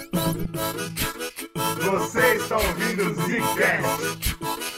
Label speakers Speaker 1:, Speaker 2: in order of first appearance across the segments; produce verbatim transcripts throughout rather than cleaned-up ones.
Speaker 1: Você está ouvindo o Zcast.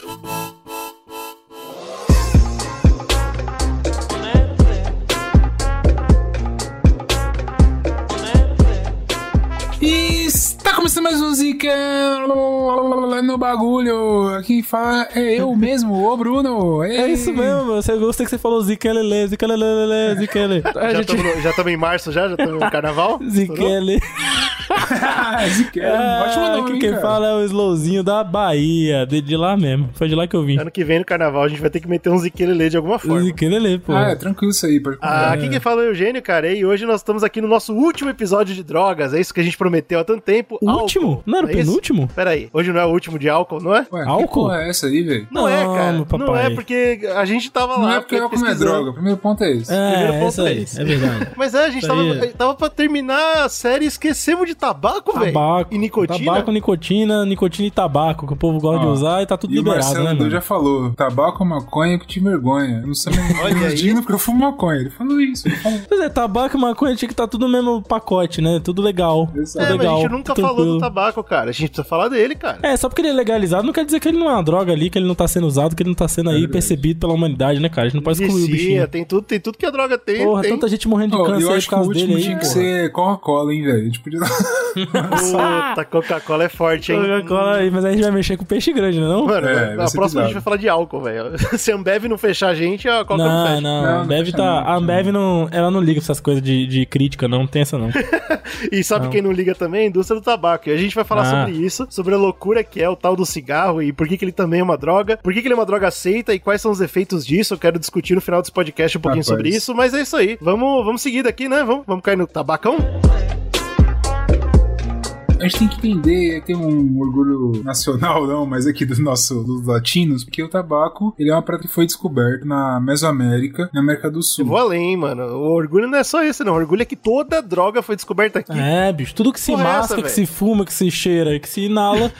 Speaker 2: E está começando mais um Zica no bagulho. Aqui fala é eu mesmo, ô Bruno. Ei.
Speaker 3: É isso mesmo, meu. Você gostei que você falou Ziquele, Ziquele, Ziquele.
Speaker 4: Já estamos gente... em março, já? Já estamos no carnaval?
Speaker 3: Ziquele.
Speaker 2: Ziquele, ah, ótimo nome,
Speaker 3: que quem cara. Fala é o Slowzinho da Bahia, de, de lá mesmo. Foi de lá que eu vim.
Speaker 4: Ano que vem no carnaval a gente vai ter que meter um Ziquele de alguma forma.
Speaker 3: Ziquele, pô.
Speaker 2: Ah, é tranquilo isso aí. Pode
Speaker 4: ah, aqui é. Quem fala é o Eugênio, cara. E hoje nós estamos aqui no nosso último episódio de drogas. É isso que a gente prometeu há tanto tempo.
Speaker 3: Último? Álcool. Não era o é penúltimo?
Speaker 4: Pera aí. Hoje não é o último de álcool, não é?
Speaker 2: Ué,
Speaker 3: álcool?
Speaker 2: Que porra é essa aí, velho?
Speaker 4: Não, não é, cara. Papai. Não é porque a gente tava
Speaker 2: não
Speaker 4: lá.
Speaker 2: Não é porque álcool não é droga. O primeiro ponto é esse.
Speaker 3: É,
Speaker 4: o primeiro ponto
Speaker 3: é,
Speaker 4: é esse.
Speaker 3: É verdade.
Speaker 4: Mas é, a gente tava, é. tava pra terminar a série e esquecemos de tabaco, velho.
Speaker 3: Tabaco.
Speaker 4: E nicotina.
Speaker 3: Tabaco, nicotina, nicotina e tabaco, que o povo gosta ah, de usar e tá tudo
Speaker 2: e
Speaker 3: liberado,
Speaker 2: o Marcelo
Speaker 3: né,
Speaker 2: já falou, tabaco, maconha que te vergonha. Eu não sei mais digno porque eu fumo maconha. Ele falou isso. Ele falou.
Speaker 3: Pois é, tabaco e maconha tinha que estar tá tudo no mesmo pacote, né? Tudo legal.
Speaker 4: Exato.
Speaker 3: Tudo
Speaker 4: é,
Speaker 3: legal,
Speaker 4: mas a gente nunca falou do tabaco, cara. A gente precisa falar dele, cara.
Speaker 3: É, só porque ele é legalizado não quer dizer que ele não é uma droga ali, que ele não tá sendo usado, que ele não tá sendo é aí verdade. percebido pela humanidade, né, cara? A gente não pode excluir o bichinho.
Speaker 4: Tem tudo, tem tudo que a droga tem.
Speaker 3: Porra,
Speaker 4: tem.
Speaker 3: tanta gente morrendo de
Speaker 2: oh,
Speaker 3: câncer
Speaker 2: eu
Speaker 3: aí
Speaker 2: acho
Speaker 3: por causa
Speaker 2: que o último
Speaker 3: dele
Speaker 2: tinha
Speaker 3: aí.
Speaker 2: que ser Coca-Cola, hein, velho? A gente podia...
Speaker 4: Puta, Coca-Cola é forte, hein?
Speaker 3: Coca-Cola aí, mas a gente vai mexer com peixe grande, não é não?
Speaker 4: Mano,
Speaker 2: é,
Speaker 4: a próxima bizarro. A gente vai falar de álcool, velho. Se a Ambev não fechar a gente, a Coca não, não fecha.
Speaker 3: Não, não, a Ambev tá... A Ambev não... Ela não liga pra essas coisas de, de crítica, não. Não tem essa, não.
Speaker 4: E sabe
Speaker 3: não.
Speaker 4: quem não liga também? A indústria do tabaco. E a gente vai falar ah. sobre isso, sobre a loucura que é o tal do cigarro e por que que ele também é uma droga, por que que ele é uma droga aceita e quais são os efeitos disso. Eu quero discutir no final desse podcast um pouquinho ah, sobre isso, mas é isso aí. Vamos, vamos seguir daqui, né? Vamos, vamos cair no tabacão?
Speaker 2: A gente tem que entender, tem um orgulho nacional, não, mas aqui do nosso, dos latinos, porque o tabaco, ele é uma prática que foi descoberta na Mesoamérica, na América do Sul.
Speaker 4: Eu vou além, mano. O orgulho não é só esse, não. O orgulho é que toda droga foi descoberta aqui.
Speaker 3: É, bicho. Tudo que se porra masca, essa, que se fuma, que se cheira, que se inala,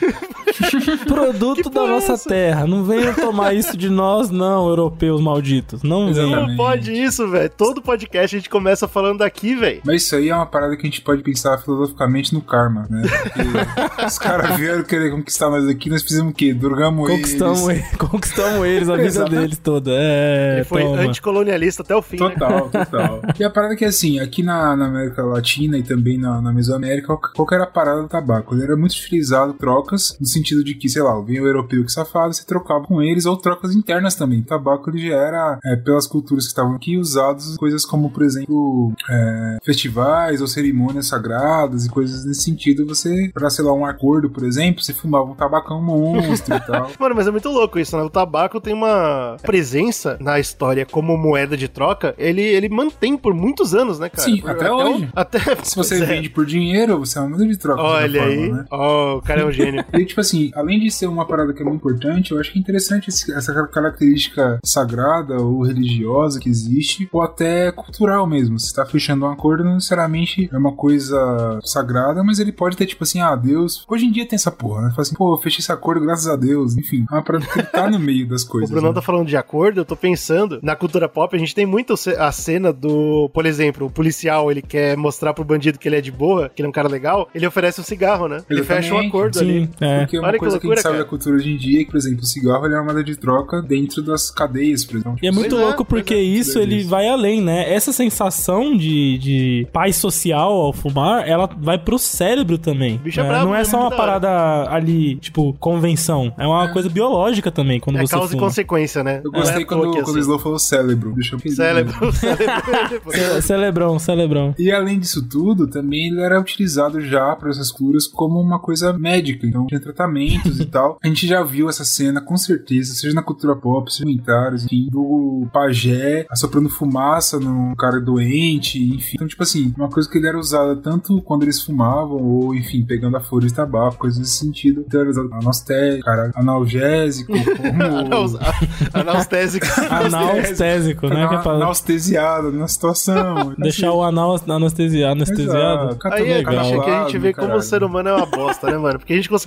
Speaker 3: produto da nossa essa? terra. Não venham tomar isso de nós, não, europeus malditos. Não venham.
Speaker 4: Não pode isso, velho. Todo podcast a gente começa falando daqui, velho.
Speaker 2: Mas isso aí é uma parada que a gente pode pensar filosoficamente no karma, né? Porque os caras vieram querer conquistar nós aqui, nós fizemos o quê? Durgamos
Speaker 3: Conquistamos
Speaker 2: eles.
Speaker 3: eles. Conquistamos eles, a vida deles toda. É,
Speaker 4: ele foi toma. anticolonialista até o fim,
Speaker 2: Total,
Speaker 4: né?
Speaker 2: total. E a parada é que, assim, aqui na, na América Latina e também na, na Mesoamérica, qual que era a parada do tabaco? Ele era muito utilizado, trocas, no sentido de que, sei lá, vinha o europeu que safado, você trocava com eles, ou trocas internas também. O tabaco, ele já era, é, pelas culturas que estavam aqui, usados coisas como, por exemplo, é, festivais ou cerimônias sagradas e coisas nesse sentido. Você, pra, sei lá, um acordo, por exemplo, você fumava um tabacão monstro e tal.
Speaker 4: Mano, mas é muito louco isso, né? O tabaco tem uma presença na história como moeda de troca, ele, ele mantém por muitos anos, né, cara?
Speaker 2: Sim,
Speaker 4: por,
Speaker 2: até,
Speaker 4: até
Speaker 2: hoje.
Speaker 4: Um, até,
Speaker 2: Se você é. vende por dinheiro, você é uma moeda de troca.
Speaker 4: Olha aí.
Speaker 2: Forma, né?
Speaker 4: Ó, oh, o cara é um gênio.
Speaker 2: E, tipo assim, além de ser uma parada que é muito importante, eu acho que é interessante esse, essa característica sagrada ou religiosa que existe, ou até cultural mesmo. Você tá fechando um acordo, não necessariamente é uma coisa sagrada, mas ele pode ter, tipo assim, ah, Deus... Hoje em dia tem essa porra, né? Fala assim, pô, eu fechei esse acordo graças a Deus. Enfim, é uma parada que tá no meio das coisas.
Speaker 4: O Brunão
Speaker 2: né?
Speaker 4: tá falando de acordo, eu tô pensando, na cultura pop a gente tem muito a cena do, por exemplo, o policial, ele quer mostrar pro bandido que ele é de boa, que ele é um cara legal, ele oferece um cigarro, né? Ele
Speaker 2: Exatamente.
Speaker 4: fecha um acordo
Speaker 3: Sim,
Speaker 4: ali.
Speaker 3: É.
Speaker 2: Porque uma
Speaker 4: Olha
Speaker 2: coisa
Speaker 4: que, loucura,
Speaker 2: que a gente sabe
Speaker 4: cara.
Speaker 2: da cultura hoje em dia é que, por exemplo, o cigarro ele é uma moeda de troca dentro das cadeias, por exemplo.
Speaker 3: E é muito
Speaker 4: Pois
Speaker 3: louco
Speaker 4: é,
Speaker 3: porque
Speaker 4: é.
Speaker 3: isso ele
Speaker 2: isso.
Speaker 3: vai além, né? Essa sensação de, de paz social ao fumar, ela vai pro cérebro também.
Speaker 4: Bicho é
Speaker 3: né?
Speaker 4: brabo,
Speaker 3: Não é
Speaker 4: é
Speaker 3: só
Speaker 4: muito
Speaker 3: uma
Speaker 4: da
Speaker 3: parada ali, tipo, convenção. É uma
Speaker 2: É.
Speaker 3: coisa biológica também quando
Speaker 4: É
Speaker 3: você
Speaker 4: causa
Speaker 3: fuma.
Speaker 4: e consequência, né?
Speaker 2: Eu gostei
Speaker 4: É,
Speaker 2: quando,
Speaker 4: coloquei
Speaker 2: quando o
Speaker 4: assim.
Speaker 2: Slow falou cérebro. Deixa eu
Speaker 4: Cérebro, cérebro.
Speaker 3: Ce- Celebrão, celebrão.
Speaker 2: E além disso tudo, também ele era utilizado já para essas curas como uma coisa médica. Então tinha tratamentos e tal. A gente já viu essa cena, com certeza, seja na cultura pop, seja em comentários, enfim, do pajé assoprando fumaça num cara doente, enfim. Então, tipo assim, uma coisa que ele era usada tanto quando eles fumavam, ou, enfim, pegando a folha de tabaco, coisas nesse sentido. Então era usado anestésico, cara, analgésico, como...
Speaker 4: Analstésico.
Speaker 3: Analstésico, né? Que é pra
Speaker 2: Anestesiado na situação.
Speaker 3: deixar
Speaker 2: assim,
Speaker 3: o anal anestesiado. anestesiado.
Speaker 2: Exato.
Speaker 4: Aí é
Speaker 3: legal.
Speaker 4: triste que a gente vê
Speaker 2: Caralho.
Speaker 4: como o ser humano é uma bosta, né, mano? Porque a gente conseguiu pegar o bagulho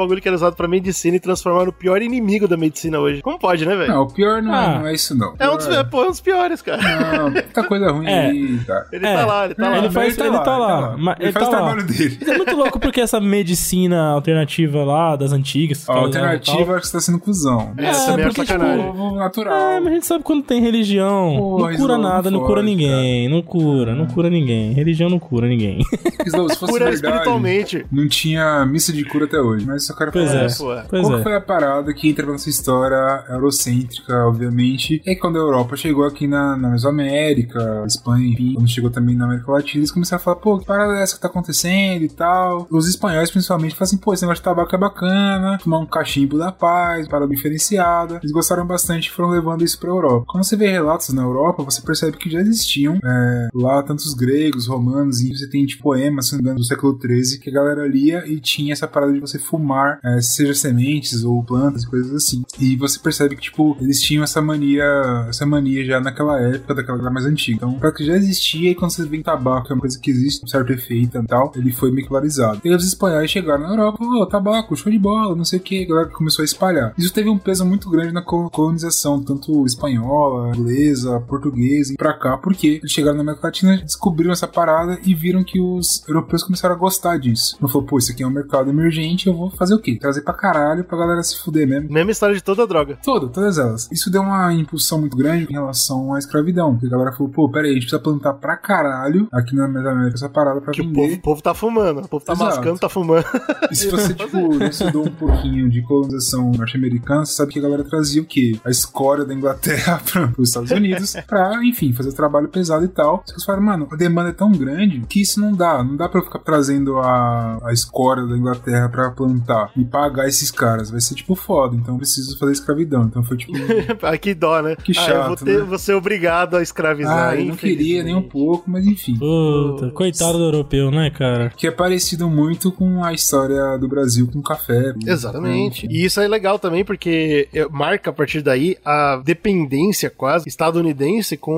Speaker 4: bagulho que era usado pra medicina e transformar no pior inimigo da medicina hoje. Como pode, né, velho?
Speaker 2: Não, o pior não,
Speaker 3: Ah.
Speaker 2: é, não é isso, não.
Speaker 4: É um dos, é, pô, é um dos piores, cara.
Speaker 2: Não, muita coisa ruim
Speaker 3: É.
Speaker 2: aí, cara.
Speaker 4: Ele
Speaker 3: É.
Speaker 4: tá lá, ele tá lá.
Speaker 3: Ele
Speaker 2: Mas
Speaker 3: faz, ele tá lá. Mas
Speaker 2: Ele,
Speaker 3: ele
Speaker 2: faz
Speaker 3: tá
Speaker 2: o
Speaker 3: lá.
Speaker 2: trabalho dele.
Speaker 3: É muito louco porque essa medicina alternativa lá, das antigas...
Speaker 2: A alternativa acho que você tá sendo cuzão.
Speaker 4: É,
Speaker 3: É,
Speaker 4: também é
Speaker 3: porque,
Speaker 4: sacanagem.
Speaker 2: Povo
Speaker 3: É,
Speaker 2: natural.
Speaker 3: mas a gente sabe quando tem religião,
Speaker 2: Porra,
Speaker 3: não cura
Speaker 2: Slow,
Speaker 3: nada,
Speaker 2: não
Speaker 3: não cura
Speaker 2: fode,
Speaker 3: ninguém, não cura, não cura ninguém. Religião não cura ninguém.
Speaker 2: Slow, se fosse
Speaker 4: Cura
Speaker 2: verdade,
Speaker 4: espiritualmente.
Speaker 2: não tinha missa de cura até hoje. Mas só quero
Speaker 3: Pois
Speaker 2: falar
Speaker 3: é,
Speaker 2: isso.
Speaker 4: pô.
Speaker 3: pois
Speaker 2: Qual que
Speaker 3: é.
Speaker 2: foi a parada que entra nessa história eurocêntrica, obviamente? É quando a Europa chegou aqui na, na Mesoamérica, Espanha, enfim, quando chegou também na América Latina, eles começaram a falar, pô, que parada é essa que tá acontecendo e tal. Os espanhóis, principalmente, falaram assim, pô, esse negócio de tabaco é bacana, tomar um cachimbo da paz, parada diferenciada. Eles gostaram bastante e foram levando isso pra Europa. Quando você vê relatos na Europa, você percebe que já existiam é, lá tantos gregos, romanos, e você tem tipo poemas, se não me engano, do século treze, que a galera lia e tinha essa parada de você fumar, é, seja sementes ou plantas, coisas assim. E você percebe que, tipo, eles tinham essa mania, essa mania já naquela época, daquela galera mais antiga. Então, pra que já existia, e quando você vê em tabaco, é uma coisa que existe, um certo efeito e tal, ele foi meio clarizado. E os espanhóis chegaram na Europa, ô, oh, tabaco, show de bola, não sei o que, a galera começou a espalhar. Isso teve um peso muito grande na colonização, tanto espanhola, inglesa, portuguesa, e pra cá, porque eles chegaram na América Latina, descobriram essa parada e viram que os europeus começaram a gostar disso. Não falou, pô, isso aqui é um mercado emergente, eu vou fazer o quê? Trazer pra caralho pra galera se fuder mesmo.
Speaker 4: Mesma história de toda droga.
Speaker 2: Toda, todas elas. Isso deu uma impulsão muito grande em relação à escravidão. Porque a galera falou, pô, peraí, a gente precisa plantar pra caralho aqui na Mesoamérica essa parada pra
Speaker 4: Que o
Speaker 2: vender.
Speaker 4: povo, o povo tá fumando. O povo tá
Speaker 2: Exato.
Speaker 4: mascando, tá fumando.
Speaker 2: E se você, tipo, estudou um pouquinho de colonização norte-americana, você sabe que a galera trazia o quê? A escória da Inglaterra para os Estados Unidos pra, enfim, fazer o trabalho pesado e tal. Só que eles falaram, mano, a demanda é tão grande que isso não dá. Não dá pra eu ficar trazendo a, a escória da Inglaterra pra plantar e pagar esses caras. Vai ser, tipo, foda. Então eu preciso fazer escravidão. Então foi, tipo...
Speaker 4: Ah, que dó, né?
Speaker 2: Que
Speaker 4: Ah,
Speaker 2: chato,
Speaker 4: eu vou, ter,
Speaker 2: né?
Speaker 4: vou ser obrigado a escravizar.
Speaker 2: Ah, eu não queria nem um pouco, mas enfim.
Speaker 3: Puta, coitado do europeu, né, cara?
Speaker 2: Que é parecido muito com a história do Brasil com café.
Speaker 4: Exatamente. E isso é legal também porque marca a partir daí a dependência quase estadunidense com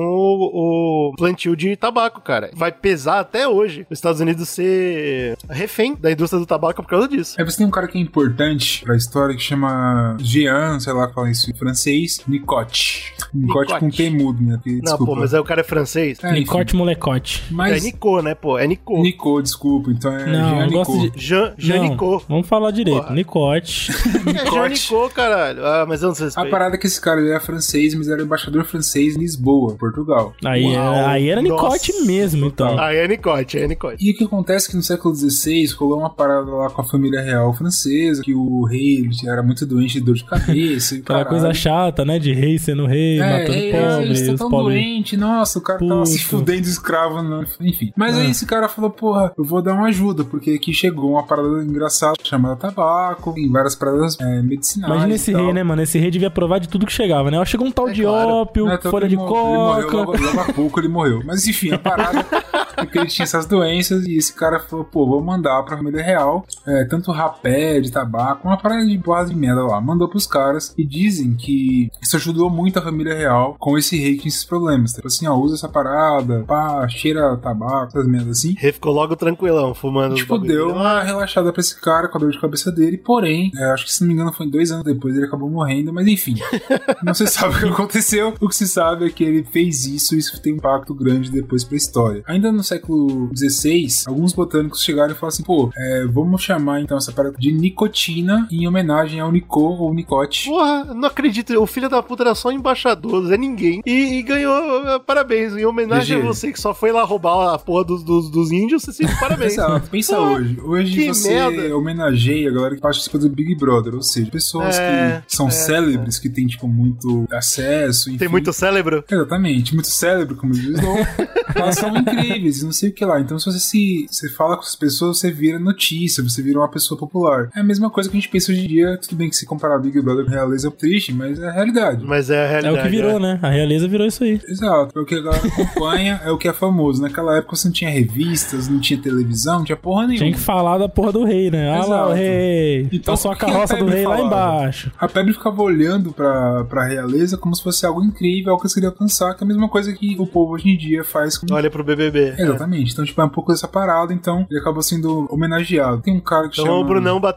Speaker 4: o, o plantio de tabaco, cara. Vai pesar até hoje os Estados Unidos ser refém da indústria do tabaco por causa disso.
Speaker 2: Aí você tem um cara que é importante pra história que chama Jean, sei lá, fala isso em francês, Nicote. Nicote com P mudo, né? Porque,
Speaker 4: Não,
Speaker 2: desculpa.
Speaker 4: pô, mas aí o cara é francês.
Speaker 2: É, enfim.
Speaker 3: Nicote molecote.
Speaker 2: Mas...
Speaker 4: É Nico, né, pô? É Nico.
Speaker 2: Nico, desculpa. Então é
Speaker 3: Não,
Speaker 2: Jean
Speaker 3: eu gosto
Speaker 2: Nico.
Speaker 3: de-
Speaker 4: Jean, Jean
Speaker 3: Não,
Speaker 4: Nico.
Speaker 3: vamos falar direito.
Speaker 4: Porra.
Speaker 3: Nicote.
Speaker 4: É Jean Nico, caralho. Ah, mas eu não sei se
Speaker 2: A parada é que esse cara ele era francês, mas era embaixador francês em Lisboa, Portugal.
Speaker 3: Aí,
Speaker 4: Uau.
Speaker 3: era, aí era Nicote
Speaker 4: Nossa.
Speaker 3: mesmo, então.
Speaker 4: Ah, é Nicote, é Nicote.
Speaker 2: E o que acontece é que no século dezesseis rolou uma parada lá com a família real francesa, que o rei ele era muito doente de dor de cabeça. E
Speaker 3: Aquela
Speaker 2: caralho.
Speaker 3: coisa chata, né? De rei sendo rei,
Speaker 2: É,
Speaker 3: matando
Speaker 2: é,
Speaker 3: pobre,
Speaker 2: eles estão
Speaker 3: os
Speaker 2: tão
Speaker 3: pobres.
Speaker 2: doentes, nossa, o cara tava se
Speaker 3: Puta.
Speaker 2: fudendo escravo, não, enfim. Mas
Speaker 3: Ah.
Speaker 2: aí esse cara falou, porra, eu vou dar uma ajuda, porque aqui chegou uma parada engraçada chamada tabaco, em várias paradas é, medicinais.
Speaker 3: Imagina
Speaker 2: e
Speaker 3: esse
Speaker 2: tal.
Speaker 3: rei, né, mano? Esse rei devia provar de tudo que chegava, né? Ó, chegou um tal
Speaker 4: É
Speaker 3: de
Speaker 4: claro.
Speaker 3: ópio,
Speaker 2: Não, então
Speaker 3: folha
Speaker 2: ele
Speaker 3: de
Speaker 2: mo- Ele morreu,
Speaker 3: coca.
Speaker 2: logo, logo a pouco ele morreu. Mas enfim, a parada é que ele tinha essas doenças e esse cara falou, pô, vou mandar pra família real é, tanto rapé de tabaco, uma parada de porra de merda lá. Mandou pros caras e dizem que isso ajudou muito a família real com esse rei que tinha esses problemas. Tipo assim, ó, usa essa parada, pá, cheira tabaco, essas merdas assim.
Speaker 4: Rei ficou logo tranquilão, fumando.
Speaker 2: Tipo,
Speaker 4: os bagulho.
Speaker 2: deu uma relaxada pra esse cara com a dor de cabeça dele, porém, é, acho que se não me engano foi dois anos depois ele acabou morrendo, mas enfim, não se sabe o que aconteceu, o que se sabe é que ele fez isso e isso tem um impacto grande depois pra história. Ainda no século dezesseis, alguns botânicos chegaram e falaram assim, pô, é, vamos chamar então essa parada de nicotina em homenagem ao Nico ou Nicote.
Speaker 4: Porra, não acredito. O filho da puta era só embaixador, é ninguém. E, e ganhou, uh, parabéns. Em homenagem
Speaker 2: G G.
Speaker 4: a você que só foi lá roubar a porra dos, dos, dos índios, você se parabéns.
Speaker 2: Exato, pensa
Speaker 4: Pô,
Speaker 2: hoje. Hoje
Speaker 4: que
Speaker 2: você
Speaker 4: merda.
Speaker 2: homenageia a galera que participa do Big Brother, ou seja, pessoas
Speaker 4: É,
Speaker 2: que são
Speaker 4: é,
Speaker 2: célebres, que têm, tipo, muito acesso. Enfim.
Speaker 4: Tem muito cérebro?
Speaker 2: Exatamente, muito cérebro, como diz o Snow. Elas são incríveis, e não sei o que lá. Então, se você se você fala com as pessoas, você vira notícia, você vira uma pessoa popular. É a mesma coisa que a gente pensa hoje em dia. Tudo bem que se comparar Big Brother com Realeza é triste, mas é a realidade.
Speaker 4: Mas é a
Speaker 3: É
Speaker 4: realidade.
Speaker 3: o que virou,
Speaker 4: né?
Speaker 3: né? A realeza virou isso aí.
Speaker 2: Exato, é o que a galera acompanha, é o que é famoso. Naquela época você não tinha revistas, não tinha televisão, não tinha porra nenhuma.
Speaker 3: Tinha que falar da porra do rei, né? Ah lá, o
Speaker 2: Exato.
Speaker 3: rei.
Speaker 2: Então,
Speaker 3: Passou a
Speaker 2: o que
Speaker 3: carroça
Speaker 2: a
Speaker 3: do
Speaker 2: Pebre
Speaker 3: rei lá
Speaker 2: falava?
Speaker 3: embaixo.
Speaker 2: A Pebre ficava olhando pra, pra realeza como se fosse algo incrível, algo que você queria alcançar, que é a mesma coisa que o povo hoje em dia faz com...
Speaker 4: Olha pro B B B.
Speaker 2: Exatamente, então tipo, é um pouco dessa parada, então ele acabou sendo homenageado. Tem um cara que
Speaker 4: Então
Speaker 2: chama...
Speaker 4: o Brunão bateu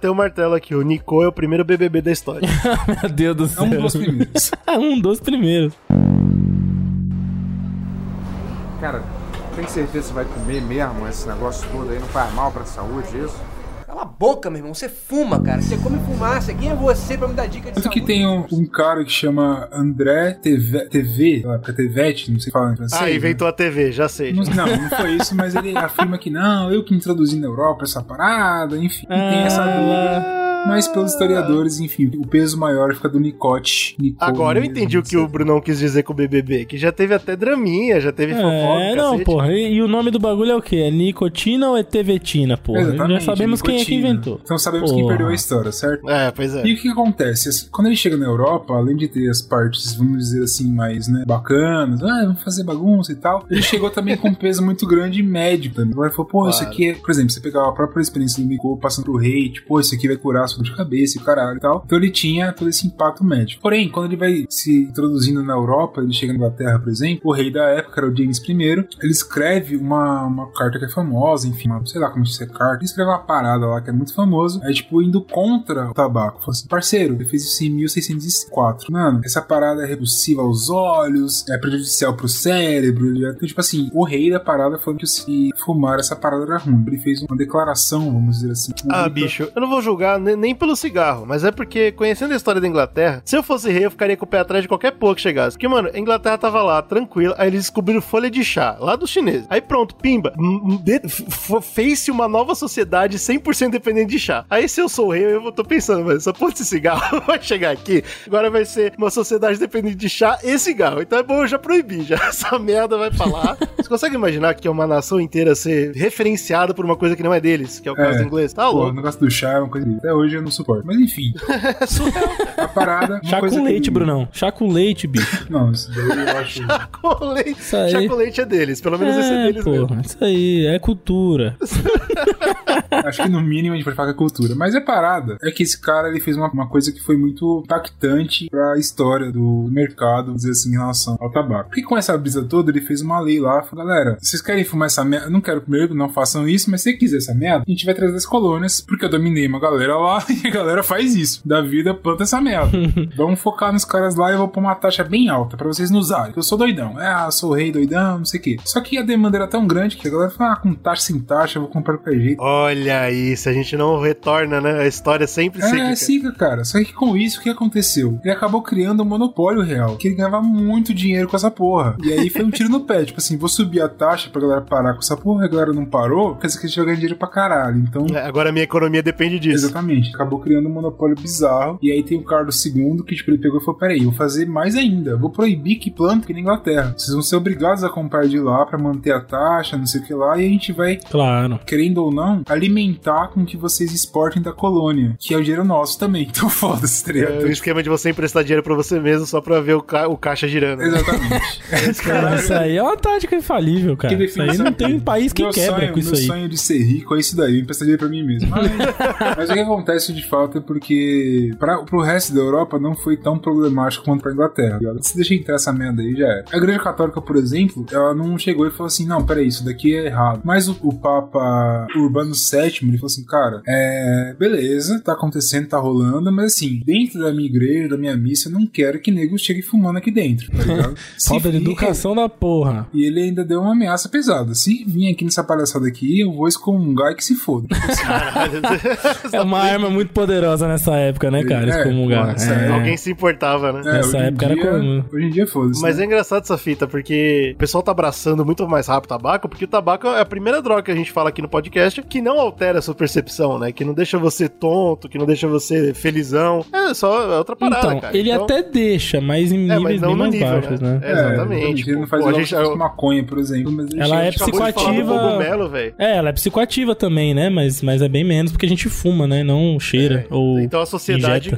Speaker 4: bater o martelo aqui. O Nico é o primeiro B B B da história.
Speaker 3: Meu Deus do céu.
Speaker 2: É um dos primeiros.
Speaker 3: É um dos primeiros.
Speaker 5: Cara, tem certeza que você vai comer mesmo esse negócio todo aí? Não faz mal pra saúde isso?
Speaker 6: Cala a boca, meu irmão. Você fuma, cara. Você come fumaça. Quem é você pra me dar dica de
Speaker 2: Tanto
Speaker 6: saúde?
Speaker 2: que tem um, um cara que chama André T V, T V sei lá, Tevete, não sei falar em francês.
Speaker 4: Ah, inventou
Speaker 2: né?
Speaker 4: a T V, já sei.
Speaker 2: Não, não, não foi isso, mas ele afirma que não, eu que introduzi na Europa essa parada, enfim,
Speaker 3: Ah,
Speaker 2: tem essa briga. Mas pelos historiadores, enfim, o peso maior fica do Nicote. Nico
Speaker 4: Agora eu
Speaker 2: mesmo,
Speaker 4: entendi o que o Brunão quis dizer com o B B B, que já teve até draminha, já teve fofoca.
Speaker 3: É, não,
Speaker 4: cacete.
Speaker 3: porra. E, e o nome do bagulho é o quê? É nicotina ou é tevetina, porra?
Speaker 2: Exatamente,
Speaker 3: Já sabemos quem é que
Speaker 2: nicotina.
Speaker 3: inventou.
Speaker 2: Então sabemos
Speaker 3: Porra.
Speaker 2: quem perdeu a história, certo?
Speaker 4: É, pois é.
Speaker 2: E o que, que acontece? Assim, quando ele chega na Europa, além de ter as partes, vamos dizer assim, mais, né, bacanas, ah, vamos fazer bagunça e tal, ele chegou também com um peso muito grande médico também. Agora ele falou, pô,
Speaker 4: Claro.
Speaker 2: isso aqui é... Por exemplo, você pegar a própria experiência do Nico passando pro rei, tipo, pô, isso aqui vai curar a sua dor de cabeça e caralho e tal. Então ele tinha todo esse impacto médico. Porém, quando ele vai se introduzindo na Europa, ele chega na Inglaterra, por exemplo, o rei da época era o James primeiro, ele escreve uma, uma carta que é famosa, enfim, uma, sei lá como dizer carta, ele escreve uma parada lá que é muito famoso, aí tipo, indo contra o tabaco. Falou assim, parceiro, ele fez isso em mil seiscentos e quatro. Mano, essa parada é repulsiva aos olhos, é prejudicial pro cérebro. Então, tipo assim, o rei da parada falou que se fumar essa parada era ruim. Ele fez uma declaração, vamos dizer assim.
Speaker 4: Ah,
Speaker 2: pública.
Speaker 4: bicho, eu não vou julgar ne- nem pelo cigarro, mas é porque, conhecendo a história da Inglaterra, se eu fosse rei, eu ficaria com o pé atrás de qualquer porra que chegasse. Porque, mano, a Inglaterra tava lá, tranquila, aí eles descobriram folha de chá, lá dos chineses. Aí pronto, pimba, m- de- f- fez-se uma nova sociedade cem por cento dependente de chá. Aí se eu sou rei, eu tô pensando, mas essa porra de cigarro vai chegar aqui, agora vai ser uma sociedade dependente de chá e cigarro. Então é bom eu já proibir, já. Essa merda vai pra lá. Você consegue imaginar que é uma nação inteira ser referenciada por uma coisa que não é deles, que é o caso
Speaker 2: É.
Speaker 4: do inglês? Tá
Speaker 2: Pô, o
Speaker 4: louco.
Speaker 2: negócio do chá é uma coisa que até hoje eu não suporto. Mas enfim,
Speaker 4: É surreal.
Speaker 2: a parada... uma
Speaker 3: Chá
Speaker 2: coisa
Speaker 3: com
Speaker 2: que-
Speaker 3: leite, Brunão. Chá com leite, bicho.
Speaker 2: Não, isso daí eu acho...
Speaker 4: Chá com leite.
Speaker 3: Isso aí.
Speaker 4: Chá com leite é deles, pelo menos esse é
Speaker 3: É,
Speaker 4: deles mesmo.
Speaker 3: porra, isso aí, é cultura.
Speaker 2: Acho que no mínimo a gente pode falar que é cultura. Mas é parada. É que esse cara ele fez uma, uma coisa que foi muito impactante pra história do mercado, vamos dizer assim, em relação ao tabaco. Porque com essa brisa toda, ele fez uma lei lá. Falou, galera, vocês querem fumar essa merda? Eu não quero primeiro, não façam isso, mas se você quiser essa merda, a gente vai trazer as colônias, porque eu dominei uma galera lá e a galera faz isso. Da vida, planta essa merda. Vamos focar nos caras lá e eu vou pôr uma taxa bem alta pra vocês não usarem. Eu sou doidão. É, eu sou o rei doidão, não sei o quê. Só que a demanda era tão grande que a galera falou, ah, com taxa sem taxa, eu vou comprar de qualquer jeito.
Speaker 4: Olha aí, se a gente não retorna, né? A história é sempre
Speaker 2: É,
Speaker 4: cíclica.
Speaker 2: é cíclica, cara. Só que com isso, o que aconteceu? Ele acabou criando um monopólio real, que ele ganhava muito dinheiro com essa porra. E aí foi um tiro no pé. Tipo assim, vou subir a taxa pra galera parar com essa porra, a galera não parou, quer dizer que a gente vai ganhar dinheiro pra caralho. Então...
Speaker 4: É, agora a minha economia depende disso.
Speaker 2: Exatamente. Acabou criando um monopólio bizarro. E aí tem o Carlos segundo que, tipo, ele pegou e falou, peraí, eu vou fazer mais ainda. Eu vou proibir que planta aqui na Inglaterra. Vocês vão ser obrigados a comprar de lá pra manter a taxa, não sei o que lá, e a gente vai,
Speaker 3: Claro.
Speaker 2: querendo ou não, alimentar com que vocês exportem da colônia, que é o dinheiro nosso também. Então foda-se, tá ligado?
Speaker 4: É o esquema de você emprestar dinheiro pra você mesmo só pra ver o, ca o caixa girando.
Speaker 2: Exatamente.
Speaker 3: Cara, isso aí é uma tática infalível, cara.
Speaker 2: Que
Speaker 3: Isso aí não
Speaker 2: definição.
Speaker 3: tem país que
Speaker 2: Meu
Speaker 3: quebra
Speaker 2: sonho,
Speaker 3: com isso
Speaker 2: meu
Speaker 3: aí.
Speaker 2: sonho de ser rico é isso daí, emprestar dinheiro pra mim mesmo. Mas, mas o que acontece de fato é porque pra, pro resto da Europa não foi tão problemático quanto pra Inglaterra. Tá ligado? Se deixa entrar essa merda aí, já era. A Igreja Católica, por exemplo, ela não chegou e falou assim, não, peraí, isso daqui é errado. Mas o, o Papa Urbano sétimo, ele falou assim, cara, é, beleza, tá acontecendo, tá rolando, mas assim, dentro da minha igreja, da minha missa, eu não quero que nego chegue fumando aqui dentro, tá ligado? Se
Speaker 3: Falta de
Speaker 2: vir-
Speaker 3: educação da porra.
Speaker 2: E ele ainda deu uma ameaça pesada. Se vir aqui nessa palhaçada aqui, eu vou excomungar e que se foda.
Speaker 4: Caralho.
Speaker 3: É uma arma muito poderosa nessa época, né, cara?
Speaker 2: É,
Speaker 3: Excomungar.
Speaker 2: porra, essa
Speaker 3: É.
Speaker 4: Alguém se importava, né?
Speaker 2: É,
Speaker 3: Nessa
Speaker 2: hoje em
Speaker 3: época era
Speaker 2: dia-
Speaker 3: comum.
Speaker 2: Hoje em dia, foda-se.
Speaker 4: Mas
Speaker 2: né?
Speaker 4: é engraçado essa fita, porque o pessoal tá abraçando muito mais rápido o tabaco, porque o tabaco é a primeira droga que a gente fala aqui no podcast que não altera a sua percepção, né? Que não deixa você tonto, que não deixa você felizão. É só é outra parada,
Speaker 3: Então,
Speaker 4: cara.
Speaker 3: ele
Speaker 4: Então,
Speaker 3: até deixa, mas em
Speaker 4: É,
Speaker 3: níveis
Speaker 4: mas não
Speaker 3: bem
Speaker 4: no
Speaker 3: mais
Speaker 4: nível,
Speaker 3: baixos,
Speaker 4: né?
Speaker 3: né?
Speaker 4: É, exatamente.
Speaker 2: Ele não faz
Speaker 4: Pô, a
Speaker 2: igual
Speaker 4: gente-
Speaker 2: se fosse maconha, por exemplo. Mas ele
Speaker 3: Ela
Speaker 2: chega-
Speaker 3: é
Speaker 4: acabou de falar do
Speaker 3: psicoativa.
Speaker 4: cogumelo, velho.
Speaker 3: É, ela é psicoativa também, né? Mas, mas é bem menos porque a gente fuma, né? Não cheira ou
Speaker 4: Então a sociedade
Speaker 3: injeta.
Speaker 4: vai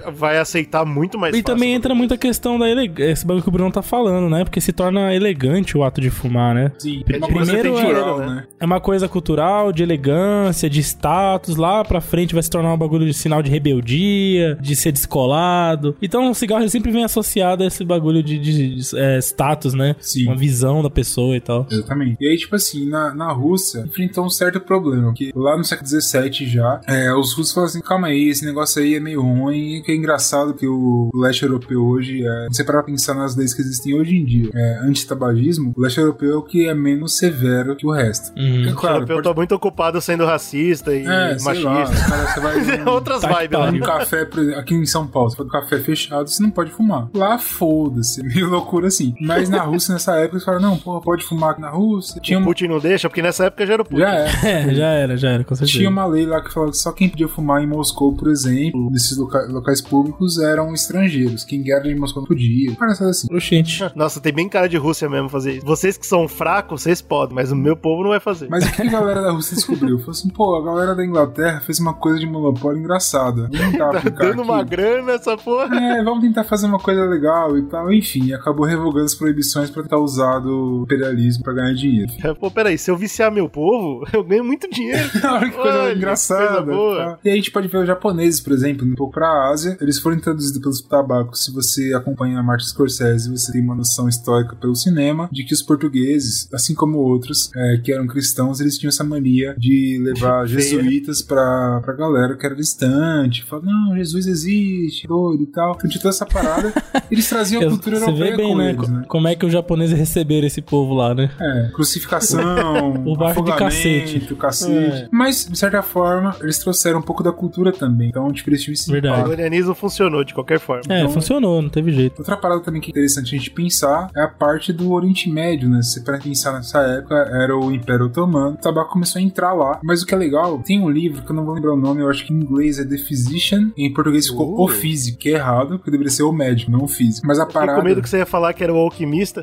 Speaker 4: aceitar muito mais
Speaker 3: E
Speaker 4: fácil.
Speaker 3: também entra muita questão da elegância, esse bagulho que o Bruno tá falando, né? Porque se torna elegante o ato de fumar, né?
Speaker 2: Sim,
Speaker 4: É,
Speaker 2: uma
Speaker 4: primeiro
Speaker 2: coisa
Speaker 4: tem
Speaker 2: cultural,
Speaker 4: dinheiro,
Speaker 2: né?
Speaker 3: É uma coisa cultural, de elegância, de status. Lá pra frente vai se tornar um bagulho de sinal de rebeldia, de ser descolado. Então o cigarro ele sempre vem associado a esse bagulho de, de, de é, status, né?
Speaker 2: Sim.
Speaker 3: Uma visão da pessoa e tal.
Speaker 2: Exatamente. E aí, tipo assim, na, na Rússia, enfrentou um certo problema, que lá no século dezessete já, é, os russos falaram assim, calma aí, esse negócio aí é meio ruim, e que é engraçado que o leste europeu hoje, é, você parar pra pensar nas leis que existem hoje em dia, é, antitabagismo, o leste europeu é o que é menos severo que o resto.
Speaker 3: Uhum.
Speaker 2: Porque,
Speaker 4: O
Speaker 2: claro,
Speaker 4: europeu
Speaker 2: pode...
Speaker 4: tá muito ocupado sendo racista e
Speaker 2: É, sei lá,
Speaker 4: machista.
Speaker 2: cara, você vai num-
Speaker 4: Outras
Speaker 3: Tá que
Speaker 4: vibes lá.
Speaker 3: pariu.
Speaker 2: um café, por exemplo, aqui em São Paulo, você vai no café fechado, você não pode fumar. Lá, foda-se, meio loucura assim. Mas na Rússia, nessa época, eles falaram, não, porra, pode fumar aqui na Rússia. Tinha
Speaker 4: O
Speaker 2: uma...
Speaker 4: Putin não deixa, porque nessa época já era o Putin.
Speaker 2: Já é.
Speaker 3: É, já era, já era, com certeza.
Speaker 2: Tinha uma lei lá que falava que só quem podia fumar em Moscou, por exemplo, nesses loca locais públicos, eram estrangeiros. Quem era de Moscou não podia. Parece assim.
Speaker 3: Oxente.
Speaker 4: Nossa, tem bem cara de Rússia mesmo fazer isso. Vocês que são fracos, vocês podem, mas o meu povo não vai fazer.
Speaker 2: Mas o que a galera da Rússia descobriu? Falou assim, pô, a galera da Inglaterra fez uma coisa de monopólio engraçada. Vamos tentar
Speaker 4: Tá
Speaker 2: aplicar
Speaker 4: dando
Speaker 2: aqui.
Speaker 4: uma grana essa porra.
Speaker 2: É, vamos tentar fazer uma coisa legal e tal. Enfim, acabou revogando as proibições pra tentar usar do imperialismo pra ganhar dinheiro.
Speaker 4: É, pô, peraí, se eu viciar meu povo, eu ganho muito dinheiro.
Speaker 2: Olha que coisa
Speaker 4: Olha,
Speaker 2: engraçada.
Speaker 4: coisa boa.
Speaker 2: Tá? E aí a gente pode ver os japoneses, por exemplo, um pouco pra Ásia, eles foram introduzidos pelos tabacos. Se você acompanha a Martin Scorsese, você tem uma noção histórica pelo cinema de que os portugueses, assim como outros é, que eram cristãos, eles tinham essa mania de levar jesuítas pra, pra galera que era distante. Falar, não, Jesus existe, doido e tal. Então tinha toda essa parada. Eles traziam a
Speaker 3: Eu-
Speaker 2: cultura
Speaker 3: Você
Speaker 2: europeia
Speaker 3: vê bem,
Speaker 2: com
Speaker 3: né?
Speaker 2: eles,
Speaker 3: co-
Speaker 2: né?
Speaker 3: Como é que os japoneses receberam esse povo lá, né?
Speaker 2: É, crucificação,
Speaker 3: O barco de
Speaker 2: afogamento,
Speaker 3: cacete.
Speaker 2: cacete.
Speaker 3: É.
Speaker 2: Mas, de certa forma, eles trouxeram um pouco da cultura também. Então, tipo, eles tinham esse
Speaker 3: Verdade.
Speaker 4: O
Speaker 2: impacto.
Speaker 4: colonialismo funcionou de qualquer forma.
Speaker 3: É,
Speaker 2: Então-
Speaker 3: funcionou, não teve jeito.
Speaker 2: Outra parada também que é interessante a gente pensar é a parte do Oriente Médio, né? Se você para pensar nessa época, era o Império Otomano. O tabaco começou a entrar lá. Mas o que é legal, tem um livro que eu não vou lembrar o nome, eu acho que em inglês é The Physician, e em português ficou
Speaker 4: Uh.
Speaker 2: O Físico, que é errado, porque deveria ser o médico, não o físico. Mas a
Speaker 4: Fiquei
Speaker 2: parada...
Speaker 4: com medo que você ia falar que era o alquimista.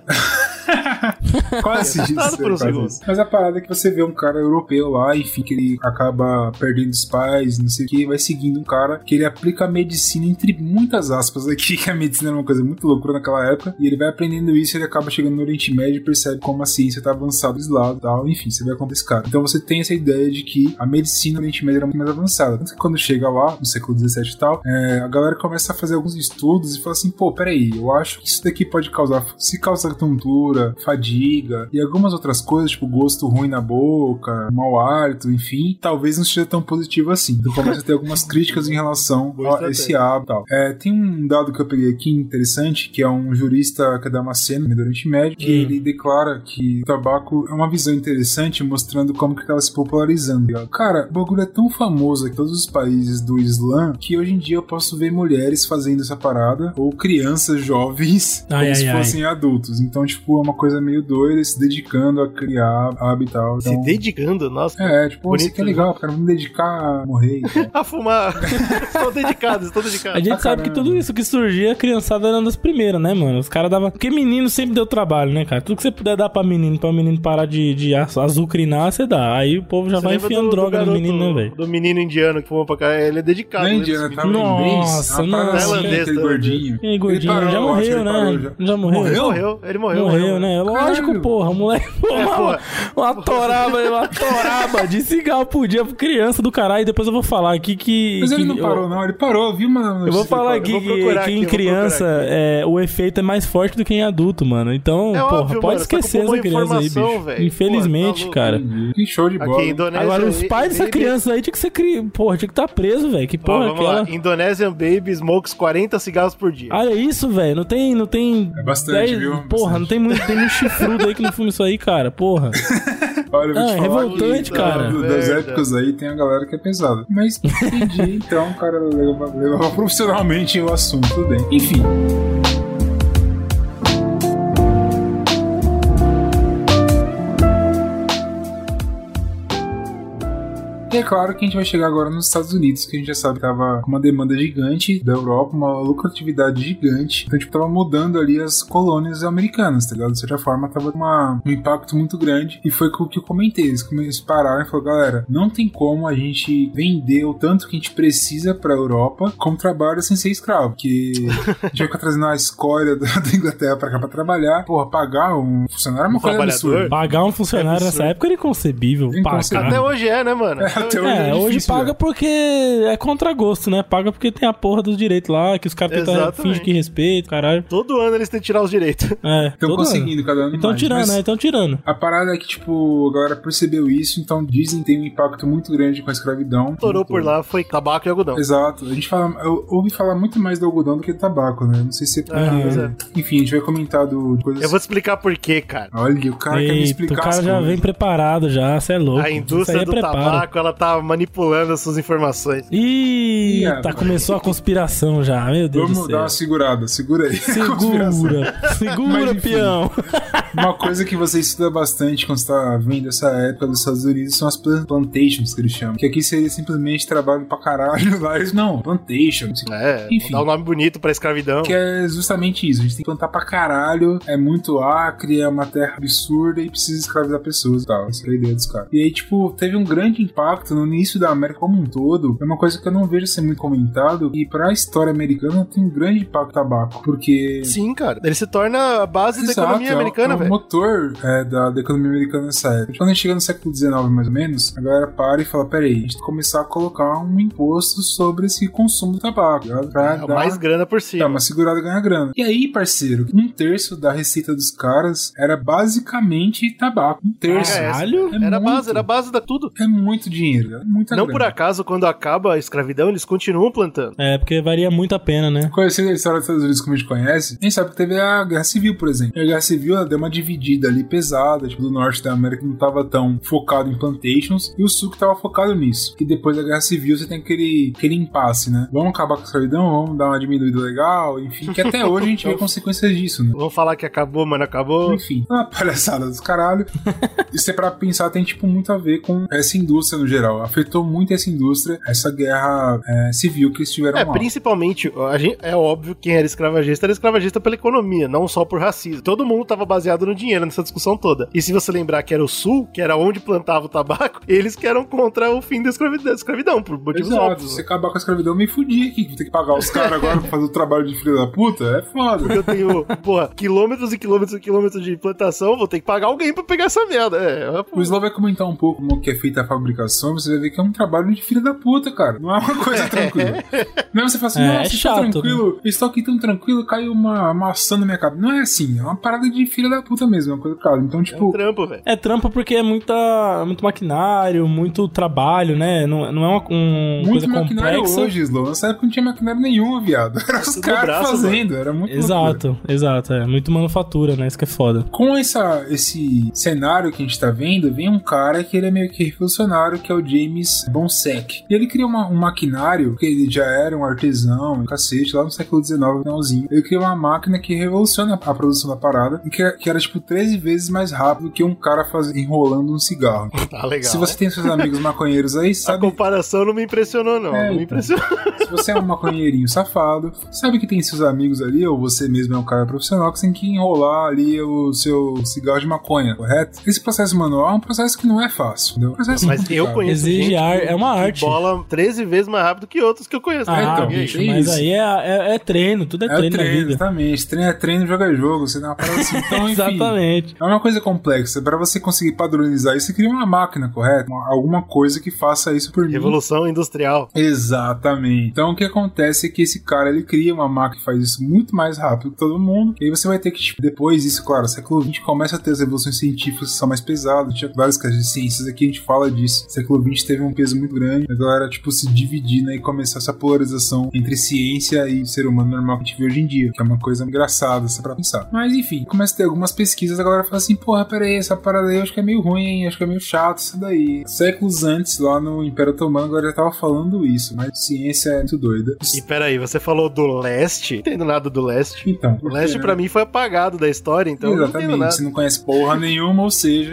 Speaker 2: Quase isso.
Speaker 4: Assustado por um
Speaker 2: quase
Speaker 4: segundo.
Speaker 2: isso. Mas a parada é que você vê um cara europeu lá, enfim, que ele acaba perdendo os pais, não sei o que, e vai seguindo um cara que ele aplica a medicina, entre muitas aspas aqui, que a medicina era uma coisa muito loucura naquela época, e ele vai aprendendo isso, ele acaba chegando no Oriente Médio e percebe como a ciência tá avançada desse lado e tal, enfim, você vai com esse cara. Então você tem essa ideia de que a medicina no Oriente Médio era muito mais avançada. Tanto que quando chega lá, no século dezessete e tal, é, a galera começa a fazer alguns estudos e fala assim, pô, peraí, eu acho que isso daqui pode causar, se causa tontura, fadiga e algumas outras coisas, tipo gosto ruim na boca, mau hálito, enfim, talvez não seja tão positivo assim. Então começa a ter algumas críticas em relação a esse hábito e tal. É, tem um dado que eu peguei aqui interessante, que é um jurista que é Damasceno, do Oriente Médio, que
Speaker 3: Hum.
Speaker 2: ele declara que o tabaco é uma visão interessante, mostrando como que tava se popularizando. Ligado? Cara, o bagulho é tão famoso em todos os países do Islã que hoje em dia eu posso ver mulheres fazendo essa parada, ou crianças jovens,
Speaker 3: Ai,
Speaker 2: como
Speaker 3: ai,
Speaker 2: se
Speaker 3: ai.
Speaker 2: fossem adultos. Então, tipo, é uma coisa meio doida, se dedicando a criar hábito e tal.
Speaker 4: Se
Speaker 2: Então,
Speaker 4: dedicando, nossa.
Speaker 2: é, tipo,
Speaker 4: Bonito,
Speaker 2: isso aqui é
Speaker 4: né?
Speaker 2: legal, cara, vamos dedicar a morrer. e tal.
Speaker 4: A fumar. Estou dedicados, estou
Speaker 3: A
Speaker 4: dedicados.
Speaker 3: gente
Speaker 2: Ah,
Speaker 3: sabe que
Speaker 2: caramba.
Speaker 3: tudo isso que surgia, a criançada era uma das primeiras, né, mano? Os caras davam... Porque menino sempre deu trabalho, né, cara? Tudo que você puder dar pra menino, pra menino parar de, de azu- azucrinar, você dá. Aí o povo já
Speaker 4: Você
Speaker 3: vai
Speaker 4: lembra
Speaker 3: enfiando
Speaker 4: do- do
Speaker 3: droga no
Speaker 4: garoto-
Speaker 3: menino, né, velho?
Speaker 4: Do menino indiano que fuma pra cá, ele é dedicado.
Speaker 2: Na
Speaker 4: né,
Speaker 2: Indiana,
Speaker 4: desse
Speaker 2: tava
Speaker 4: menino.
Speaker 2: em inglês,
Speaker 3: Nossa,
Speaker 2: uma parada
Speaker 3: não,
Speaker 2: assim,
Speaker 4: tailandês,
Speaker 2: aquele
Speaker 4: tailandês.
Speaker 2: gordinho.
Speaker 3: E aí, gordinho,
Speaker 2: Ele parou,
Speaker 3: já
Speaker 2: eu acho que
Speaker 3: morreu,
Speaker 2: ele parou
Speaker 3: né?
Speaker 2: já.
Speaker 3: Já morreu?
Speaker 4: Ele morreu, ele morreu.
Speaker 3: Morreu, né? Lógico,
Speaker 2: Caralho.
Speaker 3: porra. O moleque pô,
Speaker 4: É,
Speaker 3: uma,
Speaker 4: porra.
Speaker 3: uma toraba, uma toraba de cigarro por dia pra criança do caralho. E depois eu vou falar aqui que...
Speaker 2: Mas ele
Speaker 3: que
Speaker 2: não parou,
Speaker 3: eu,
Speaker 2: não, ele parou, viu uma
Speaker 3: Eu vou
Speaker 2: notícia
Speaker 3: falar
Speaker 2: que
Speaker 3: aqui
Speaker 2: ele
Speaker 3: que,
Speaker 4: vou procurar
Speaker 3: que
Speaker 4: aqui,
Speaker 3: em
Speaker 4: eu vou
Speaker 3: criança
Speaker 4: procurar aqui.
Speaker 3: é, o efeito é mais forte do que em adulto, mano. Então,
Speaker 4: É
Speaker 3: porra,
Speaker 4: óbvio,
Speaker 3: pode
Speaker 4: mano, você tá
Speaker 3: esquecer
Speaker 4: com boa
Speaker 3: essa criança aí,
Speaker 4: informação,
Speaker 3: bicho.
Speaker 4: velho.
Speaker 3: Infelizmente,
Speaker 4: Pô, tá
Speaker 3: cara.
Speaker 2: parou. Que show de bola.
Speaker 4: Aqui, Indonésia.
Speaker 3: Agora, os pais dessa
Speaker 4: Baby-
Speaker 3: criança aí tinha que ser... Cri... Porra, tinha que estar preso, velho. Que
Speaker 4: Ó,
Speaker 3: porra é
Speaker 4: vamos
Speaker 3: aquela...
Speaker 4: lá. Indonesian Baby smokes quarenta cigarros por dia.
Speaker 3: Olha isso, velho. Não tem, não tem.
Speaker 2: É bastante, viu?
Speaker 3: Porra,
Speaker 2: Bastante.
Speaker 3: não tem muito, tem muito chifrudo aí que não fuma isso aí, cara. Porra.
Speaker 2: Olha, eu vou
Speaker 3: Ah,
Speaker 2: te
Speaker 3: é
Speaker 2: falar
Speaker 3: revoltante,
Speaker 2: que,
Speaker 3: cara.
Speaker 2: do- das
Speaker 4: Merda.
Speaker 2: épocas aí tem a galera que é pesada. Mas entendi, então o cara levava, levava profissionalmente o assunto, tudo bem. Enfim. E é claro que a gente vai chegar agora nos Estados Unidos, que a gente já sabe que tava com uma demanda gigante da Europa, uma lucratividade gigante. Então, tipo, tava mudando ali as colônias americanas, tá ligado? De certa forma, tava uma, um impacto muito grande. E foi o que eu comentei. Eles, eles pararam e falaram, galera, não tem como a gente vender o tanto que a gente precisa pra Europa como trabalho sem ser escravo. Porque a gente vai ficar trazendo a escória da, da Inglaterra pra cá pra trabalhar. Porra, pagar um funcionário é uma
Speaker 4: Um
Speaker 2: coisa
Speaker 4: trabalhador.
Speaker 2: absurda.
Speaker 3: Pagar um funcionário
Speaker 4: É
Speaker 3: nessa época era inconcebível.
Speaker 2: Inconcebível.
Speaker 3: Pagar.
Speaker 4: Até hoje é, né, mano?
Speaker 2: É, até hoje
Speaker 3: É,
Speaker 2: é
Speaker 3: hoje
Speaker 2: difícil,
Speaker 3: paga
Speaker 2: velho.
Speaker 3: porque é contra gosto, né? Paga porque tem a porra dos direitos lá, que os caras tentam
Speaker 4: Exatamente.
Speaker 3: fingir que respeito, caralho.
Speaker 4: Todo ano eles têm que tirar os direitos.
Speaker 3: É,
Speaker 2: Estão
Speaker 3: todo
Speaker 2: conseguindo
Speaker 3: ano.
Speaker 2: cada ano
Speaker 3: Então
Speaker 2: mais,
Speaker 3: tirando,
Speaker 2: mas
Speaker 3: né? Então tirando.
Speaker 2: A parada é que, tipo, a galera percebeu isso, então dizem que tem um impacto muito grande com a escravidão.
Speaker 4: Estourou por lá, foi tabaco e algodão.
Speaker 2: Exato. A gente fala, eu ouvi falar muito mais do algodão do que do tabaco, né? Não sei se é porque...
Speaker 4: Ah, pois é.
Speaker 2: Enfim, a gente vai comentar do, de coisas...
Speaker 4: Eu vou te explicar por quê, cara.
Speaker 2: Olha, o cara quer me
Speaker 3: Eita,
Speaker 2: explicar
Speaker 3: o cara
Speaker 2: as
Speaker 3: já
Speaker 2: coisas.
Speaker 3: vem preparado já, cê é louco.
Speaker 4: A
Speaker 3: Isso
Speaker 4: indústria
Speaker 3: aí é
Speaker 4: do
Speaker 3: preparo.
Speaker 4: tabaco, ela tá manipulando as suas informações.
Speaker 3: Ih,
Speaker 2: Ih,
Speaker 3: tá,
Speaker 2: rapaz.
Speaker 3: começou a conspiração já, meu Deus
Speaker 2: Vamos
Speaker 3: do
Speaker 2: dar
Speaker 3: céu.
Speaker 2: uma segurada, segura aí. Conspiração.
Speaker 3: Segura,
Speaker 2: Mas,
Speaker 3: segura,
Speaker 2: enfim.
Speaker 3: peão.
Speaker 2: Uma coisa que você estuda bastante quando você tá vendo essa época dos Estados Unidos são as plant- plantations, que eles chamam. Que aqui seria simplesmente trabalho pra caralho. Lá eles, não, plantation.
Speaker 4: É,
Speaker 2: Enfim.
Speaker 4: dá um nome bonito pra escravidão.
Speaker 2: Que é justamente isso. A gente tem que plantar pra caralho, é muito acre, é uma terra absurda e precisa escravizar pessoas e tal. Essa é a ideia dos caras. E aí, tipo, teve um grande impacto no início da América como um todo. É uma coisa que eu não vejo ser muito comentado. E pra história americana tem um grande impacto tabaco. Porque.
Speaker 4: Sim, cara. Ele se torna a base da
Speaker 2: Exato,
Speaker 4: economia
Speaker 2: é o-
Speaker 4: americana,
Speaker 2: é o
Speaker 4: velho.
Speaker 2: motor é, da, da economia americana nessa época. Quando a gente chega no século dezenove, mais ou menos, a galera para e fala, peraí, a gente tem que começar a colocar um imposto sobre esse consumo do tabaco, tá ligado? Pra
Speaker 4: É,
Speaker 2: dar
Speaker 4: mais grana por
Speaker 2: dá
Speaker 4: cima.
Speaker 2: uma segurada e ganhar grana. E aí, parceiro, um terço da receita dos caras era basicamente tabaco. Um terço.
Speaker 4: Ah, é.
Speaker 3: Caralho.
Speaker 2: É
Speaker 4: Era a
Speaker 2: muito.
Speaker 4: base, era a base da tudo.
Speaker 2: É muito dinheiro, é muita
Speaker 4: Não
Speaker 2: grana.
Speaker 4: por acaso, quando acaba a escravidão, eles continuam plantando.
Speaker 3: É, porque varia muito a pena, né?
Speaker 2: Conhecendo a história dos Estados Unidos como a gente conhece, a gente sabe que teve a Guerra Civil, por exemplo. E a Guerra Civil ela deu uma dividida ali pesada, tipo, do norte da América não tava tão focado em plantations, e o sul que tava focado nisso. E depois da Guerra Civil você tem aquele, aquele impasse, né? Vamos acabar com a escravidão, vamos dar uma diminuída legal, enfim, que até hoje a gente vê consequências disso, né?
Speaker 4: Vamos falar que acabou, mas não acabou.
Speaker 2: Enfim, uma palhaçada dos caralho. Isso é pra pensar, tem tipo muito a ver com essa indústria no geral. Afetou muito essa indústria, essa guerra é, civil que eles tiveram
Speaker 4: É,
Speaker 2: lá.
Speaker 4: principalmente, a gente, é óbvio que quem era escravagista era escravagista pela economia, não só por racismo. Todo mundo tava baseado no dinheiro nessa discussão toda. E se você lembrar que era o sul, que era onde plantava o tabaco, eles que eram contra o fim da escravidão, da escravidão por motivos
Speaker 2: Exato,
Speaker 4: óbvios.
Speaker 2: se acabar com a escravidão, eu me fudi aqui. Vou ter que pagar os caras agora pra fazer o trabalho de filho da puta. É foda.
Speaker 4: Eu tenho, porra, quilômetros e quilômetros e quilômetros de plantação, vou ter que pagar alguém pra pegar essa merda. É, é
Speaker 2: O Slow vai comentar um pouco como que é feita a fabricação, você vai ver que é um trabalho de filho da puta, cara. Não é uma coisa tranquila. Não é você fala assim,
Speaker 3: É,
Speaker 2: nossa,
Speaker 3: é
Speaker 2: estou
Speaker 3: chato,
Speaker 2: tranquilo, estou aqui tão tranquilo, caiu uma maçã na minha cabeça. Não é assim, é uma parada de filho da puta mesmo, é uma coisa cara. Então,
Speaker 4: é um
Speaker 2: tipo,
Speaker 4: trampo, velho.
Speaker 3: É trampo porque é muita, muito maquinário, muito trabalho, né? Não, não é uma um,
Speaker 2: muito
Speaker 3: coisa
Speaker 2: maquinário
Speaker 3: complexa.
Speaker 2: hoje, Slow. Nessa época não tinha maquinário nenhum, viado. Era os
Speaker 4: Tudo
Speaker 2: caras
Speaker 4: braço,
Speaker 2: fazendo, era muito loucura.
Speaker 3: Exato, exato. É muito manufatura, né? Isso que é foda.
Speaker 2: Com essa, esse cenário que a gente tá vendo, vem um cara que ele é meio que revolucionário, que é o James Bonsek. E ele cria uma, um maquinário, que ele já era um artesão, um cacete, lá no século dezenove, finalzinho. Ele cria uma máquina que revoluciona a produção da parada, e que, que era tipo treze vezes mais rápido que um cara faz, enrolando um cigarro.
Speaker 4: Tá legal.
Speaker 2: Se você tem seus amigos maconheiros aí,
Speaker 4: A
Speaker 2: sabe...
Speaker 4: comparação não me impressionou, não.
Speaker 2: É,
Speaker 4: não me
Speaker 2: então.
Speaker 4: impressionou.
Speaker 2: Se você é um maconheirinho safado, sabe que tem seus amigos ali, ou você mesmo é um cara profissional, que você tem que enrolar ali o seu cigarro de maconha, correto? Esse processo manual é um processo que não é fácil, entendeu? É um processo
Speaker 4: Mas
Speaker 2: complicado.
Speaker 4: eu conheço
Speaker 3: Exige
Speaker 4: gente
Speaker 3: ar-
Speaker 4: que-
Speaker 3: é uma
Speaker 4: que
Speaker 3: arte.
Speaker 4: bola treze vezes mais rápido que outros que eu conheço.
Speaker 3: Ah,
Speaker 4: né?
Speaker 2: então,
Speaker 3: bicho,
Speaker 2: é
Speaker 3: mas
Speaker 2: isso.
Speaker 3: aí é, é, é treino, tudo é,
Speaker 2: É
Speaker 3: treino,
Speaker 2: treino,
Speaker 3: na vida.
Speaker 2: exatamente. Treino é treino, jogo é jogo. Você dá uma parada assim. Então, enfim,
Speaker 3: Exatamente.
Speaker 2: é uma coisa complexa. Pra você conseguir padronizar isso, você cria uma máquina, correto? Uma- alguma coisa que faça isso por mim.
Speaker 4: Revolução industrial.
Speaker 2: Exatamente. Então o que acontece é que esse cara ele cria uma máquina que faz isso muito mais rápido que todo mundo. E aí você vai ter que, tipo, depois disso, claro, século vinte começa a ter as revoluções científicas que são mais pesadas. Tinha várias casos de ciências aqui, a gente fala disso. Século vinte teve um peso muito grande. A galera, tipo, se dividir, né? E começar essa polarização entre ciência e ser humano normal que a gente vê hoje em dia. Que é uma coisa engraçada, só pra pensar. Mas enfim, começa a ter algumas pesquisas a galera fala assim, porra, peraí, essa parada aí eu acho que é meio ruim, hein? Acho que é meio chato isso daí. Séculos antes, lá no Império Otomano, a galera já tava falando isso, mas ciência é muito doida.
Speaker 4: E peraí, você falou do leste? Não entendo nada do leste.
Speaker 2: Então,
Speaker 4: o leste pra mim foi apagado da história, então eu não entendo nada.
Speaker 2: Você não conhece porra nenhuma, ou seja...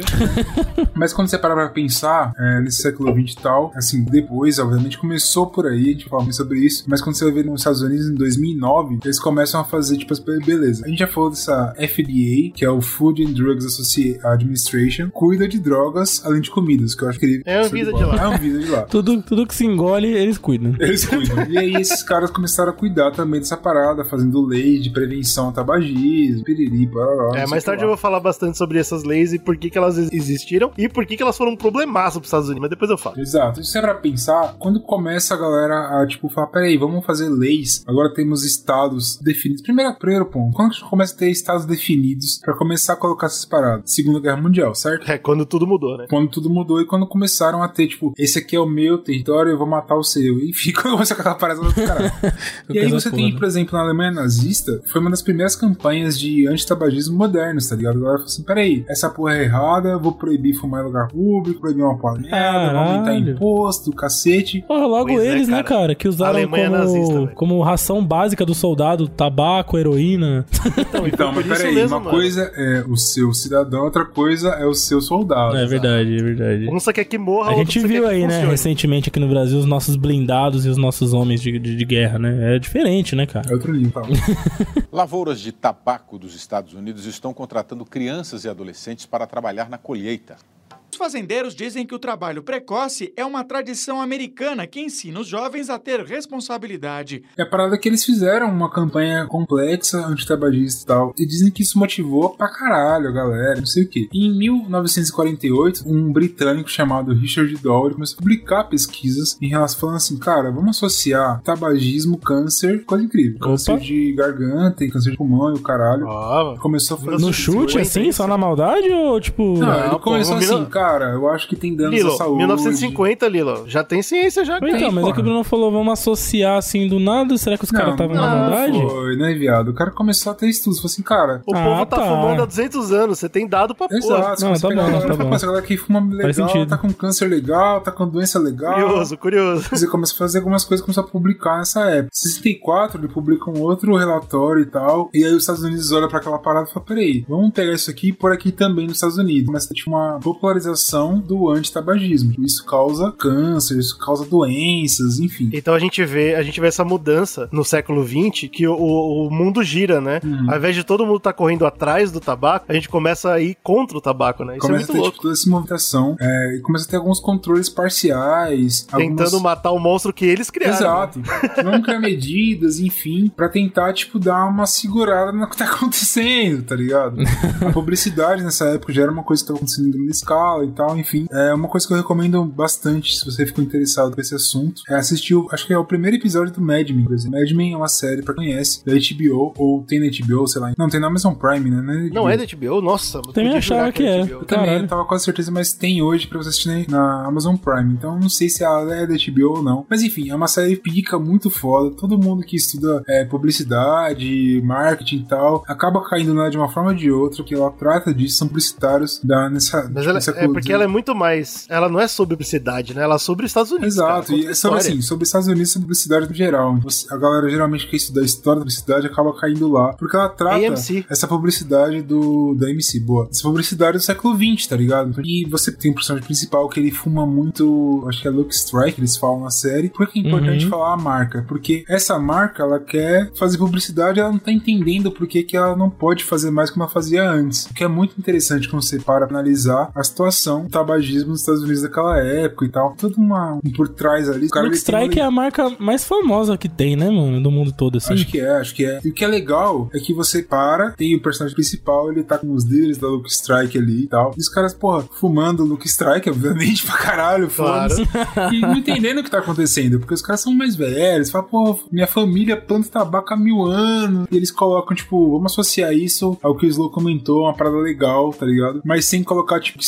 Speaker 2: Mas quando você para pra pensar, é, nesse século vinte e tal, assim, depois, obviamente, começou por aí, a gente fala muito sobre isso, mas quando você vai ver nos Estados Unidos, em dois mil e nove, eles começam a fazer, tipo, beleza. A gente já falou dessa F D A, que é o Food and Drugs Associ- Administration, cuida de drogas além de comidas, que eu acho que ele...
Speaker 4: É a vida de lá.
Speaker 2: É a vida de lá.
Speaker 3: tudo, tudo que se engole, eles cuidam.
Speaker 2: Eles cuidam. E aí esses caras começaram a cuidar também dessa parada, fazendo leis de prevenção ao tabagismo, piriri, parará.
Speaker 4: É, mais tarde eu vou falar bastante sobre essas leis e por que, que elas existiram e por que, que elas foram um problemaço pros Estados Unidos, mas depois eu falo.
Speaker 2: Exato. Isso é pra pensar, quando começa a galera a, tipo, falar, peraí, vamos fazer leis, agora temos estados definidos. Primeiro, primeiro ponto, quando a gente começa a ter estados definidos pra começar a colocar essas paradas? Segunda Guerra Mundial, certo?
Speaker 4: É, quando tudo mudou, né?
Speaker 2: Quando tudo mudou e quando começaram a ter, tipo, esse aqui é o meu território, eu vou matar o seu. E fica começa aquela parada do caralho. E aí você tem, por exemplo, na Alemanha nazista, foi uma das primeiras campanhas de antitabagismo modernos, tá ligado? A galera falou assim, peraí, essa porra é errada, eu vou proibir fumar em lugar público, proibir uma palhada, vou aumentar imposto, cacete.
Speaker 3: Porra, logo
Speaker 4: Pois
Speaker 3: eles,
Speaker 4: é, cara.
Speaker 3: né, cara, que usaram
Speaker 4: Alemanha
Speaker 3: como,
Speaker 4: nazista,
Speaker 3: como ração básica do soldado, tabaco, heroína.
Speaker 4: Então,
Speaker 2: Então, mas peraí,
Speaker 4: mesmo,
Speaker 2: uma
Speaker 4: mano.
Speaker 2: coisa é o seu cidadão, outra coisa é o seu soldado.
Speaker 3: É
Speaker 2: sabe?
Speaker 3: verdade, é verdade.
Speaker 4: Um só quer que morra,
Speaker 3: A
Speaker 4: outro
Speaker 3: gente
Speaker 4: só
Speaker 3: viu
Speaker 4: quer que
Speaker 3: aí, né,
Speaker 4: funcione.
Speaker 3: recentemente aqui no Brasil, os nossos blindados e os nossos homens de, de, de guerra, né? É diferente, né, cara?
Speaker 2: É outro nível. Tá?
Speaker 7: Lavouras de tabaco dos Estados Unidos estão contratando crianças e adolescentes para trabalhar na colheita.
Speaker 8: Os fazendeiros dizem que o trabalho precoce é uma tradição americana que ensina os jovens a ter responsabilidade.
Speaker 2: É a parada que eles fizeram uma campanha complexa, antitabagista e tal. E dizem que isso motivou pra caralho a galera, não sei o quê. E em mil novecentos e quarenta e oito, um britânico chamado Richard Dawley começou a publicar pesquisas em relação falando assim, cara, vamos associar tabagismo, câncer, coisa incrível.
Speaker 3: Opa.
Speaker 2: Câncer de garganta e câncer de pulmão e o caralho.
Speaker 4: Ah,
Speaker 2: Começou a fazer...
Speaker 3: No chute, assim, só na maldade ou, tipo...
Speaker 2: Não,
Speaker 4: Não,
Speaker 2: ele começou
Speaker 4: pô,
Speaker 2: assim,
Speaker 4: mil-
Speaker 2: cara, eu acho que tem danos
Speaker 4: Lilo,
Speaker 2: à saúde.
Speaker 4: mil novecentos e cinquenta, Lilo. Já tem ciência, já.
Speaker 3: Então,
Speaker 2: Tem,
Speaker 3: mas é
Speaker 2: porra.
Speaker 3: que o Bruno falou, vamos associar assim do nada? Será que os caras estavam na maldade?
Speaker 2: Não, foi, né, viado? O cara começou a ter estudos. Falou assim, cara...
Speaker 4: O
Speaker 3: Ah,
Speaker 4: povo tá,
Speaker 3: tá.
Speaker 4: fumando há duzentos anos. Você tem dado pra porra.
Speaker 2: Exato.
Speaker 3: Não,
Speaker 2: se
Speaker 3: tá
Speaker 2: você pegar
Speaker 3: bom,
Speaker 2: a galera,
Speaker 3: tá
Speaker 2: fala,
Speaker 3: bom.
Speaker 2: "Pô, essa galera que fuma
Speaker 3: Faz
Speaker 2: legal,
Speaker 3: sentido.
Speaker 2: tá com câncer legal, tá com doença legal.
Speaker 4: Curioso, curioso.
Speaker 2: Você começa a fazer algumas coisas, começou a publicar nessa época. Em sessenta e quatro, ele publica um outro relatório e tal. E aí os Estados Unidos olham pra aquela parada e falam, peraí, vamos pegar isso aqui e pôr aqui também nos Estados Unidos. Mas tem uma popularização do antitabagismo. Isso causa câncer, isso causa doenças, enfim.
Speaker 4: Então a gente vê, a gente vê essa mudança no século vinte, que o, o mundo gira, né?
Speaker 2: Uhum.
Speaker 4: Ao invés de todo mundo tá correndo atrás do tabaco, a gente começa a ir contra o tabaco, né? Isso
Speaker 2: Começa
Speaker 4: é
Speaker 2: a ter
Speaker 4: muito louco.
Speaker 2: tipo, toda essa movimentação é, e começa a ter alguns controles parciais.
Speaker 4: Tentando
Speaker 2: algumas...
Speaker 4: matar o monstro que eles criaram.
Speaker 2: Exato. Vamos criar medidas, enfim, pra tentar, tipo, dar uma segurada no que tá acontecendo, tá ligado? A publicidade nessa época já era uma coisa que tava acontecendo em grande escala e tal, enfim. É uma coisa que eu recomendo bastante, se você ficou interessado por esse assunto, é assistir, o- acho que é o primeiro episódio do Mad Men, por exemplo. Mad Men é uma série, pra quem conhece, da H B O, ou tem na H B O, sei lá. Não, tem na Amazon Prime, né? Não é,
Speaker 4: Não é da H B O? Nossa, eu
Speaker 3: Também
Speaker 4: podia
Speaker 3: achava
Speaker 4: jurar
Speaker 3: que
Speaker 4: é
Speaker 3: era.
Speaker 4: H B O.
Speaker 2: Eu também
Speaker 3: Caralho.
Speaker 2: eu tava com certeza, mas tem hoje pra você assistir na Amazon Prime. Então não sei se ela é da H B O ou não. Mas enfim, é uma série pica, muito foda. Todo mundo que estuda é, publicidade, marketing e tal, acaba caindo nela de uma forma ou de outra, porque ela trata disso, são publicitários da, nessa...
Speaker 4: Mas ela,
Speaker 2: nessa
Speaker 4: é porque ela é muito mais. Ela não é sobre publicidade, né? Ela é sobre os Estados Unidos.
Speaker 2: Exato,
Speaker 4: cara,
Speaker 2: e é sobre
Speaker 4: história.
Speaker 2: assim, sobre os Estados Unidos e sobre publicidade no geral. Você- a galera geralmente que estuda a história da publicidade acaba caindo lá, porque ela trata
Speaker 4: A M C.
Speaker 2: essa publicidade do da M C, boa. Essa publicidade do século vinte, tá ligado? E você tem o personagem principal que ele fuma muito, acho que é Lucky Strike, eles falam na série. Por que é importante
Speaker 3: Uhum.
Speaker 2: falar a marca? Porque essa marca, ela quer fazer publicidade, ela não tá entendendo por que que ela não pode fazer mais como ela fazia antes. O que é muito interessante quando você para pra analisar a situação do tabagismo nos Estados Unidos daquela época e tal. Tudo uma, um por trás ali. O cara,
Speaker 3: Lucky
Speaker 2: ele tem uma
Speaker 3: Strike é a marca mais famosa que tem, né, mano? Do mundo todo, assim.
Speaker 2: Acho que é, acho que é. E o que é legal é que você para, tem o personagem principal, ele tá com os dealers da Lucky Strike ali e tal. E os caras, porra, fumando Lucky Strike, obviamente, pra caralho,
Speaker 4: Claro.
Speaker 2: foda-se. E não entendendo o que tá acontecendo, porque os caras são mais velhos. Fala, pô, minha família planta tabaco há mil anos. E eles colocam, tipo, vamos associar isso ao que o Slow comentou, uma parada legal, tá ligado? Mas sem colocar, tipo, que isso é saudável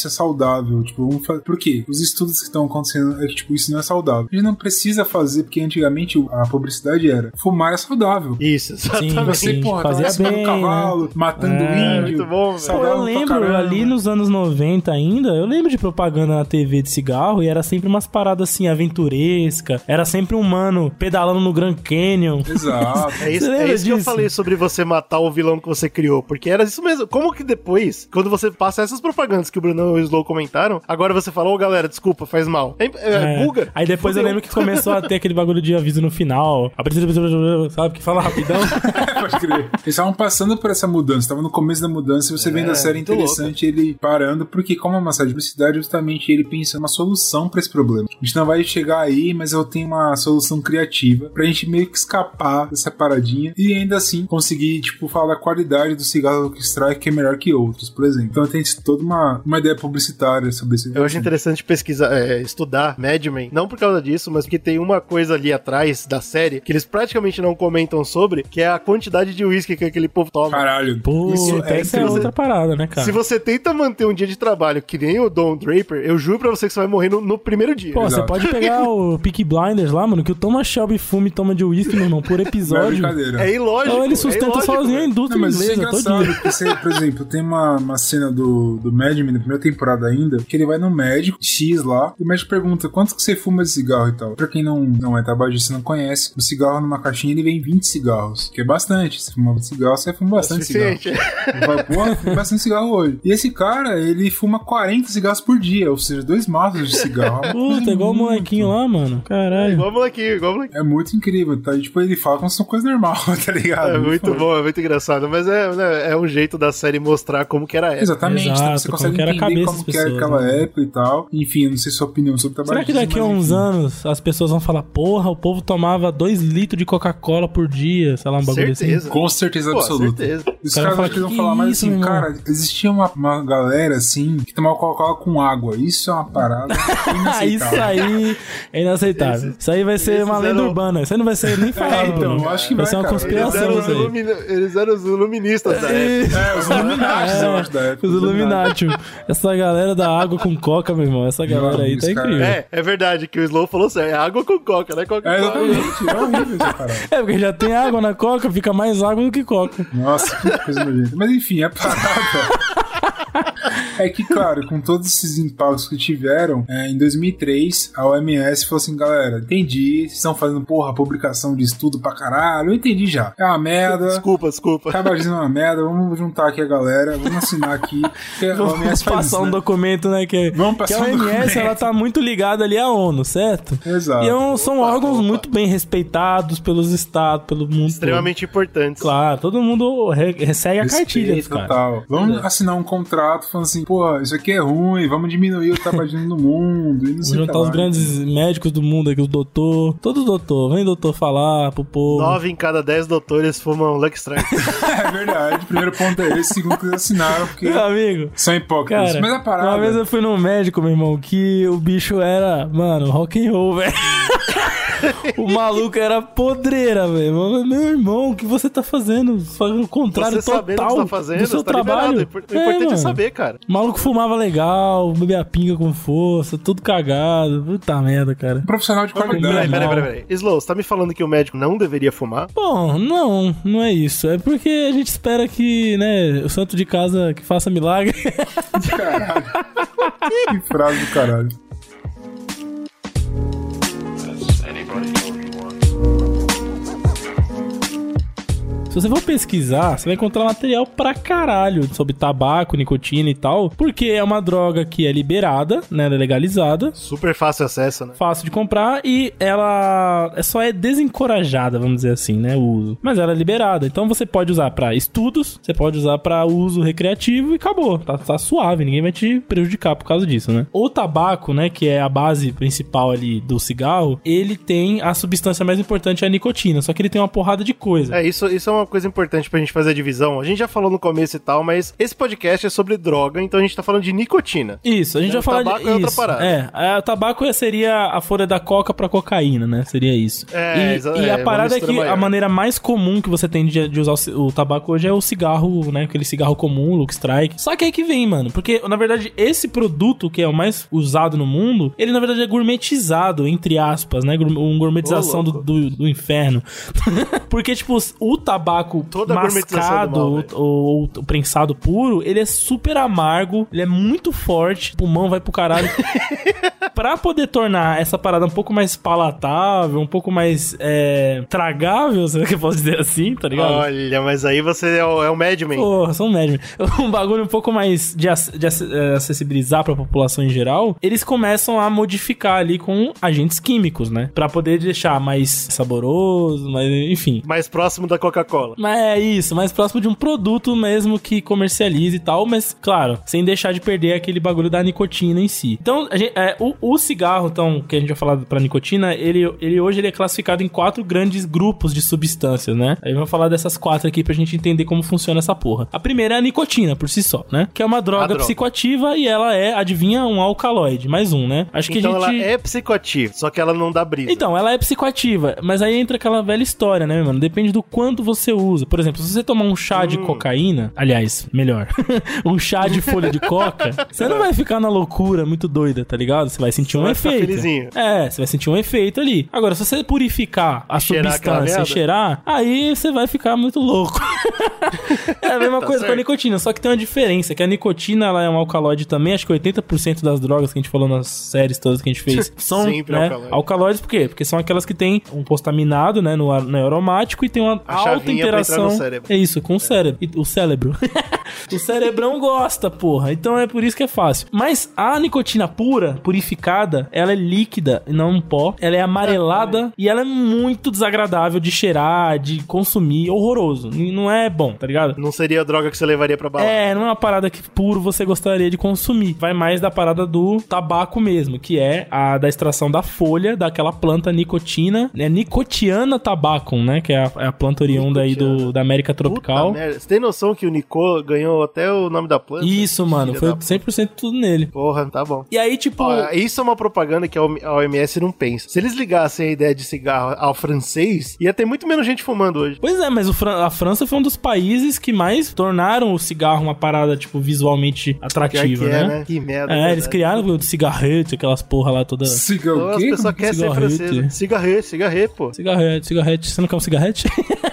Speaker 2: saudável. Tipo, vamos fazer... Por quê? Os estudos que estão acontecendo é que, tipo, isso não é saudável. A gente não precisa fazer, porque antigamente a publicidade era fumar é saudável.
Speaker 4: Isso, exatamente.
Speaker 3: Sim,
Speaker 2: Você,
Speaker 3: sim,
Speaker 2: porra,
Speaker 3: fazia
Speaker 2: tava
Speaker 3: bem,
Speaker 2: cavalo,
Speaker 3: né?
Speaker 2: matando
Speaker 3: É,
Speaker 2: índio.
Speaker 4: muito bom, velho.
Speaker 3: Pô, eu lembro ali nos anos noventa ainda, eu lembro de propaganda na T V de cigarro e era sempre umas paradas assim, aventuresca. Era sempre um mano pedalando no Grand Canyon.
Speaker 2: Exato.
Speaker 4: É isso,
Speaker 3: Você
Speaker 4: é
Speaker 3: lembra
Speaker 4: isso que eu
Speaker 3: disso?
Speaker 4: falei sobre você matar o vilão que você criou, porque era isso mesmo. Como que depois, quando você passa essas propagandas que o Bruno e o Slow comentaram, agora você fala, ô galera, desculpa, faz mal. É, é,
Speaker 3: É.
Speaker 4: buga.
Speaker 3: Aí depois eu
Speaker 4: Fudeu.
Speaker 3: lembro que começou a ter aquele bagulho de aviso no final. Sabe, que fala rapidão.
Speaker 2: Pode crer. Eles estavam passando por essa mudança, estavam no começo da mudança e você
Speaker 4: É,
Speaker 2: vendo a série
Speaker 4: muito
Speaker 2: interessante ele parando, porque como é uma série de publicidade, justamente ele pensa uma solução pra esse problema. A gente não vai chegar aí, mas eu tenho uma solução criativa pra gente meio que escapar dessa paradinha e ainda assim conseguir, tipo, falar da qualidade do cigarro que extrai que é melhor que outros, por exemplo. Então tem toda uma, uma ideia publicitária sobre esse
Speaker 4: Eu acho interessante pesquisar, é, estudar Mad Men, não por causa disso, mas porque tem uma coisa ali atrás da série que eles praticamente não comentam sobre, que é a quantidade de uísque que aquele povo toma.
Speaker 2: Caralho.
Speaker 3: Pô,
Speaker 2: Isso
Speaker 3: essa é,
Speaker 4: se você-
Speaker 3: outra parada, né, cara?
Speaker 4: Se você tenta manter um dia de trabalho que nem o Don Draper, eu juro pra você que você vai morrer no, no primeiro dia.
Speaker 3: Pô, você
Speaker 2: Exato.
Speaker 3: pode pegar o Peaky Blinders lá, mano, que o Thomas Shelby fuma e toma de uísque, meu irmão, por
Speaker 2: Não é
Speaker 3: episódio.
Speaker 2: brincadeira.
Speaker 4: É ilógico.
Speaker 3: Então ele
Speaker 4: é
Speaker 3: sustenta
Speaker 4: ilógico,
Speaker 3: sozinho a
Speaker 4: velho.
Speaker 3: indústria
Speaker 2: Não, mas isso é
Speaker 3: inglesa,
Speaker 2: engraçado,
Speaker 3: todinha.
Speaker 2: porque você, por exemplo, tem uma, uma cena do, do Mad Men, na primeira temporada ainda, que ele vai no médico, X lá, e o médico pergunta, quanto que você fuma de cigarro e tal? Pra quem não, não é tabagista e não conhece, o cigarro numa caixinha, ele vem vinte cigarros, que é bastante. Se fumar cigarro, você fuma bastante cigarro.
Speaker 4: Suficiente.
Speaker 2: Ele fala, pô, fuma bastante cigarro hoje. E esse cara, ele fuma quarenta cigarros por dia, ou seja, dois maços de cigarro.
Speaker 3: Puta, igual o molequinho lá, mano. Caralho.
Speaker 4: Igual molequinho, igual molequinho.
Speaker 2: É muito incrível, tá? E, tipo, ele fala como se fosse coisa normal, tá ligado?
Speaker 4: É
Speaker 2: Ele
Speaker 4: muito
Speaker 2: fala-
Speaker 4: bom, é muito engraçado. Mas é, né, é um jeito da série mostrar como que era a época.
Speaker 2: Exatamente,
Speaker 3: Exato,
Speaker 2: então você
Speaker 3: como
Speaker 2: consegue
Speaker 3: que era a
Speaker 2: entender
Speaker 3: cabeça
Speaker 2: como
Speaker 3: das
Speaker 2: que era
Speaker 3: pessoas,
Speaker 2: aquela
Speaker 3: né?
Speaker 2: época e tal. Enfim, eu não sei sua opinião sobre
Speaker 3: Será
Speaker 2: tabagismo.
Speaker 3: que daqui a
Speaker 2: mas,
Speaker 3: uns
Speaker 2: enfim.
Speaker 3: anos as pessoas vão falar, porra, o povo tomava dois litros de Coca-Cola por dia, sei lá, um bagulho
Speaker 4: Certeza.
Speaker 2: Com certeza
Speaker 4: Pô,
Speaker 2: absoluta.
Speaker 4: certeza.
Speaker 2: Os
Speaker 3: cara
Speaker 2: caras
Speaker 3: fala,
Speaker 2: acho que vão
Speaker 3: que
Speaker 2: falar, mas
Speaker 3: isso,
Speaker 2: assim,
Speaker 3: meu irmão?
Speaker 2: cara, existia uma, uma galera assim que tomava Coca-Cola com água. Isso é uma parada
Speaker 3: Ah, isso
Speaker 2: inaceitável.
Speaker 3: aí é inaceitável. Isso aí vai ser uma
Speaker 4: esses
Speaker 3: lenda
Speaker 4: eram-
Speaker 3: urbana. Isso aí não vai ser nem falado.
Speaker 2: É, então,
Speaker 3: Bruno.
Speaker 2: acho que
Speaker 3: vai
Speaker 2: vai,
Speaker 3: ser uma
Speaker 2: cara.
Speaker 4: Eles
Speaker 3: conspiração
Speaker 4: eram, os
Speaker 3: isso aí.
Speaker 4: ilumina... Eles eram os iluministas da época.
Speaker 2: É, os Illuminati, eu acho, da época.
Speaker 3: Os Illuminati. Essa galera da água com coca, meu irmão. Essa galera aí tá
Speaker 2: Os cara-
Speaker 3: incrível.
Speaker 4: É, é verdade que o Slow falou certo. É água com coca, né?
Speaker 2: É,
Speaker 4: Coca-Cola.
Speaker 2: exatamente. É horrível essa parada.
Speaker 3: É, porque já tem água na coca, fica mais água do que coca.
Speaker 2: Nossa, que coisa nojenta. Mas enfim, a parada é que, claro, com todos esses impactos que tiveram, é, em dois mil e três, a O M S falou assim, galera, entendi, vocês estão fazendo, porra, publicação de estudo pra caralho, eu entendi já. É uma merda.
Speaker 4: Desculpa, desculpa.
Speaker 2: Tabagismo é uma merda, vamos juntar aqui a galera, vamos assinar aqui. Que a O M
Speaker 3: Vamos
Speaker 2: S faz
Speaker 3: passar
Speaker 2: isso,
Speaker 3: um
Speaker 2: né?
Speaker 3: documento, né? Que,
Speaker 2: Vamos
Speaker 3: que
Speaker 2: passar
Speaker 3: a
Speaker 2: um
Speaker 3: O M S,
Speaker 2: documento.
Speaker 3: ela tá muito ligada ali à ONU, certo?
Speaker 2: Exato.
Speaker 3: E é um- são órgãos muito bem respeitados pelos estados, pelo mundo
Speaker 4: Extremamente importantes.
Speaker 3: todo. Claro, todo mundo re recebe a cartilha dos
Speaker 2: Respeito,
Speaker 3: caras.
Speaker 2: total. Vamos assinar um contrato falando assim, pô, isso aqui é ruim, vamos diminuir o tabagismo no mundo. E não
Speaker 3: Vamos
Speaker 2: sei o que
Speaker 3: juntar
Speaker 2: lá.
Speaker 3: os grandes médicos do mundo aqui, os doutor. Todos doutor. Vem doutor falar pro povo.
Speaker 4: Nove em cada dez doutores fumam Lucky Strike.
Speaker 2: É verdade. Primeiro ponto é esse, segundo que eles assinaram, porque
Speaker 3: Meu amigo.
Speaker 2: são hipócritas.
Speaker 3: Cara,
Speaker 2: Mas a parada...
Speaker 3: uma vez eu fui num médico, meu irmão, que o bicho era, mano, rock and roll, velho. O maluco era podreira, velho. Meu irmão, o que você tá fazendo? Fazendo o contrário
Speaker 4: Você sabendo o que
Speaker 3: total
Speaker 4: você tá fazendo,
Speaker 3: do seu
Speaker 4: você tá liberado.
Speaker 3: trabalho.
Speaker 4: O impor- o importante é,
Speaker 3: mano.
Speaker 4: saber, cara.
Speaker 3: O maluco fumava legal, bebia pinga com força, tudo cagado. Puta merda, cara.
Speaker 2: Um profissional de
Speaker 4: Peraí,
Speaker 2: qualidade.
Speaker 4: peraí,
Speaker 3: mal.
Speaker 4: peraí, peraí. Slow, você tá me falando que o médico não deveria fumar?
Speaker 3: Bom, não, não é isso. É porque a gente espera que, né, o santo de casa que faça milagre.
Speaker 2: Caralho. Que frase do caralho.
Speaker 3: Se você for pesquisar, você vai encontrar material pra caralho sobre tabaco, nicotina e tal, porque é uma droga que é liberada, né, ela é legalizada,
Speaker 4: Super fácil acesso, né?
Speaker 3: fácil de comprar e ela é só é desencorajada, vamos dizer assim, né, o uso. Mas ela é liberada, então você pode usar pra estudos, você pode usar pra uso recreativo e acabou, tá, tá suave, ninguém vai te prejudicar por causa disso, né. O tabaco, né, que é a base principal ali do cigarro, ele tem a substância mais importante, a nicotina, só que ele tem uma porrada de coisa.
Speaker 4: É, isso, isso é uma uma coisa importante pra gente fazer a divisão. A gente já falou no começo e tal, mas esse podcast é sobre droga, então a gente tá falando de nicotina.
Speaker 3: Isso, a gente
Speaker 4: é,
Speaker 3: vai falar de...
Speaker 4: tabaco é outra
Speaker 3: isso,
Speaker 4: parada.
Speaker 3: É, a, o tabaco seria a folha da coca pra cocaína, né? Seria isso.
Speaker 4: É,
Speaker 3: e,
Speaker 4: exa-
Speaker 3: e
Speaker 4: é,
Speaker 3: a
Speaker 4: uma
Speaker 3: parada é
Speaker 4: mistura
Speaker 3: que
Speaker 4: maior.
Speaker 3: a maneira mais comum que você tem de, de usar o, ci- o tabaco hoje é o cigarro, né? Aquele cigarro comum, Luke Strike. Só que aí que vem, mano. Porque, na verdade, esse produto, que é o mais usado no mundo, ele, na verdade, é gourmetizado, entre aspas, né? Gour- Uma gourmetização
Speaker 4: Ô,
Speaker 3: do,
Speaker 4: louco.
Speaker 3: do, do inferno. Porque, tipo, o tabaco
Speaker 4: Toda a gourmetização
Speaker 3: mascado
Speaker 4: do mal,
Speaker 3: ou,
Speaker 4: velho.
Speaker 3: ou, ou prensado puro, ele é super amargo, ele é muito forte, o pulmão vai pro caralho. Pra poder tornar essa parada um pouco mais palatável, um pouco mais é, tragável, se é que eu posso dizer assim, tá ligado?
Speaker 4: Olha, mas aí você é o, é o Mad Men.
Speaker 3: Porra, são médios. Um bagulho um pouco mais de, ac- de ac- eh, acessibilizar pra população em geral, eles começam a modificar ali com agentes químicos, né? Pra poder deixar mais saboroso, mais, enfim.
Speaker 4: Mais próximo da Coca-Cola.
Speaker 3: Mas é isso, mais próximo de um produto mesmo que comercialize e tal, mas, claro, sem deixar de perder aquele bagulho da nicotina em si. Então, a gente, é, o, o cigarro, então, que a gente vai falar pra nicotina, ele, ele hoje ele é classificado em quatro grandes grupos de substâncias, né? Aí vamos falar dessas quatro aqui pra gente entender como funciona essa porra. A primeira é a nicotina, por si só, né? Que é uma droga,
Speaker 4: droga.
Speaker 3: psicoativa e ela é, adivinha, um alcaloide. Mais um, né? Acho que
Speaker 4: Então
Speaker 3: a gente...
Speaker 4: ela é psicoativa, só que ela não dá brisa.
Speaker 3: Então, ela é psicoativa, mas aí entra aquela velha história, né, mano? Depende do quanto você usa. Por exemplo, se você tomar um chá de cocaína, aliás, melhor, um chá de folha de coca, você não vai ficar na loucura muito doida, tá ligado? Você vai sentir um
Speaker 4: vai ficar
Speaker 3: efeito.
Speaker 4: felizinho.
Speaker 3: É, você vai sentir um efeito ali. Agora, se você purificar a
Speaker 4: Cheirar aquela
Speaker 3: substância e
Speaker 4: merda?
Speaker 3: cheirar, aí você vai ficar muito louco. É a mesma
Speaker 4: Tá
Speaker 3: coisa com a
Speaker 4: certo.
Speaker 3: nicotina, só que tem uma diferença, que a nicotina, ela é um alcaloide também, acho que oitenta por cento das drogas que a gente falou nas séries todas que a gente fez são,
Speaker 4: Sempre
Speaker 3: né,
Speaker 4: alcaloide.
Speaker 3: alcaloides, por quê? Porque são aquelas que têm um postaminado, né, no, ar- no aromático e tem uma
Speaker 4: A
Speaker 3: alta
Speaker 4: chavinha pra entrar
Speaker 3: interação.
Speaker 4: no cérebro.
Speaker 3: É isso, com o cérebro. E o cérebro. O cerebrão gosta, porra. Então é por isso que é fácil. Mas a nicotina pura, purificada, ela é líquida e não um pó. Ela é amarelada e ela é muito desagradável de cheirar, de consumir. Horroroso. E não é bom, tá ligado?
Speaker 4: Não seria a droga que você levaria pra balada.
Speaker 3: É, não é uma parada que puro você gostaria de consumir. Vai mais da parada do tabaco mesmo, que é a da extração da folha daquela planta nicotina, né? Nicotiana tabacum, né? Que é a, é a planta oriunda aí do, da América tropical.
Speaker 4: Puta merda. Você tem noção que o Nico ganhou até o nome da planta?
Speaker 3: Isso, mano.
Speaker 4: Filha
Speaker 3: Foi
Speaker 4: da
Speaker 3: cem por cento tudo nele.
Speaker 4: Porra, tá bom.
Speaker 3: E aí, tipo...
Speaker 4: Ó, isso é uma propaganda que a O M S não pensa. Se eles ligassem a ideia de cigarro ao francês, ia ter muito menos gente fumando hoje.
Speaker 3: Pois é, mas o Fran- a França foi um dos países que mais tornaram o cigarro uma parada, tipo, visualmente
Speaker 4: Pior
Speaker 3: atrativa,
Speaker 4: que
Speaker 3: né?
Speaker 4: é, né? Que merda.
Speaker 3: É,
Speaker 4: verdade.
Speaker 3: eles criaram o cigarrete, aquelas porra lá toda...
Speaker 2: Siga
Speaker 4: Então,
Speaker 2: o
Speaker 4: as
Speaker 2: quê?
Speaker 4: pessoas querem ser
Speaker 3: Cigarrete.
Speaker 4: francesa. Cigarrete, cigarrete, pô.
Speaker 3: Cigarrete, cigarrete. Você não quer um cigarrete?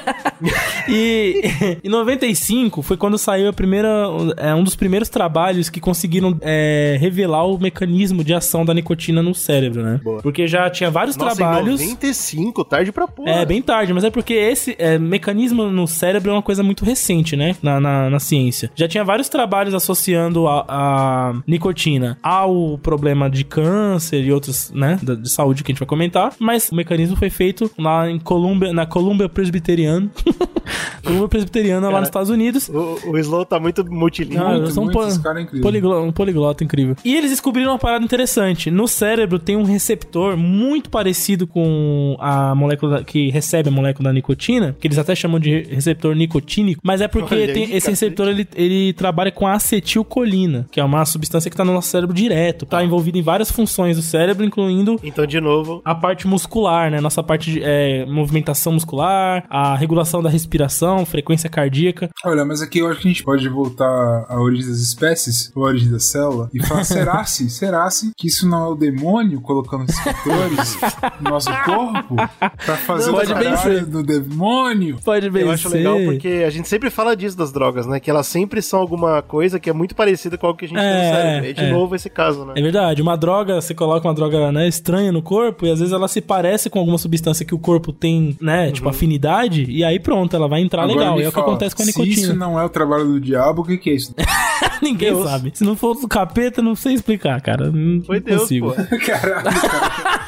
Speaker 3: E em noventa e cinco foi quando saiu a primeira, é, um dos primeiros trabalhos que conseguiram é, revelar o mecanismo de ação da nicotina no cérebro, né?
Speaker 4: Boa.
Speaker 3: Porque já tinha vários
Speaker 4: Nossa,
Speaker 3: trabalhos...
Speaker 4: em noventa e cinco, tarde pra porra.
Speaker 3: É, bem tarde, mas é porque esse é, mecanismo no cérebro é uma coisa muito recente, né? Na, na, na ciência. Já tinha vários trabalhos associando a, a nicotina ao problema de câncer e outros, né? Da, de saúde que a gente vai comentar. Mas o mecanismo foi feito lá em Columbia, na Columbia Presbyteriana. Columbia Presbyteriana lá nos Estados Unidos.
Speaker 4: O, o Slow tá muito multilíngue.
Speaker 3: Não,
Speaker 2: Muito,
Speaker 3: eu sou um,
Speaker 2: muito,
Speaker 3: po-
Speaker 2: esse cara é incrível.
Speaker 3: poliglo- um poliglota incrível. E eles descobriram uma parada interessante. No cérebro tem um receptor muito parecido com a molécula da- que recebe a molécula da nicotina, que eles até chamam de receptor nicotínico, mas é porque
Speaker 4: Olha
Speaker 3: tem-
Speaker 4: aí,
Speaker 3: esse
Speaker 4: cacete.
Speaker 3: receptor ele, ele trabalha com a acetilcolina, que é uma substância que tá no nosso cérebro direto. Tá envolvido em várias funções do cérebro, incluindo
Speaker 4: Então, de novo,
Speaker 3: a parte muscular, né? Nossa parte de é, movimentação muscular, a regulação da respiração, frequência cardíaca.
Speaker 2: Olha, mas aqui eu acho que a gente pode voltar à origem das espécies, ou à origem da célula, e falar, será-se, será-se que isso não é o demônio colocando esses fatores no nosso corpo pra fazer
Speaker 3: Não,
Speaker 2: o
Speaker 3: pode bem
Speaker 2: trabalho
Speaker 3: ser.
Speaker 2: do demônio?
Speaker 3: Pode bem
Speaker 4: eu acho
Speaker 3: ser.
Speaker 4: legal porque a gente sempre fala disso das drogas, né? Que elas sempre são alguma coisa que é muito parecida com algo que a gente tem no
Speaker 3: É,
Speaker 4: cérebro. E de
Speaker 3: é.
Speaker 4: novo esse caso, né?
Speaker 3: É verdade, uma droga, você coloca uma droga, né, estranha no corpo e às vezes ela se parece com alguma substância que o corpo tem, né, tipo afinidade, e aí pronto, ela vai entrar
Speaker 2: Agora
Speaker 3: legal.
Speaker 2: me
Speaker 3: E é o que
Speaker 2: fala,
Speaker 3: acontece com a
Speaker 2: se
Speaker 3: nicotina.
Speaker 2: isso não é o trabalho do diabo, o que, que é isso?
Speaker 3: Ninguém
Speaker 4: Deus.
Speaker 3: sabe. Se não for do capeta, não sei explicar, cara. Não
Speaker 4: Foi Deus,
Speaker 3: consigo.
Speaker 4: pô.
Speaker 2: Caralho, cara.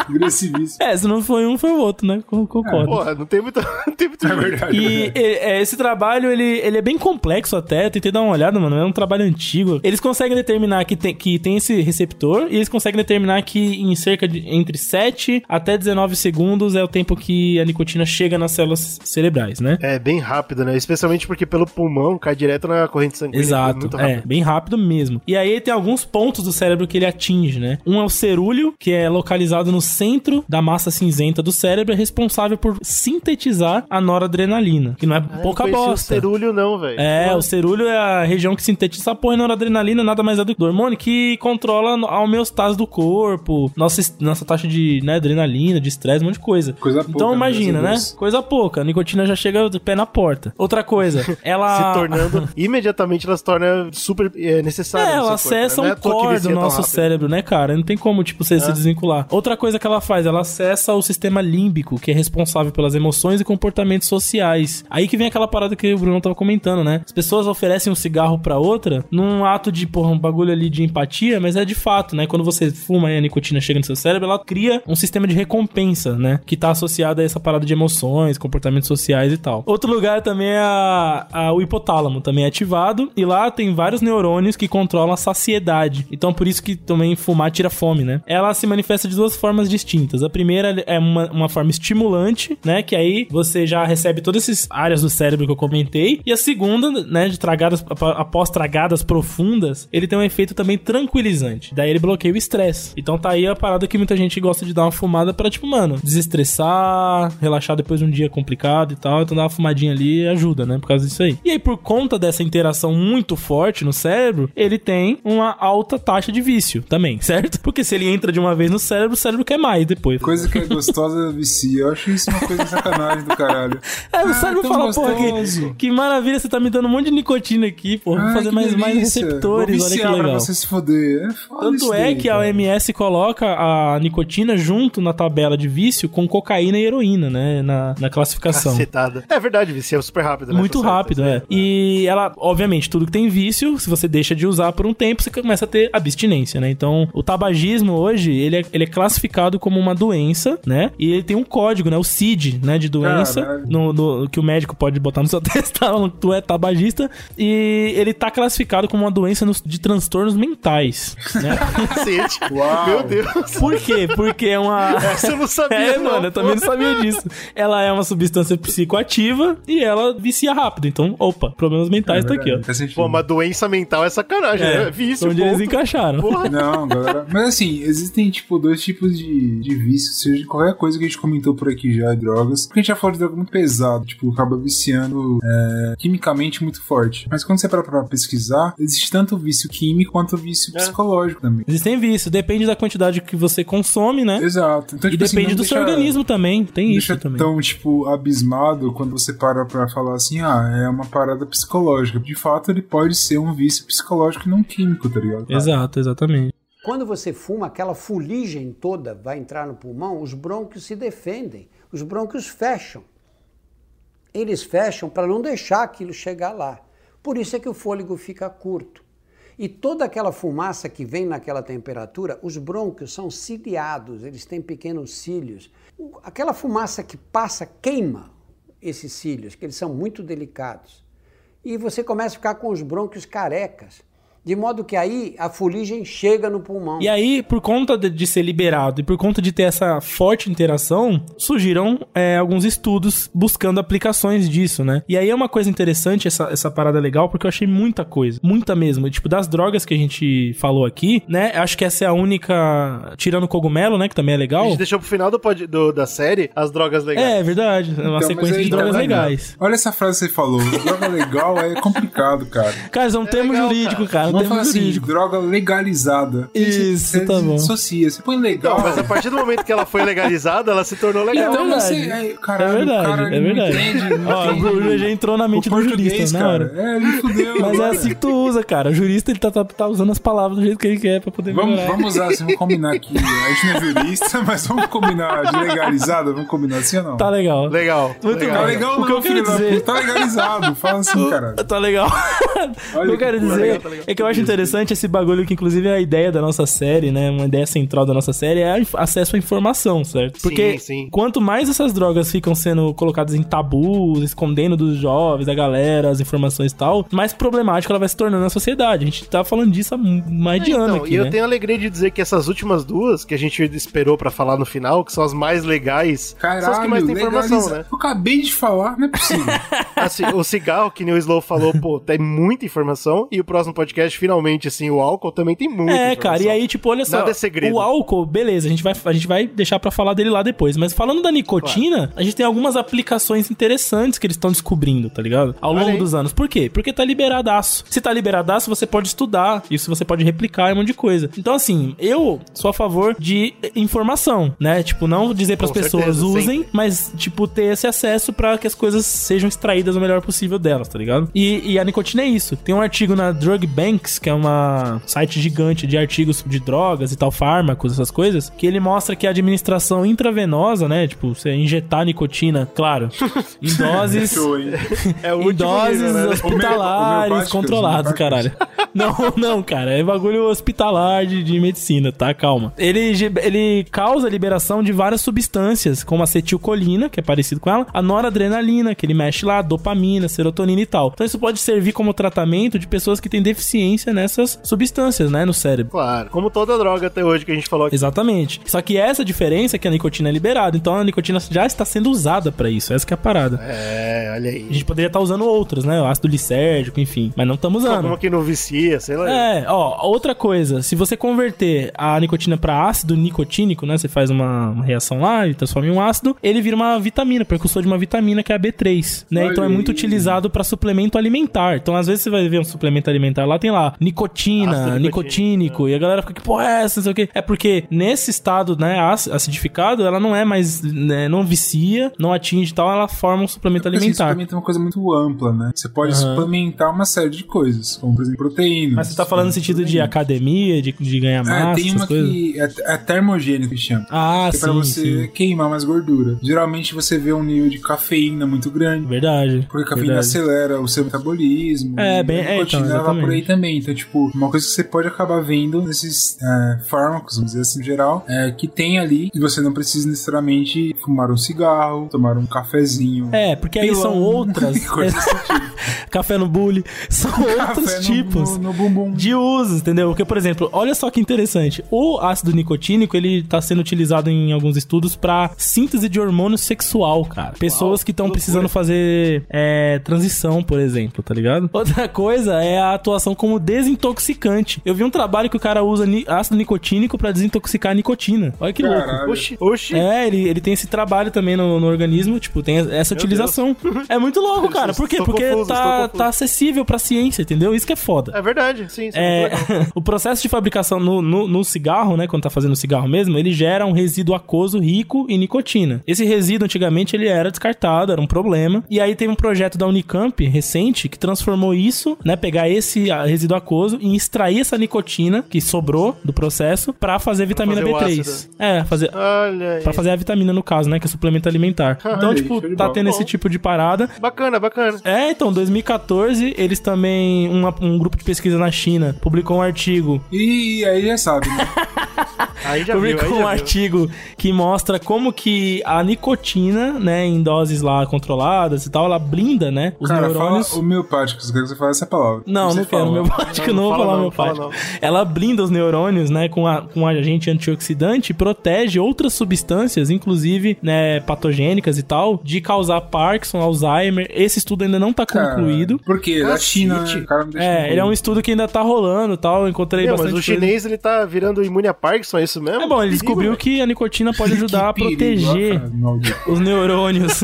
Speaker 2: Vira esse vício.
Speaker 3: É, se não foi um, foi o outro, né? Concordo.
Speaker 4: É, porra, não tem muito, não tem muito
Speaker 2: É verdade.
Speaker 3: E é, esse trabalho, ele, ele é bem complexo até. Tentei dar uma olhada, mano. É um trabalho antigo. Eles conseguem determinar que tem, que tem esse receptor e eles conseguem determinar que em cerca de entre sete até dezenove segundos é o tempo que a nicotina chega nas células cerebrais, né?
Speaker 4: É, bem rápido, né? Especialmente porque pelo pulmão cai direto na corrente sanguínea.
Speaker 3: Exato,
Speaker 4: muito
Speaker 3: é, bem rápido mesmo. E aí tem alguns pontos do cérebro que ele atinge, né? Um é o cerúleo, que é localizado no centro da massa cinzenta do cérebro, é responsável por sintetizar a noradrenalina, que não é
Speaker 4: Ah,
Speaker 3: pouca
Speaker 4: eu não conhecia
Speaker 3: bosta.
Speaker 4: o cerúleo não, velho.
Speaker 3: É, o cerúleo é a região que sintetiza essa porra, e noradrenalina nada mais é do que o hormônio que controla a homeostase do corpo, nossa, nossa taxa de né, adrenalina, de estresse, um monte de coisa.
Speaker 2: Coisa pouca,
Speaker 3: Então imagina, né?
Speaker 2: Deus.
Speaker 3: Coisa pouca. A nicotina já chega do pé na porta. Outra coisa, ela...
Speaker 4: Se tornando... imediatamente ela se torna super é, necessária.
Speaker 3: É,
Speaker 4: no
Speaker 3: ela
Speaker 4: seu corpo,
Speaker 3: acessa
Speaker 4: né? Não é
Speaker 3: um
Speaker 4: à toa que
Speaker 3: core
Speaker 4: vicia
Speaker 3: do
Speaker 4: tão
Speaker 3: nosso
Speaker 4: rápido.
Speaker 3: cérebro, né, cara? Não tem como, tipo, você se desvincular. Outra coisa que ela faz, ela acessa o sistema límbico, que é responsável pelas emoções e comportamentos sociais. Aí que vem aquela parada que o Bruno tava comentando, né? As pessoas oferecem um cigarro pra outra num ato de, porra, um bagulho ali de empatia, mas é de fato, né? Quando você fuma e a nicotina chega no seu cérebro, ela cria um sistema de recompensa, né? Que tá associado a essa parada de emoções, comportamentos sociais e tal. Outro lugar também é a, a, o hipotálamo, também é ativado, e lá tem vários neurônios que controlam a saciedade. Então por isso que também fumar tira fome, né? Ela se manifesta de duas formas distintas. A primeira é uma, uma forma estimulante, né? Que aí você já recebe todas essas áreas do cérebro que eu comentei. E a segunda, né? De tragadas, após tragadas profundas, ele tem um efeito também tranquilizante. Daí ele bloqueia o estresse. Então tá aí a parada que muita gente gosta de dar uma fumada pra, tipo, mano, desestressar, relaxar depois de um dia complicado e tal. Então dar uma fumadinha ali ajuda, né? Por causa disso aí. E aí, por conta dessa interação muito forte no cérebro, ele tem uma alta taxa de vício também, certo? Porque se ele entra de uma vez no cérebro, o cérebro quer mais depois.
Speaker 2: Coisa que é gostosa vicia. Eu acho isso uma coisa sacanagem do caralho.
Speaker 3: É, o
Speaker 2: Ah,
Speaker 3: cérebro
Speaker 2: tão
Speaker 3: fala, porra,
Speaker 2: gostoso.
Speaker 3: que, que maravilha, você tá me dando um monte de nicotina aqui, porra. Vou
Speaker 2: Ah,
Speaker 3: fazer
Speaker 2: que
Speaker 3: mais, mais
Speaker 2: delícia.
Speaker 3: receptores,
Speaker 2: Vou
Speaker 3: olha que
Speaker 2: viciar pra
Speaker 3: legal.
Speaker 2: você se foder. É foda
Speaker 3: Tanto
Speaker 2: isso
Speaker 3: é
Speaker 2: daí,
Speaker 3: que a
Speaker 2: cara.
Speaker 3: O M S coloca a nicotina junto na tabela de vício com cocaína e heroína, né? Na, na classificação.
Speaker 4: Cacetada. É verdade, vicia super rápido, né?
Speaker 3: Muito
Speaker 4: Tá certo,
Speaker 3: rápido,
Speaker 4: tá
Speaker 3: é.
Speaker 4: certo.
Speaker 3: E ela, obviamente, tudo que tem vício, se você deixa de usar por um tempo, você começa a ter abstinência, né? Então, o tabagismo hoje, ele é, ele é classificado como uma doença, né? E ele tem um código, né? O C I D, né? De doença, no, no- que o médico pode botar no seu teste, falando que tu é tabagista. E ele tá classificado como uma doença nos- de transtornos mentais, né?
Speaker 4: Cacete.
Speaker 2: Uau.
Speaker 4: Meu Deus.
Speaker 3: Por quê? Porque é uma...
Speaker 4: Essa eu não sabia,
Speaker 3: É,
Speaker 4: não,
Speaker 3: mano, eu também não
Speaker 4: pô.
Speaker 3: sabia disso. Ela é uma substância psicoativa e ela vicia rápido. Então, opa, problemas mentais tá aqui, ó.
Speaker 2: Faz sentido.
Speaker 4: Pô, uma doença mental é sacanagem, né? Vício,
Speaker 3: onde eles
Speaker 4: ponto.
Speaker 3: encaixaram.
Speaker 4: Porra.
Speaker 2: Não, galera. Mas assim, existem, tipo, dois tipos de, de vícios, seja de qualquer coisa que a gente comentou por aqui já, drogas. Porque a gente já falou de droga muito pesado, tipo, acaba viciando é, quimicamente muito forte. Mas quando você para pra pesquisar, existe tanto vício químico quanto vício
Speaker 4: É.
Speaker 2: psicológico também.
Speaker 3: Existem vícios, depende da quantidade que você consome, né?
Speaker 2: Exato. Então,
Speaker 3: E
Speaker 2: tipo, assim,
Speaker 3: depende
Speaker 2: não
Speaker 3: do seu
Speaker 2: deixa-
Speaker 3: organismo também, tem
Speaker 2: não
Speaker 3: isso
Speaker 2: deixa
Speaker 3: também.
Speaker 2: tão, tipo, abismado quando você para pra falar assim, ah, é uma parada psicológica. De fato, ele pode ser um vício psicológico e não químico, tá ligado?
Speaker 3: Exato, exatamente.
Speaker 9: Quando você fuma, aquela fuligem toda vai entrar no pulmão, os brônquios se defendem, os brônquios fecham. Eles fecham para não deixar aquilo chegar lá. Por isso é que o fôlego fica curto. E toda aquela fumaça que vem naquela temperatura, os brônquios são ciliados, eles têm pequenos cílios. O- Aquela fumaça que passa queima esses cílios, que eles são muito delicados. E você começa a ficar com os brônquios carecas. De modo que aí a fuligem chega no pulmão.
Speaker 3: E aí, por conta de, de ser liberado e por conta de ter essa forte interação, surgiram é, alguns estudos buscando aplicações disso, né? E aí é uma coisa interessante, essa, essa parada legal, porque eu achei muita coisa. Muita mesmo. Tipo, das drogas que a gente falou aqui, né? Acho que essa é a única... Tirando o cogumelo, né? Que também é
Speaker 4: A
Speaker 3: legal.
Speaker 4: gente deixou pro final do, pod- do- da série as drogas legais.
Speaker 3: É, é verdade. É uma
Speaker 2: Então, mas
Speaker 3: sequência
Speaker 2: aí
Speaker 3: de
Speaker 2: tá
Speaker 3: drogas
Speaker 2: vendo?
Speaker 3: legais.
Speaker 2: Olha essa frase que você falou. Droga legal é complicado, cara.
Speaker 3: Cara, isso é um termo
Speaker 4: legal,
Speaker 3: jurídico, cara. Um
Speaker 2: Vamos
Speaker 3: termo
Speaker 2: falar assim,
Speaker 3: jurídico.
Speaker 2: droga legalizada.
Speaker 3: Isso,
Speaker 2: você,
Speaker 3: tá
Speaker 2: você
Speaker 3: bom.
Speaker 2: dissocia. Você põe legal.
Speaker 4: Não, mas a partir do momento que ela foi legalizada, ela se tornou legal.
Speaker 3: É verdade.
Speaker 2: você, é, caralho,
Speaker 3: É verdade,
Speaker 2: o cara
Speaker 3: é
Speaker 2: não
Speaker 3: verdade.
Speaker 2: entende, não
Speaker 3: Ó,
Speaker 2: entende
Speaker 3: o Bruno já entrou na mente
Speaker 2: o
Speaker 3: do
Speaker 2: português,
Speaker 3: jurista, na
Speaker 2: cara.
Speaker 3: hora.
Speaker 2: É, ele fudeu.
Speaker 3: Mas é
Speaker 2: agora.
Speaker 3: assim que tu usa, cara. O jurista, ele tá, tá, tá usando as palavras do jeito que ele quer pra poder
Speaker 2: Vamos,
Speaker 3: melhorar.
Speaker 2: vamos usar assim, vamos combinar aqui. A gente não é jurista, mas vamos combinar de legalizada. Vamos combinar assim ou não?
Speaker 3: Tá legal.
Speaker 4: Legal.
Speaker 3: Muito
Speaker 4: legal.
Speaker 2: Tá legal,
Speaker 3: O que
Speaker 2: não,
Speaker 3: eu quero
Speaker 2: filho da
Speaker 3: dizer-
Speaker 2: puta. Tá legalizado. Fala assim, caralho.
Speaker 3: Tá legal.
Speaker 2: Olha
Speaker 3: o que eu quero
Speaker 2: que
Speaker 3: dizer
Speaker 4: legal, tá legal.
Speaker 3: é que eu acho interessante esse bagulho que, inclusive, é a ideia da nossa série, né? Uma ideia central da nossa série é acesso à informação, certo? Porque
Speaker 4: sim, sim.
Speaker 3: quanto mais essas drogas ficam sendo colocadas em tabus, escondendo dos jovens, da galera, as informações e tal, mais problemática ela vai se tornando na sociedade. A gente tá falando disso há mais de
Speaker 4: é,
Speaker 3: ano
Speaker 4: então,
Speaker 3: aqui,
Speaker 4: E
Speaker 3: né?
Speaker 4: eu tenho a alegria de dizer que essas últimas duas, que a gente esperou pra falar no final, que são as mais legais,
Speaker 2: Caralho,
Speaker 4: são as que mais tem informação,
Speaker 2: legaliza...
Speaker 4: né?
Speaker 2: Eu acabei de falar, não é possível.
Speaker 4: Assim, o cigarro, que nem o Slow falou, pô, tem muita informação, e o próximo podcast, finalmente, assim, o álcool também tem muita
Speaker 3: É,
Speaker 4: informação.
Speaker 3: cara, e aí, tipo, olha só,
Speaker 4: Nada é segredo.
Speaker 3: o álcool, beleza, a gente vai, a gente vai deixar pra falar dele lá depois, mas falando da nicotina, claro, a gente tem algumas aplicações interessantes que eles estão descobrindo, tá ligado? Ao longo dos anos. Por quê? Porque tá liberadaço. Se tá liberadaço, você pode estudar, isso você pode replicar, é um monte de coisa. Então, assim, eu sou a favor de informação, né? Tipo, não dizer pras
Speaker 4: Com
Speaker 3: pessoas
Speaker 4: certeza,
Speaker 3: usem,
Speaker 4: sempre.
Speaker 3: mas, tipo, ter esse acesso pra que as coisas sejam extraídas o melhor possível delas, tá ligado? E, e a nicotina é isso. Tem um artigo na Drug Banks, que é uma site gigante de artigos de drogas e tal, fármacos, essas coisas, que ele mostra que a administração intravenosa, né? Tipo, você injetar nicotina, claro, em doses...
Speaker 4: É o
Speaker 3: em
Speaker 4: último
Speaker 3: doses
Speaker 4: nível, né?
Speaker 3: hospitalares
Speaker 2: Homeopáticas,
Speaker 3: controladas, caralho. Não, não, cara. É bagulho hospitalar de, de medicina, tá? Calma. Ele, ele causa a liberação de várias substâncias, como a acetilcolina, que é parecido com ela, a noradrenalina, que ele mexe lá, dopamina, serotonina e tal. Então isso pode servir como tratamento de pessoas que têm deficiência nessas substâncias, né? No cérebro.
Speaker 4: Claro. Como toda droga até hoje que a gente falou aqui.
Speaker 3: Exatamente. Só que essa diferença é que a nicotina é liberada. Então a nicotina já está sendo usada pra isso. Essa que é a parada.
Speaker 4: É, olha aí.
Speaker 3: A gente poderia estar usando outras, né? O ácido lisérgico, enfim. Mas não estamos usando.
Speaker 4: Como que não vicia, sei lá.
Speaker 3: É, ó, outra coisa. Se você converter a nicotina pra ácido nicotínico, né? Você faz uma, uma reação lá e transforma em um ácido, ele vira uma vitamina, precursor de uma vitamina que é a B três, né?
Speaker 2: Olha
Speaker 3: então é muito
Speaker 2: aí.
Speaker 3: utilizado pra suplemento alimentar. Então, às vezes, você vai ver um suplemento alimentar lá, tem lá nicotina,
Speaker 4: Ácido
Speaker 3: nicotínico,
Speaker 4: é.
Speaker 3: e a galera fica, que porra é essa? Não sei o quê. É porque nesse estado, né, acidificado, ela não é mais, né, não vicia, não atinge e tal, ela forma um suplemento
Speaker 2: Porque, assim,
Speaker 3: alimentar.
Speaker 2: suplemento é uma coisa muito ampla, né? Você pode
Speaker 3: Uhum.
Speaker 2: suplementar uma série de coisas, como, por exemplo, proteínas.
Speaker 3: Mas você tá falando no sentido de academia, de, de ganhar massa,
Speaker 2: É, tem
Speaker 3: essas
Speaker 2: uma
Speaker 3: coisas?
Speaker 2: que é, é termogênico que chama.
Speaker 3: Ah,
Speaker 2: que é
Speaker 3: sim,
Speaker 2: pra você
Speaker 3: sim.
Speaker 2: queimar mais gordura. Geralmente você vê um nível de cafeína muito grande.
Speaker 3: Verdade.
Speaker 2: Porque a cafeína
Speaker 3: verdade.
Speaker 2: acelera o seu metabolismo.
Speaker 3: É,
Speaker 2: e
Speaker 3: bem-
Speaker 2: a
Speaker 3: é,
Speaker 2: nicotina
Speaker 3: então,
Speaker 2: ela vai por aí
Speaker 3: exatamente.
Speaker 2: também. Então, tipo, uma coisa que você pode acabar vendo nesses é, fármacos, vamos dizer assim, em geral, é, que tem ali, e você não precisa necessariamente fumar um cigarro, tomar um cafezinho.
Speaker 3: É, porque aí
Speaker 2: pilão,
Speaker 3: são outras.
Speaker 2: coisa desse tipo.
Speaker 3: Café no bule. São outros
Speaker 2: Café no-
Speaker 3: tipos
Speaker 2: no, no bumbum.
Speaker 3: de usos, entendeu? Porque, por exemplo, olha só que interessante. O ácido nicotínico, ele tá sendo utilizado em alguns estudos pra síntese de hormônio sexual, cara. Pessoas que estão precisando fazer é, transição, por exemplo, tá ligado? Outra coisa é a atuação como desintoxicante. Eu vi um trabalho que o cara usa ni- ácido nicotínico pra desintoxicar a nicotina. Olha que louco.
Speaker 2: Caralho.
Speaker 4: Oxi, oxi.
Speaker 3: É, ele, ele tem esse trabalho também no, no organismo, tipo, tem essa
Speaker 4: Meu
Speaker 3: utilização. É muito louco, cara. Por quê?
Speaker 4: Estou
Speaker 3: Porque
Speaker 4: confuso, estou
Speaker 3: tá,
Speaker 4: confuso.
Speaker 3: tá acessível pra ciência, entendeu? Isso que é foda.
Speaker 4: É verdade, sim. sim
Speaker 3: É,
Speaker 4: muito legal.
Speaker 3: o processo de fabricação no, no, no cigarro, né, quando tá fazendo cigarro mesmo, ele gera um resíduo aquoso rico em nicotina. Esse resíduo, antigamente, ele era descartado, era um problema. E aí tem um projeto da Unicamp, recente, que transformou isso, né, pegar esse ah, resíduo aquoso e extrair essa nicotina que sobrou do processo pra fazer vitamina
Speaker 4: fazer o
Speaker 3: B três.
Speaker 4: ácido.
Speaker 3: É, fazer...
Speaker 4: Olha aí.
Speaker 3: Pra fazer a vitamina, no caso, né? Que é suplemento alimentar. Então,
Speaker 2: aí,
Speaker 3: tipo,
Speaker 2: show de
Speaker 3: tá
Speaker 2: bola.
Speaker 3: tendo
Speaker 4: Bom.
Speaker 3: esse tipo de parada.
Speaker 4: Bacana, bacana.
Speaker 3: É, então, dois mil e quatorze, eles também, uma- um grupo de pesquisa na China, publicou um artigo.
Speaker 2: E aí já sabe, né?
Speaker 4: Aí já viu, aí
Speaker 3: Publicou
Speaker 4: já
Speaker 3: um
Speaker 4: viu.
Speaker 3: artigo que mostra como que a nicotina, né, em doses lá controladas e tal, ela blinda, né, os
Speaker 2: Cara,
Speaker 3: neurônios.
Speaker 2: fala homeopáticos, eu quero que você fale essa palavra.
Speaker 3: Não,
Speaker 2: Você
Speaker 3: não quero
Speaker 2: fala.
Speaker 3: homeopático,
Speaker 4: Não,
Speaker 3: não,
Speaker 4: não
Speaker 3: vou
Speaker 4: fala
Speaker 3: falar
Speaker 4: não, fala
Speaker 3: homeopático. Ela blinda os neurônios, né, com, a, com um agente antioxidante e protege outras substâncias, inclusive, né, patogênicas e tal, de causar Parkinson, Alzheimer. Esse estudo ainda não tá
Speaker 2: Cara,
Speaker 3: concluído.
Speaker 2: Porque da
Speaker 4: Cacete.
Speaker 2: China, o cara me deixa
Speaker 3: É, ele é um
Speaker 2: maluco.
Speaker 3: estudo que ainda tá rolando e tal, eu encontrei
Speaker 4: Meu,
Speaker 3: bastante
Speaker 4: mas o
Speaker 3: coisa.
Speaker 4: chinês, ele tá virando imune a Parkinson, é isso mesmo?
Speaker 3: É bom, ele
Speaker 4: Que
Speaker 3: descobriu
Speaker 4: perigo,
Speaker 3: que a nicotina pode ajudar a
Speaker 2: Que perigo,
Speaker 3: proteger
Speaker 2: ó, cara, maldito.
Speaker 3: os neurônios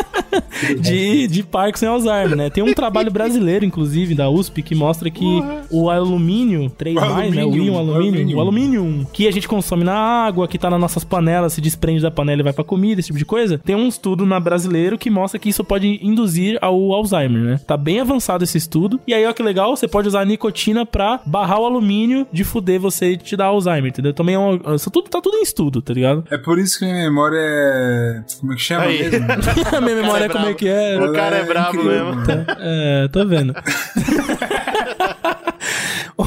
Speaker 3: de, de Parkinson e Alzheimer, né? Tem um trabalho brasileiro, inclusive, da U S P, que mostra que o alumínio três mais, né? O
Speaker 2: alumínio,
Speaker 3: íon alumínio,
Speaker 2: alumínio.
Speaker 3: o alumínio que a gente consome na água, que tá nas nossas panelas, se desprende da panela e vai pra comida, esse tipo de coisa. Tem um estudo na brasileiro que mostra que isso pode induzir ao Alzheimer, né? Tá bem avançado esse estudo. E aí, ó, que legal, você pode usar a nicotina pra barrar o alumínio de fuder você e te dar Alzheimer, entendeu? Também é um, isso tudo, tá tudo em estudo, tá ligado?
Speaker 2: É por isso que minha memória é... Como é que chama
Speaker 4: Aí.
Speaker 2: mesmo?
Speaker 3: A minha memória,
Speaker 4: é
Speaker 3: como é
Speaker 4: brabo.
Speaker 3: que é?
Speaker 4: O cara é
Speaker 2: Ela
Speaker 4: brabo
Speaker 2: incrível,
Speaker 4: mesmo.
Speaker 2: né?
Speaker 3: É, tô vendo.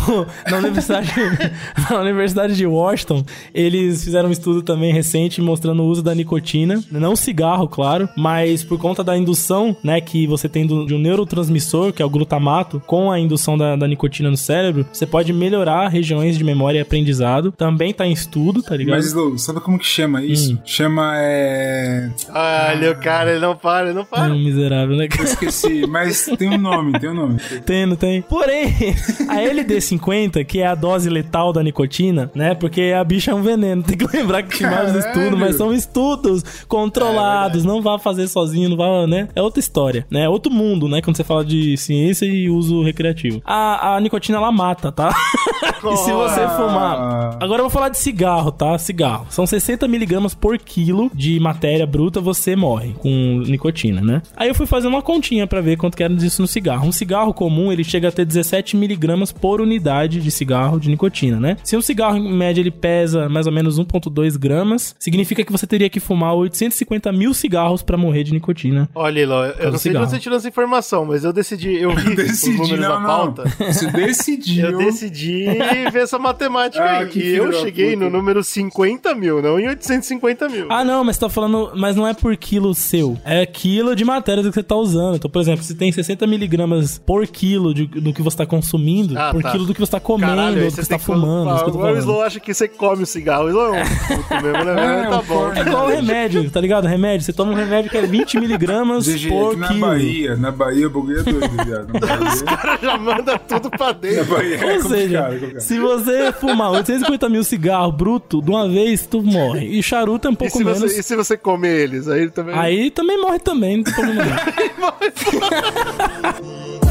Speaker 3: no, na, universidade, na Universidade de Washington, eles fizeram um estudo também recente mostrando o uso da nicotina, não cigarro, claro, mas por conta da indução, né, que você tem do, de um neurotransmissor, que é o glutamato, com a indução da, da nicotina no cérebro, você pode melhorar regiões de memória e aprendizado. Também tá em estudo, tá ligado?
Speaker 2: Mas, Lou, sabe como que chama isso? Hum. Chama, é...
Speaker 4: Olha, o cara, ele não para, ele não para.
Speaker 3: É um miserável, né?
Speaker 2: Eu esqueci, mas tem um nome, tem um nome.
Speaker 3: Tem, não tem? Porém, a L D cinquenta, que é a dose letal da nicotina, né? Porque a bicha é um veneno. Tem que lembrar que tem vários estudos, mas são estudos controlados. É, não vá fazer sozinho, não vá, né? É outra história, né? É outro mundo, né? Quando você fala de ciência e uso recreativo. A, a nicotina, ela mata, tá? E se você fumar... Agora eu vou falar de cigarro, tá? Cigarro. São sessenta miligramas por quilo de matéria bruta, você morre com nicotina, né? Aí eu fui fazer uma continha pra ver quanto que era disso no cigarro. Um cigarro comum, ele chega a ter dezessete miligramas por unidade de cigarro de nicotina, né? Se um cigarro, em média, ele pesa mais ou menos um vírgula dois gramas, significa que você teria que fumar oitocentos e cinquenta mil cigarros pra morrer de nicotina.
Speaker 4: Olha, Iló, eu não sei de onde você tirou essa informação, mas eu decidi, eu vi
Speaker 2: decidi,
Speaker 4: os números
Speaker 2: não,
Speaker 4: da pauta.
Speaker 2: Não. Você decidiu.
Speaker 4: Eu decidi ver essa matemática ah, aí. E eu cheguei no número cinquenta mil, não em oitocentos e cinquenta mil.
Speaker 3: Ah, não, mas você tá falando... Mas não é por quilo seu. É quilo de matéria do que você tá usando. Então, por exemplo, se tem sessenta miligramas por quilo de, do que você tá consumindo, ah, por tá. quilo do que você tá comendo, Caralho, ou do que você tá fumando.
Speaker 4: Que agora o Slow acha que você come o cigarro. O Slow é um puto mesmo, né? É, tá bom.
Speaker 3: É igual o remédio, tá ligado? Remédio. Você toma um remédio que é vinte miligramas G G, por
Speaker 2: na
Speaker 3: quilo.
Speaker 2: Na Bahia, na Bahia o bagulho é doido, viado.
Speaker 4: Os caras já mandam tudo pra dentro.
Speaker 2: Na Bahia é
Speaker 3: ou seja, se você fumar oitocentos e cinquenta mil cigarros bruto de uma vez, tu morre. E charuto é um pouco
Speaker 4: e
Speaker 3: menos.
Speaker 4: Você, e se você comer eles? Aí também...
Speaker 3: Aí também morre também, não tem problema não.
Speaker 4: Aí morre.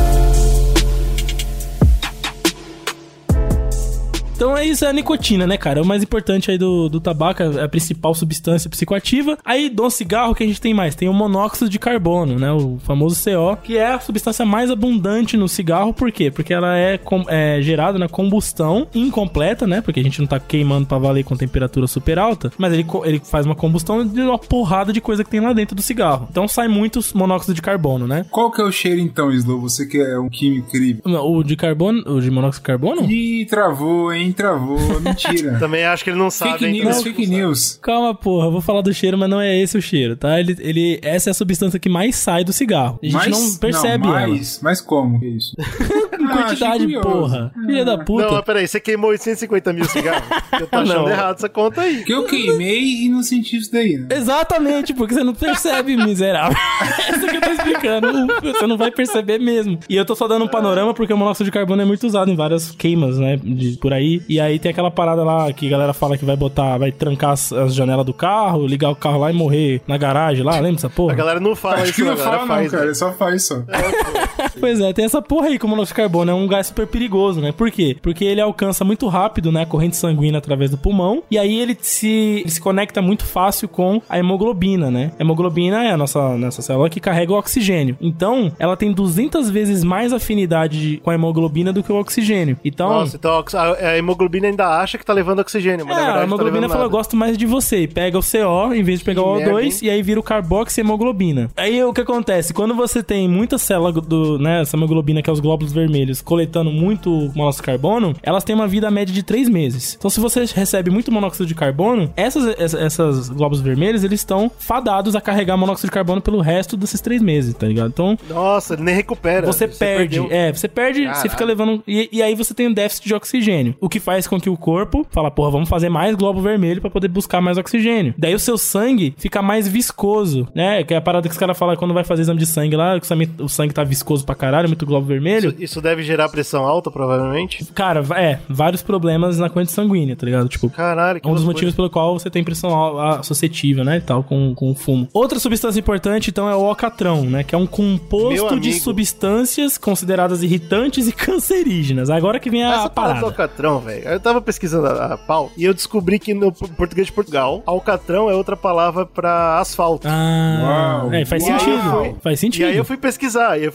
Speaker 3: Então é isso, é a nicotina, né, cara? É o mais importante aí do, do tabaco, é a principal substância psicoativa. Aí, do cigarro, que a gente tem mais? Tem o monóxido de carbono, né? O famoso C O, que é a substância mais abundante no cigarro. Por quê? Porque ela é, com, é gerada na combustão incompleta, né? Porque a gente não tá queimando pra valer com temperatura super alta, mas ele, ele faz uma combustão de uma porrada de coisa que tem lá dentro do cigarro. Então sai muito monóxido de carbono, né?
Speaker 2: Qual que é o cheiro então, Slow? Você que é um químico incrível.
Speaker 3: O de carbono, o de monóxido de carbono?
Speaker 2: Ih, travou, hein? Travou, mentira.
Speaker 4: Também acho que ele não sabe.
Speaker 2: Fake news, não, fake news.
Speaker 3: Calma, porra, eu vou falar do cheiro, mas não é esse o cheiro, tá? Ele, ele, essa é a substância que mais sai do cigarro. A gente mais, não percebe
Speaker 2: não, mais,
Speaker 3: ela.
Speaker 2: Mas como que é isso?
Speaker 3: Em quantidade, ah, porra. Filha da puta.
Speaker 4: Não, mas peraí, você queimou oitocentos e cinquenta mil cigarros? Eu tô achando não. errado essa conta aí.
Speaker 2: Que eu queimei e não senti isso daí, né?
Speaker 3: Exatamente, porque você não percebe, miserável. Essa que eu tô explicando. Você não vai perceber mesmo. E eu tô só dando um panorama porque o monóxido de carbono é muito usado em várias queimas, né? De, por aí. E aí tem aquela parada lá que a galera fala que vai botar, vai trancar as, as janelas do carro, ligar o carro lá e morrer na garagem lá, lembra essa porra?
Speaker 4: A galera não fala
Speaker 2: Acho
Speaker 4: isso,
Speaker 2: que não
Speaker 4: a
Speaker 2: fala não,
Speaker 4: faz,
Speaker 2: cara,
Speaker 4: né?
Speaker 2: é só faz só.
Speaker 3: É, pois é, tem essa porra aí com o monóxido de carbono, é um gás super perigoso, né? Por quê? Porque ele alcança muito rápido, né, a corrente sanguínea através do pulmão, e aí ele se, ele se conecta muito fácil com a hemoglobina, né? A hemoglobina é a nossa, nossa célula que carrega o oxigênio. Então, ela tem duzentas vezes mais afinidade com a hemoglobina do que o oxigênio. Então...
Speaker 4: Nossa, então a hemoglobina ainda acha que tá levando oxigênio, mas
Speaker 3: é,
Speaker 4: na verdade
Speaker 3: a hemoglobina
Speaker 4: tá
Speaker 3: fala, eu gosto mais de você. E pega o C O em vez de pegar que o O dois merda, e aí vira o carboxihemoglobina. Aí o que acontece? Quando você tem muita célula do, né, essa hemoglobina, que é os glóbulos vermelhos, coletando muito monóxido de carbono, elas têm uma vida média de três meses. Então, se você recebe muito monóxido de carbono, essas, essas glóbulos vermelhos, eles estão fadados a carregar monóxido de carbono pelo resto desses três meses, tá ligado? Então...
Speaker 4: Nossa, ele nem recupera.
Speaker 3: Você, você perde. Perdeu. É, você perde, Caralho. Você fica levando... E, e aí você tem um déficit de oxigênio. O que faz com que o corpo fala, porra, vamos fazer mais glóbulo vermelho pra poder buscar mais oxigênio. Daí o seu sangue fica mais viscoso, né? Que é a parada que os caras falam quando vai fazer exame de sangue lá, que o sangue, o sangue tá viscoso pra caralho, muito glóbulo vermelho.
Speaker 4: Isso, isso deve gerar pressão alta, provavelmente?
Speaker 3: Cara, é, vários problemas na corrente sanguínea, tá ligado? Tipo,
Speaker 4: caralho, que
Speaker 3: um dos
Speaker 4: loucura.
Speaker 3: motivos pelo qual você tem pressão associativa, né, e tal, com, com o fumo. Outra substância importante, então, é o alcatrão, né? Que é um composto de substâncias consideradas irritantes e cancerígenas. Agora que vem a
Speaker 4: Essa
Speaker 3: parada.
Speaker 4: do alcatrão, velho. Eu tava pesquisando a, a pau e eu descobri que no português de Portugal, alcatrão é outra palavra pra asfalto.
Speaker 3: Ah,
Speaker 2: Uau.
Speaker 3: É, faz
Speaker 4: Uau.
Speaker 3: sentido. Fui, faz sentido.
Speaker 4: E aí eu fui pesquisar. E eu fui, é, então,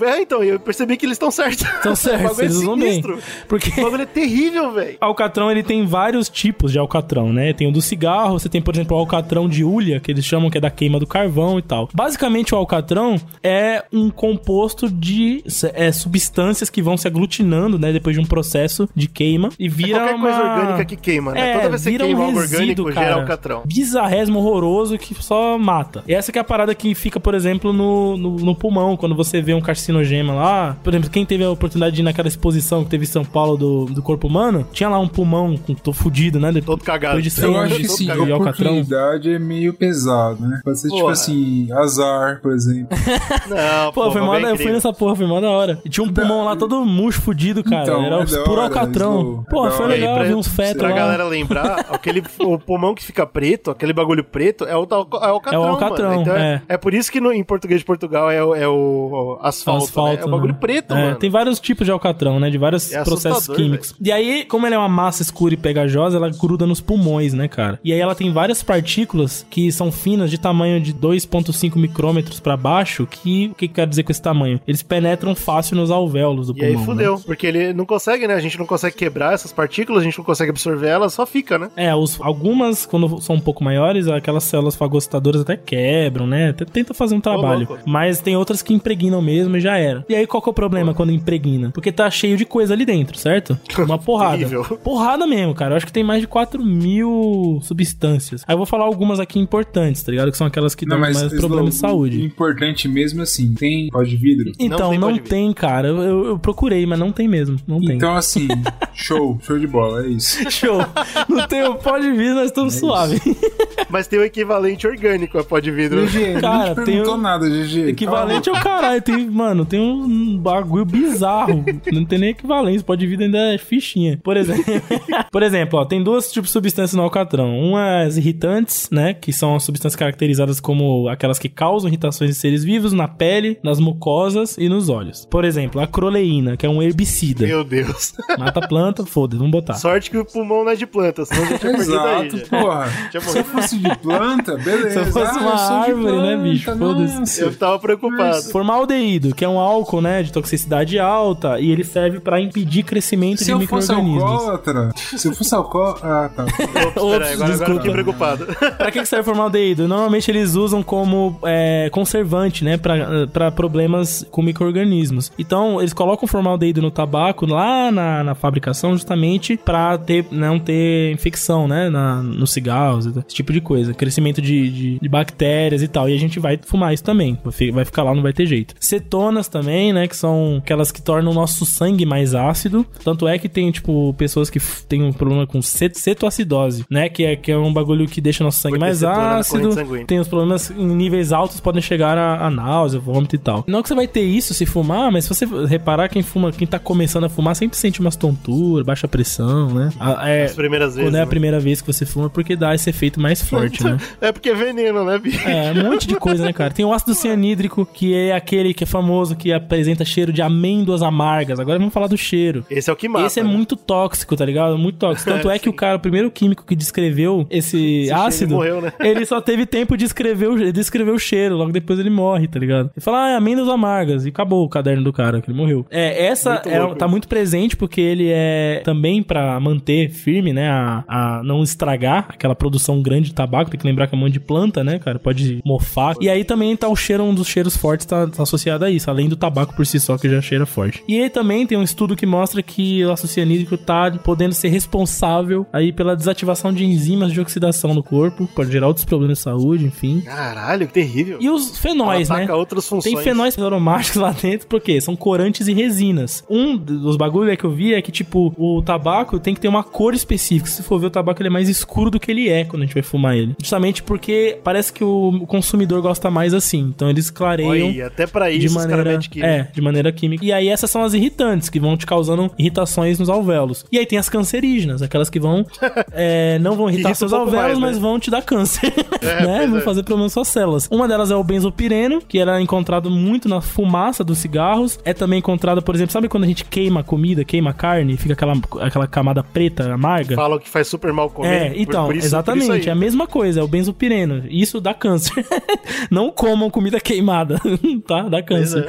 Speaker 4: eu percebi que eles estão certos.
Speaker 3: Estão certos, eles usam bem. Porque
Speaker 4: o bagulho é terrível, velho.
Speaker 3: Alcatrão, ele tem vários tipos de alcatrão, né? Tem o do cigarro, você tem, por exemplo, o alcatrão de hulha, que eles chamam que é da queima do carvão e tal. Basicamente, o alcatrão é um composto de é, substâncias que vão se aglutinando, né? Depois de um processo de queima e vira
Speaker 4: é qualquer
Speaker 3: uma...
Speaker 4: coisa orgânica que queima, né?
Speaker 3: É,
Speaker 4: Toda vez que você queima
Speaker 3: um
Speaker 4: algo
Speaker 3: resíduo,
Speaker 4: orgânico,
Speaker 3: cara,
Speaker 4: gera alcatrão.
Speaker 3: Bizarrésimo, horroroso, que só mata. E essa que é a parada que fica, por exemplo, no, no, no pulmão, quando você vê um carcinogema lá. Por exemplo, quem teve a oportunidade de ir naquela exposição que teve em São Paulo do, do corpo humano, tinha lá um pulmão com, tô fudido, né?
Speaker 4: Todo cagado.
Speaker 3: Depois de cem
Speaker 2: eu
Speaker 3: anos
Speaker 2: acho que sim,
Speaker 3: de
Speaker 2: a
Speaker 3: alcatrão.
Speaker 2: oportunidade é meio pesado, né? Pode ser
Speaker 4: Porra.
Speaker 2: tipo assim, azar, por exemplo.
Speaker 4: Não,
Speaker 3: Pô, foi mó da, eu fui nessa porra, foi mó da hora. E tinha um pulmão lá todo murcho, fudido, cara.
Speaker 2: Então,
Speaker 3: Era
Speaker 2: é
Speaker 3: os
Speaker 2: da
Speaker 3: puro
Speaker 2: hora,
Speaker 3: alcatrão.
Speaker 2: isso,
Speaker 3: Pô,
Speaker 2: é
Speaker 3: foi
Speaker 2: da
Speaker 3: legal,
Speaker 4: hora.
Speaker 3: vi uns fetos
Speaker 4: Pra
Speaker 3: lá.
Speaker 4: galera lembrar, aquele, o pulmão que fica preto, aquele bagulho preto, é o, é o alcatrão,
Speaker 3: É o alcatrão,
Speaker 4: mano. Então
Speaker 3: é.
Speaker 4: é. É por isso que no, em português de Portugal é, o- é o asfalto,
Speaker 3: Asfalto,
Speaker 4: né? É o bagulho
Speaker 3: né?
Speaker 4: preto,
Speaker 3: É,
Speaker 4: mano.
Speaker 3: tem vários tipos de alcatrão, né? De vários
Speaker 4: É
Speaker 3: processos
Speaker 4: assustador,
Speaker 3: químicos. E aí, como ela é uma massa escura e pegajosa, ela gruda nos pulmões, né, cara? E aí ela tem várias partículas que são finas, de tamanho de dois vírgula cinco micrômetros pra baixo, que... O que quer dizer com esse tamanho? Eles penetram fácil nos alvéolos do
Speaker 4: E
Speaker 3: pulmão,
Speaker 4: aí fudeu,
Speaker 3: né?
Speaker 4: porque ele não consegue, né? A gente não consegue quebrar essas partículas, a gente não consegue absorver elas, só fica, né?
Speaker 3: É, os, algumas, quando são um pouco maiores, aquelas células fagocitadoras até quebram, né? Até tenta fazer um trabalho.
Speaker 4: louco.
Speaker 3: Mas tem outras que impregnam mesmo e já era. E aí, qual que é o problema quando impregna? Porque tá cheio de coisa ali dentro, certo? Uma porrada.
Speaker 4: Terrível.
Speaker 3: Porrada mesmo, cara. Eu acho que tem mais de quatro mil substâncias. Aí eu vou falar algumas aqui importantes, tá ligado? Que são aquelas que dão mais
Speaker 2: Slow,
Speaker 3: problemas de
Speaker 2: o
Speaker 3: saúde.
Speaker 2: importante mesmo assim, tem pó de vidro?
Speaker 3: Então,
Speaker 4: tem
Speaker 3: não
Speaker 4: pó
Speaker 3: tem,
Speaker 4: de vidro.
Speaker 3: cara. Eu, eu- eu procurei, mas não tem mesmo. Não tem.
Speaker 2: Então assim, show, show de bola, é isso.
Speaker 3: Show. Não tem o pó de vidro, nós estamos suave.
Speaker 4: Mas tem o equivalente orgânico a pó de vidro.
Speaker 2: G G,
Speaker 3: Cara,
Speaker 2: não te
Speaker 3: tem
Speaker 2: perguntou
Speaker 3: um-
Speaker 2: nada, G G.
Speaker 3: Equivalente ao caralho. Tem, mano, tem um bagulho bizarro. Não tem nem equivalência. Pode vir ainda é fichinha. Por exemplo, por exemplo, ó, tem duas tipos de substâncias no alcatrão. Uma as irritantes, né? Que são as substâncias caracterizadas como aquelas que causam irritações em seres vivos, na pele, nas mucosas e nos olhos. Por exemplo, a acroleína, que é um herbicida.
Speaker 4: Meu Deus.
Speaker 3: Mata a planta, foda-se, vamos botar.
Speaker 4: Sorte que o pulmão não é de planta, senão já tinha perdido aí.
Speaker 2: Exato,
Speaker 4: já.
Speaker 2: porra.
Speaker 4: Tinha
Speaker 2: Se
Speaker 4: morrido.
Speaker 2: eu fosse de planta, beleza.
Speaker 3: Se eu fosse
Speaker 2: Ah,
Speaker 3: uma
Speaker 2: eu sou de
Speaker 3: árvore, né,
Speaker 2: planta,
Speaker 3: bicho? Foda-se.
Speaker 2: nossa.
Speaker 4: Eu tava preocupado.
Speaker 3: Formaldeído, que é um álcool, né, de toxicidade alta, e ele serve pra impedir crescimento
Speaker 2: Se
Speaker 3: de
Speaker 2: eu fosse
Speaker 3: micro-organismos.
Speaker 2: alcoólatra, se eu fosse alcoólatra... Ah, tá.
Speaker 4: Ops,
Speaker 3: Ops,
Speaker 4: peraí, agora, agora eu
Speaker 3: desculpa.
Speaker 4: fiquei preocupado.
Speaker 3: Pra que que serve formaldeído? Normalmente eles usam como é, conservante, né? Pra, pra problemas com micro-organismos. Então, eles colocam formaldeído no tabaco lá na, na fabricação justamente pra ter, não ter infecção, né? Na, nos cigarros, esse tipo de coisa. Crescimento de, de, de bactérias e tal. E a gente vai fumar isso também. Vai ficar lá, não vai ter jeito. Cetonas também, né? Que são aquelas que tornam o nosso sangue mais ácido. Tanto é que tem, tipo, pessoas que f- têm um problema com cet- cetoacidose, né? Que é, que é um bagulho que deixa nosso sangue
Speaker 4: Por ter
Speaker 3: mais
Speaker 4: cetona na
Speaker 3: ácido.
Speaker 4: corrente sanguínea.
Speaker 3: Tem os problemas em níveis altos, podem chegar a, a náusea, vômito e tal. Não que você vai ter isso se fumar, mas se você reparar, quem fuma, quem tá começando a fumar sempre sente umas tonturas, baixa pressão, né? A- é,
Speaker 4: As primeiras vezes,
Speaker 3: quando é a
Speaker 4: né?
Speaker 3: primeira vez que você fuma, porque dá esse efeito mais forte, né?
Speaker 4: É porque é veneno, né, bicho?
Speaker 3: É, um monte de coisa, né, cara? Tem o ácido cianídrico, que é aquele que é famoso, que apresenta cheiro de amêndoas amargas. Agora vamos falar do cheiro.
Speaker 4: Esse é o que mata.
Speaker 3: Esse é
Speaker 4: né?
Speaker 3: muito tóxico, tá ligado? Muito tóxico. Tanto é, que o cara, o primeiro químico que descreveu esse,
Speaker 4: cheiro,
Speaker 3: ácido,
Speaker 4: ele morreu, né?
Speaker 3: ele só teve tempo de escrever, o, de escrever o cheiro. Logo depois ele morre, tá ligado? Ele fala, ah, é amêndoas amargas. E acabou o caderno do cara, que ele morreu. É, essa
Speaker 4: Muito
Speaker 3: é-
Speaker 4: louco
Speaker 3: tá
Speaker 4: isso.
Speaker 3: muito presente porque ele é também pra manter firme, né? A, a não estragar aquela produção grande de tabaco. Tem que lembrar que é um monte de planta, né, cara? Pode mofar. E aí também tá o cheiro, um dos cheiros fortes tá, tá associado a isso, além do tabaco por si só, que já cheira forte. E aí também tem um estudo que mostra que o ácido cianídrico tá podendo ser responsável aí pela desativação de enzimas de oxidação no corpo, pode gerar outros problemas de saúde, enfim.
Speaker 4: Caralho, que terrível.
Speaker 3: E os fenóis,
Speaker 4: Ela
Speaker 3: né?
Speaker 4: ataca outras funções.
Speaker 3: Tem fenóis aromáticos lá dentro, porque são corantes e resinas. Um dos bagulhos que eu vi é que, tipo, o tabaco tem que ter uma cor específica. Se for ver, o tabaco ele é mais escuro do que ele é quando a gente vai fumar ele. Justamente porque parece que o consumidor gosta mais assim. Então eles clareiam
Speaker 4: Olha, até pra isso
Speaker 3: de
Speaker 4: os caras
Speaker 3: maneira,
Speaker 4: metem química.
Speaker 3: é, de maneira química. E aí essas são as irritantes, que vão te causando irritações nos alvéolos. E aí tem as cancerígenas, aquelas que vão é, não vão irritar
Speaker 4: irrita
Speaker 3: seus
Speaker 4: um pouco
Speaker 3: alvéolos,
Speaker 4: mais,
Speaker 3: mas
Speaker 4: né?
Speaker 3: vão te dar câncer.
Speaker 4: É,
Speaker 3: né?
Speaker 4: pois
Speaker 3: Vão
Speaker 4: é.
Speaker 3: fazer problema nas suas células. Uma delas é o benzopireno, que era encontrado muito na fumaça dos cigarros. É também encontrado, por exemplo, sabe quando a gente queima a comida, queima a carne, fica aquela, aquela camada preta, amarga?
Speaker 4: Falam que faz super mal comer.
Speaker 3: É,
Speaker 4: por-
Speaker 3: então,
Speaker 4: por isso-
Speaker 3: exatamente,
Speaker 4: por isso aí.
Speaker 3: é a mesma coisa, é o benzopireno. Isso dá câncer. Não comam comida queimada, tá? Dá câncer.
Speaker 4: Pois
Speaker 3: Por exemplo,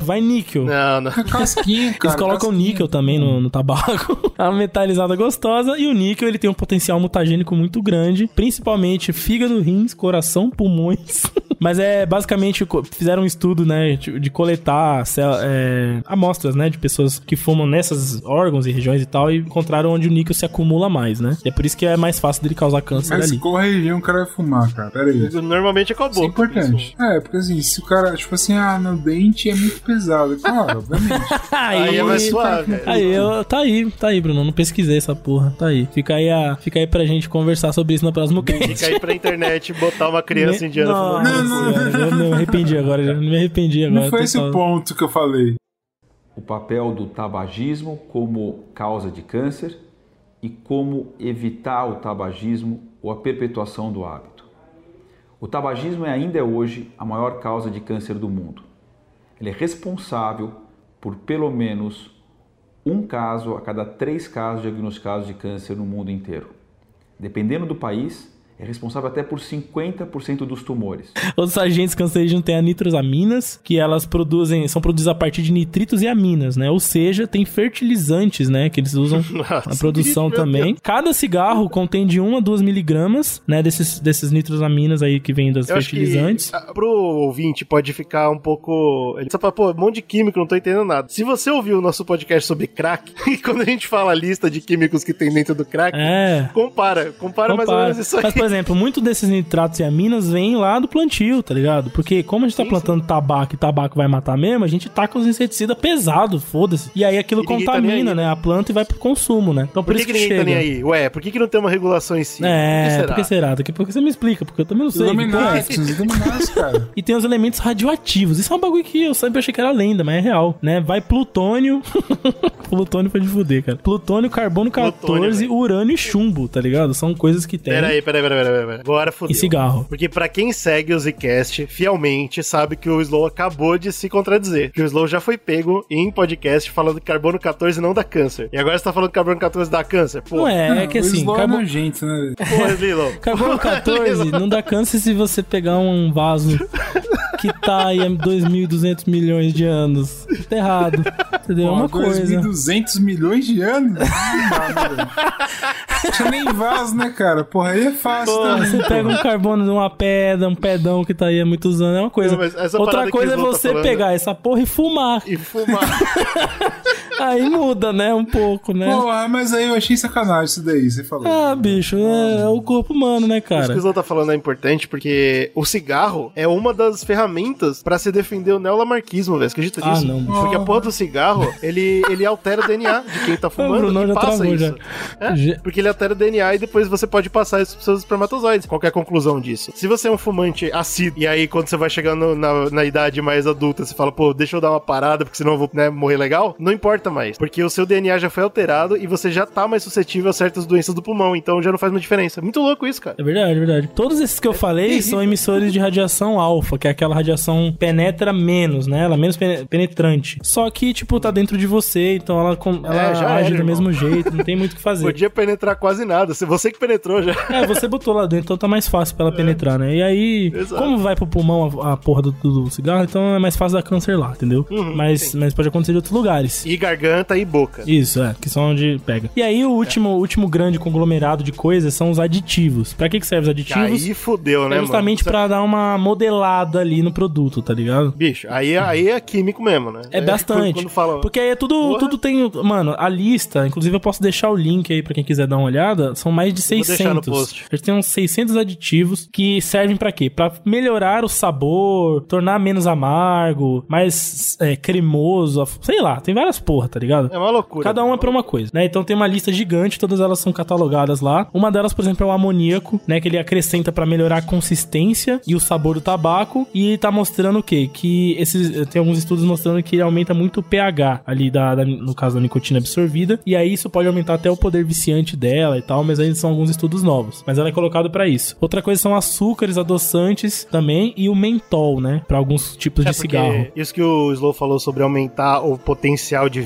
Speaker 3: exemplo, vai níquel.
Speaker 4: Não, não.
Speaker 2: A casquinha, cara.
Speaker 3: Eles colocam
Speaker 2: casquinha.
Speaker 3: níquel também no, no tabaco. A metalizada gostosa. E o níquel, ele tem um potencial mutagênico muito grande. Principalmente fígado, rins, coração, pulmões. Mas é basicamente, fizeram um estudo, né, de coletar é, amostras, né, de pessoas que fumam nessas órgãos e regiões e tal, e encontraram onde o níquel se acumula mais, né? E é por isso que é mais fácil dele causar câncer
Speaker 2: Mas
Speaker 3: ali.
Speaker 2: Mas qual região o cara vai fumar, cara? Pera aí.
Speaker 4: Normalmente é com a boca.
Speaker 2: Isso é importante. É, porque assim, se o cara, tipo assim, ah, no dente é muito pesado. Claro, obviamente.
Speaker 3: aí,
Speaker 4: aí é mais suave.
Speaker 3: Aí, eu, tá aí, tá aí, Bruno. Não pesquisei essa porra. Tá aí. Fica aí, a, fica aí pra gente conversar sobre isso no próximo cast.
Speaker 4: Fica aí pra internet botar uma criança
Speaker 3: Me...
Speaker 4: indiana
Speaker 3: Nossa,
Speaker 4: fumando.
Speaker 3: Não, não, não, me arrependi agora, já me arrependi agora.
Speaker 2: Não foi esse o ponto que eu falei.
Speaker 10: O papel do tabagismo como causa de câncer e como evitar o tabagismo ou a perpetuação do hábito. O tabagismo é ainda hoje a maior causa de câncer do mundo. Ele é responsável por pelo menos um caso a cada três casos diagnosticados de câncer no mundo inteiro. Dependendo do país, é responsável até por cinquenta por cento dos tumores.
Speaker 3: Os agentes cancerígenos têm a nitrosaminas, que elas produzem, são produzidas a partir de nitritos e aminas, né? Ou seja, tem fertilizantes, né? Que eles usam
Speaker 4: Nossa,
Speaker 3: na produção
Speaker 4: meu
Speaker 3: também.
Speaker 4: Deus.
Speaker 3: Cada cigarro contém de um a duas miligramas, né? Desses, desses nitrosaminas aí que vêm das
Speaker 4: Eu
Speaker 3: fertilizantes.
Speaker 4: Acho que, pro ouvinte pode ficar um pouco... Ele só fala, pô, um monte de químico, não tô entendendo nada. Se você ouviu o nosso podcast sobre crack, e quando a gente fala a lista de químicos que tem dentro do crack,
Speaker 3: É.
Speaker 4: compara, compara, mais ou menos isso aí.
Speaker 3: Mas, por exemplo, muito desses nitratos e aminas vêm lá do plantio, tá ligado? Porque como a gente tá
Speaker 4: Sim,
Speaker 3: plantando
Speaker 4: sim.
Speaker 3: tabaco e tabaco vai matar mesmo, a gente taca os inseticidas pesados, foda-se. E aí aquilo
Speaker 4: E ninguém tá nem
Speaker 3: contamina,
Speaker 4: aí,
Speaker 3: né? A planta e vai pro consumo, né? Então por,
Speaker 4: Por que,
Speaker 3: isso
Speaker 4: que
Speaker 3: que,
Speaker 4: ninguém
Speaker 3: chega.
Speaker 4: tá nem aí? Ué, por que, que não tem uma regulação em si?
Speaker 3: É,
Speaker 4: por
Speaker 3: por que será? Daqui a pouco você me explica, porque eu também não sei. que porra é essa?
Speaker 2: Iluminati, os Illuminati, cara.
Speaker 3: E tem os elementos radioativos. Isso é um bagulho que eu sempre achei que era lenda, mas é real, né? Vai plutônio. Plutônio foi de fuder, cara. Plutônio, carbono quatorze,
Speaker 4: Plutônio,
Speaker 3: urânio e chumbo, tá ligado? São coisas que tem.
Speaker 4: Pera aí, pera aí, pera aí, pera aí, pera aí. Agora fodeu.
Speaker 3: E cigarro.
Speaker 4: Porque pra quem segue o Zcast fielmente, sabe que o Slow acabou de se contradizer. Que o Slow já foi pego em podcast falando que carbono quatorze não dá câncer. E agora você tá falando que carbono quatorze dá câncer? Pô,
Speaker 3: Não é, é que
Speaker 2: o
Speaker 3: assim,
Speaker 2: Slow
Speaker 3: carbo-
Speaker 2: é nojento, né?
Speaker 4: porra, Slow.
Speaker 3: carbono quatorze não dá câncer se você pegar um vaso que tá aí há dois mil e duzentos milhões de anos. Tá errado. Entendeu? É uma
Speaker 2: dois mil e
Speaker 3: coisa.
Speaker 2: duzentos milhões de anos? Não dá, né, velho? Tinha nem vaso, né, cara? Porra, aí é fácil
Speaker 3: Pô,
Speaker 2: também.
Speaker 3: você pega um carbono de uma pedra, um pedão que tá aí há muitos anos, é uma coisa.
Speaker 4: Não, mas essa
Speaker 3: Outra
Speaker 4: parada que
Speaker 3: coisa
Speaker 4: o
Speaker 3: é
Speaker 4: Slow tá
Speaker 3: você
Speaker 4: falando-
Speaker 3: pegar essa porra e fumar.
Speaker 4: E fumar.
Speaker 3: Aí muda, né? Um pouco, né?
Speaker 2: Porra, mas aí eu achei sacanagem isso daí, você falou.
Speaker 3: Ah, bicho, é, é o corpo humano, né,
Speaker 4: Isso que
Speaker 3: cara?
Speaker 4: o Slow tá falando é importante porque o cigarro é uma das ferramentas pra se defender o neolamarquismo, velho. Você acredita
Speaker 3: Ah,
Speaker 4: nisso?
Speaker 3: não, bicho.
Speaker 4: Porque a porra do cigarro, ele, ele altera o D N A de quem tá fumando
Speaker 3: Bruno
Speaker 4: e
Speaker 3: já
Speaker 4: passa
Speaker 3: travou,
Speaker 4: isso. É,
Speaker 3: Já.
Speaker 4: porque ele altera o D N A e depois você pode passar isso pros seus espermatozoides. Qual que é a conclusão disso? Se você é um fumante assíduo e aí quando você vai chegando na, na idade mais adulta, você fala, pô, deixa eu dar uma parada porque senão eu vou, né, morrer legal, não importa mais. Porque o seu D N A já foi alterado e você já tá mais suscetível a certas doenças do pulmão, então já não faz uma diferença. Muito louco isso, cara.
Speaker 3: É verdade, é verdade. Todos esses que eu falei são emissores de radiação alfa, que é aquela radiação que penetra menos, né? Ela é menos pene- penetrante. Só que, tipo, tá dentro de você, então ela, com- ela
Speaker 4: É, já
Speaker 3: age
Speaker 4: era,
Speaker 3: do
Speaker 4: irmão.
Speaker 3: mesmo jeito, não tem muito o que fazer.
Speaker 4: Podia penetrar quase nada. Se você que penetrou já.
Speaker 3: É, você botou lá dentro, então tá mais fácil pra ela penetrar, né? E aí,
Speaker 4: Exato.
Speaker 3: como vai pro pulmão a, a porra do, do cigarro, então é mais fácil dar câncer lá, entendeu?
Speaker 4: Uhum,
Speaker 3: mas,
Speaker 4: sim.
Speaker 3: mas pode acontecer de outros lugares.
Speaker 4: E garganta e boca.
Speaker 3: Isso, é, que são onde pega. E aí, o último, o último grande conglomerado de coisas são os aditivos. Pra que que servem os aditivos?
Speaker 4: Aí fudeu, né,
Speaker 3: É justamente
Speaker 4: mano?
Speaker 3: pra dar uma modelada ali no produto, tá ligado?
Speaker 4: Bicho, aí, aí é químico mesmo, né?
Speaker 3: É bastante.
Speaker 4: Quando fala...
Speaker 3: Porque aí é tudo,
Speaker 4: Porra.
Speaker 3: tudo tem... Mano, a lista, inclusive eu posso deixar o link aí pra quem quiser dar uma olhada, são mais de
Speaker 4: vou deixar
Speaker 3: seiscentos.
Speaker 4: no post.
Speaker 3: A gente tem uns seiscentos aditivos que servem pra quê? Pra melhorar o sabor, tornar menos amargo, mais é, cremoso, sei lá, tem várias porra, tá ligado?
Speaker 4: É uma loucura.
Speaker 3: Cada uma é pra uma coisa, né? Então tem uma lista gigante, todas elas são catalogadas lá. Uma delas, por exemplo, é o amoníaco, né? Que ele acrescenta pra melhorar a consistência e o sabor do tabaco. E tá mostrando o quê? Que esses... Tem alguns estudos mostrando que ele aumenta muito o pH ali, da, da- no caso da nicotina absorvida. E aí isso pode aumentar até o poder viciante dela e tal, mas aí são alguns estudos novos. Mas ela é colocada pra isso. Outra coisa são açúcares, adoçantes também e o mentol, né? Pra alguns tipos
Speaker 4: É
Speaker 3: de
Speaker 4: porque
Speaker 3: cigarro.
Speaker 4: isso que o Slow falou sobre aumentar o potencial de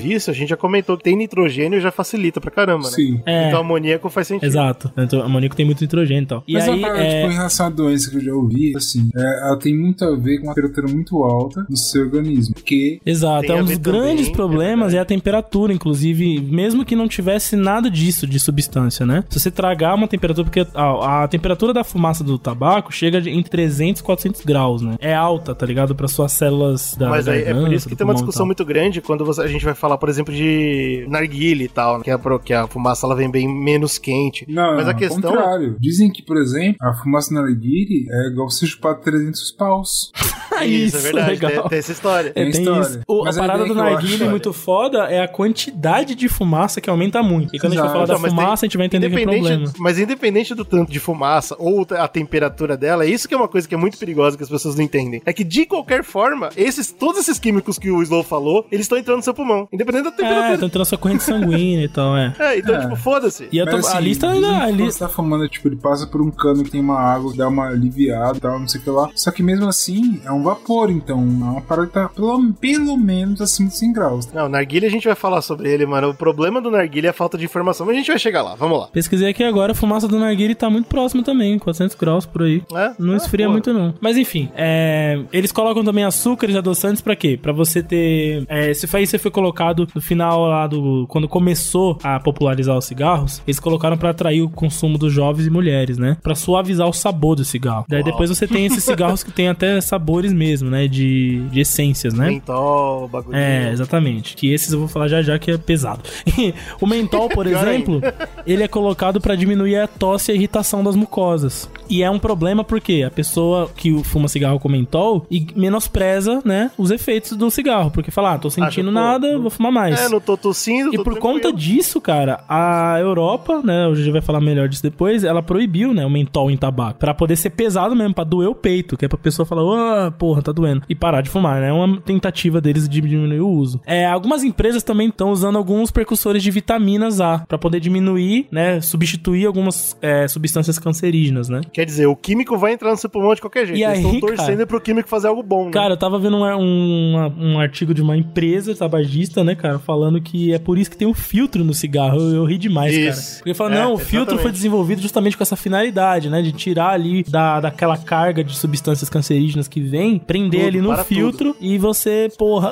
Speaker 4: disso, a gente já comentou que tem nitrogênio já facilita pra caramba, né?
Speaker 2: Sim.
Speaker 3: É.
Speaker 4: Então amoníaco faz sentido.
Speaker 3: Exato. Então, amoníaco tem muito nitrogênio e tal. E
Speaker 2: Mas
Speaker 3: aí,
Speaker 2: uma parada,
Speaker 3: é...
Speaker 2: tipo, em relação à doença que eu já ouvi, assim, é, ela tem muito a ver com uma temperatura muito alta no seu organismo. Que
Speaker 3: Exato,
Speaker 4: Tem
Speaker 3: é
Speaker 4: a
Speaker 3: um
Speaker 4: ver
Speaker 3: dos grandes
Speaker 4: também,
Speaker 3: problemas
Speaker 4: é
Speaker 3: é, a temperatura, inclusive, mesmo que não tivesse nada disso, de substância, né? Se você tragar uma temperatura, porque a, a temperatura da fumaça do tabaco chega de, entre trezentos e quatrocentos graus, né? É alta, tá ligado? Para suas células da
Speaker 4: Mas aí, é por isso que tem uma discussão
Speaker 3: muito
Speaker 4: muito grande quando você, a gente vai falar, por exemplo, de narguile e tal, que a, que a fumaça ela vem bem menos quente.
Speaker 2: Não,
Speaker 4: Mas a
Speaker 2: ao
Speaker 4: questão...
Speaker 2: contrário. Dizem que, por exemplo, a fumaça na narguile é igual você chupar trezentos paus.
Speaker 4: Isso, é verdade,
Speaker 3: legal.
Speaker 4: tem, tem essa história.
Speaker 3: É, tem
Speaker 2: história.
Speaker 3: isso. O, a
Speaker 2: Mas a
Speaker 3: parada
Speaker 2: ideia
Speaker 3: do
Speaker 2: que eu
Speaker 3: narguile
Speaker 2: acho,
Speaker 3: muito foda é a quantidade de fumaça que aumenta muito. E quando
Speaker 2: Exato.
Speaker 3: a gente for falar da
Speaker 4: Não, mas
Speaker 3: fumaça,
Speaker 4: tem-
Speaker 3: a gente vai entender que é
Speaker 4: independente-
Speaker 3: problema.
Speaker 4: Mas independente do tanto de fumaça ou a temperatura dela, isso que é uma coisa que é muito perigosa que as pessoas não entendem. É que, de qualquer forma, esses, todos esses químicos que o Slow falou, eles estão entrando no seu pulmão. Independente da
Speaker 3: É,
Speaker 4: temperatura.
Speaker 3: tá entrando a sua corrente sanguínea e tal, é.
Speaker 4: É, então,
Speaker 2: É.
Speaker 4: tipo, foda-se.
Speaker 3: E eu tô,
Speaker 2: Mas, assim,
Speaker 3: a lista
Speaker 2: dizem
Speaker 3: ainda...
Speaker 2: que
Speaker 3: A
Speaker 2: quando
Speaker 3: lista...
Speaker 2: você tá fumando, tipo, ele passa por um cano que tem uma água que dá uma aliviada e tal, não sei o que lá. Só que mesmo assim, é um vapor, então é uma parada que tá pelo, pelo menos acima de cem graus.
Speaker 4: Não, o narguilha a gente vai falar sobre ele, mano. O problema do narguilha é a falta de informação, mas a gente vai chegar lá. Vamos lá.
Speaker 3: Pesquisei aqui agora, a fumaça do narguile tá muito próxima também, quatrocentos graus por aí.
Speaker 4: É?
Speaker 3: Não
Speaker 4: Ah,
Speaker 3: esfria
Speaker 4: porra.
Speaker 3: muito não. Mas enfim, é, eles colocam também açúcares adoçantes pra quê? Pra você ter... É, esse foi, isso foi colocado no final lá do... Quando começou a popularizar os cigarros, eles colocaram pra atrair o consumo dos jovens e mulheres, né? Pra suavizar o sabor do cigarro. Daí
Speaker 4: Uau.
Speaker 3: depois você tem esses cigarros que tem até sabores mesmo, né? De, de essências, né?
Speaker 4: Mentol, bagulho.
Speaker 3: É, exatamente. Que esses eu vou falar já já que é pesado. O mentol, por
Speaker 4: Pior
Speaker 3: exemplo, ele é colocado pra diminuir a tosse e a irritação das mucosas. E é um problema porque a pessoa que fuma cigarro com mentol e menospreza, né, os efeitos do cigarro. Porque fala, ah, tô sentindo
Speaker 4: pô,
Speaker 3: nada,
Speaker 4: não-
Speaker 3: vou fumar mais.
Speaker 4: É, não tô tossindo,
Speaker 3: E
Speaker 4: tô
Speaker 3: por
Speaker 4: tranquilo.
Speaker 3: conta disso, cara, a Europa, né, o G G vai falar melhor disso depois, ela proibiu, né, o mentol em tabaco. Pra poder ser pesado mesmo, pra doer o peito. Que é pra pessoa falar, ah, porra, tá doendo. E parar de fumar, né? É uma tentativa deles de diminuir o uso. É, algumas empresas também estão usando alguns precursores de vitaminas A pra poder diminuir, né, substituir algumas é, substâncias cancerígenas, né?
Speaker 4: Quer dizer, o químico vai entrar no seu pulmão de qualquer jeito.
Speaker 3: E
Speaker 4: Eles
Speaker 3: aí,
Speaker 4: estão torcendo
Speaker 3: cara?
Speaker 4: pro químico fazer algo bom, né?
Speaker 3: Cara, eu tava vendo um, um, um artigo de uma empresa tabagista, né, cara, falando que é por isso que tem um filtro no cigarro. Eu, eu ri demais,
Speaker 4: Isso.
Speaker 3: cara. Porque fala,
Speaker 4: É,
Speaker 3: não, o filtro
Speaker 4: exatamente.
Speaker 3: foi desenvolvido justamente com essa finalidade, né, de tirar ali da, daquela carga de substâncias cancerígenas que vem, prender
Speaker 4: Tudo,
Speaker 3: ali no
Speaker 4: para
Speaker 3: filtro e você, porra...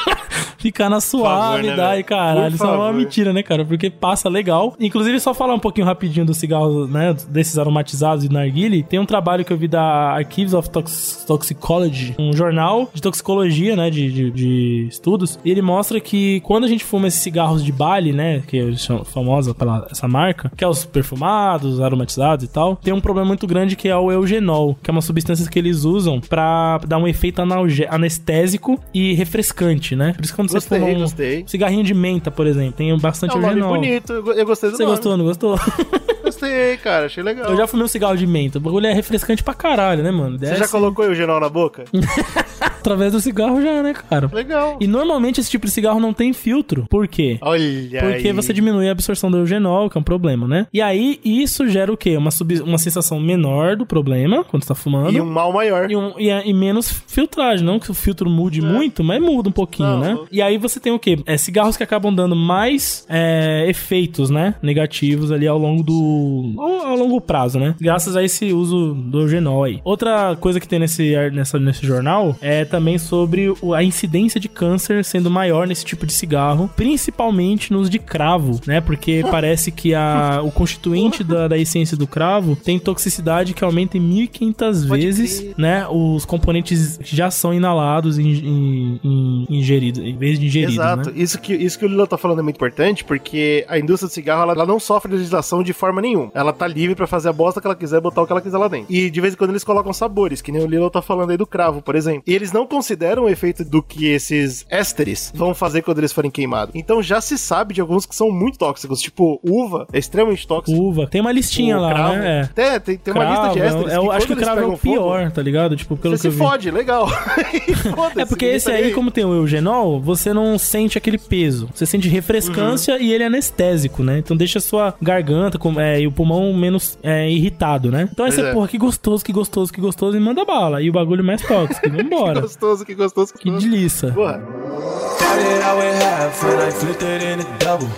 Speaker 3: Ficar na suavidade,
Speaker 4: favor, né,
Speaker 3: caralho.
Speaker 4: Por
Speaker 3: Isso é uma
Speaker 4: favor.
Speaker 3: mentira, né, cara? Porque passa legal. Inclusive, só falar um pouquinho rapidinho dos cigarros, né? Desses aromatizados e narguile. Tem um trabalho que eu vi da Archives of Tox- Toxicology, um jornal de toxicologia, né? De, de, de estudos. E ele mostra que quando a gente fuma esses cigarros de Bali, né? Que é famosa pela essa marca, que é os perfumados, aromatizados e tal, tem um problema muito grande que é o eugenol, que é uma substância que eles usam pra dar um efeito analge- anestésico e refrescante, né? Por isso que quando você
Speaker 4: Gostei,
Speaker 3: fuma um
Speaker 4: gostei.
Speaker 3: cigarrinho de menta, por exemplo, tem bastante
Speaker 4: É um nome
Speaker 3: eugenol.
Speaker 4: bonito, eu go- eu gostei do
Speaker 3: Você
Speaker 4: nome.
Speaker 3: gostou, não gostou?
Speaker 4: Gostei, cara, achei legal.
Speaker 3: Eu já fumei um cigarro de menta. O bagulho é refrescante pra caralho, né, mano?
Speaker 4: Você
Speaker 3: Desce
Speaker 4: já colocou o eugenol na boca?
Speaker 3: através do cigarro já, né, cara?
Speaker 4: Legal.
Speaker 3: E normalmente esse tipo de cigarro não tem filtro. Por quê?
Speaker 4: Olha
Speaker 3: Porque
Speaker 4: aí.
Speaker 3: você diminui a absorção do eugenol, que é um problema, né? E aí, isso gera o quê? Uma, sub... uma sensação menor do problema, quando você tá fumando.
Speaker 4: E um mal maior.
Speaker 3: E, um- e a- e menos filtragem. Não que o filtro mude muito, mas muda um pouquinho,
Speaker 4: Não,
Speaker 3: né?
Speaker 4: não.
Speaker 3: E aí você tem o quê? É, cigarros que acabam dando mais é, efeitos, né? Negativos ali ao longo do... Ao, ao longo prazo, né? Graças a esse uso do eugenol aí. Outra coisa que tem nesse, nessa, nesse jornal é também sobre o- a incidência de câncer sendo maior nesse tipo de cigarro, principalmente nos de cravo, né? Porque parece que a, o constituinte da, da essência do cravo tem toxicidade que aumenta em mil e quinhentas
Speaker 4: Pode
Speaker 3: vezes,
Speaker 4: crer.
Speaker 3: né? Os componentes que já são inalados e in- in- ingeridos, em vez de ingeridos,
Speaker 4: Exato.
Speaker 3: né?
Speaker 4: Isso que, isso que o Lila tá falando é muito importante, porque a indústria do cigarro, ela, ela não sofre legislação de forma nenhuma. Ela tá livre pra fazer a bosta que ela quiser, botar o que ela quiser lá dentro. E de vez em quando eles colocam sabores, que nem o Lila tá falando aí do cravo, por exemplo. E eles não consideram o efeito do que esses ésteres vão fazer quando eles forem queimados. Então já se sabe de alguns que são muito tóxicos, tipo uva, é extremamente tóxico.
Speaker 3: Uva. Tem uma listinha
Speaker 4: O
Speaker 3: lá,
Speaker 4: cravo.
Speaker 3: né? É.
Speaker 4: Tem, tem, tem uma
Speaker 3: Cravo,
Speaker 4: lista de ésteres.
Speaker 3: é, eu
Speaker 4: que
Speaker 3: acho que o
Speaker 4: quando eles
Speaker 3: cravo é o
Speaker 4: pegam fogo,
Speaker 3: pior, tá ligado? Tipo, pelo
Speaker 4: Você
Speaker 3: que eu
Speaker 4: se
Speaker 3: vi.
Speaker 4: fode, legal.
Speaker 3: É porque esse aí, como tem o eugenol, você não sente aquele peso. Você sente refrescância
Speaker 4: Uhum.
Speaker 3: e ele é anestésico, né? Então deixa a sua garganta com- é, e o pulmão menos é, irritado, né? Então aí
Speaker 4: Pois
Speaker 3: você,
Speaker 4: é.
Speaker 3: porra, que gostoso, que gostoso, que gostoso, e manda bala. E o bagulho mais tóxico, e
Speaker 4: Que
Speaker 3: vambora.
Speaker 4: gostoso, que gostoso, que
Speaker 3: Que
Speaker 4: gostoso.
Speaker 3: delícia.
Speaker 4: Porra.
Speaker 11: it, I would have fun, I flipped it in a double.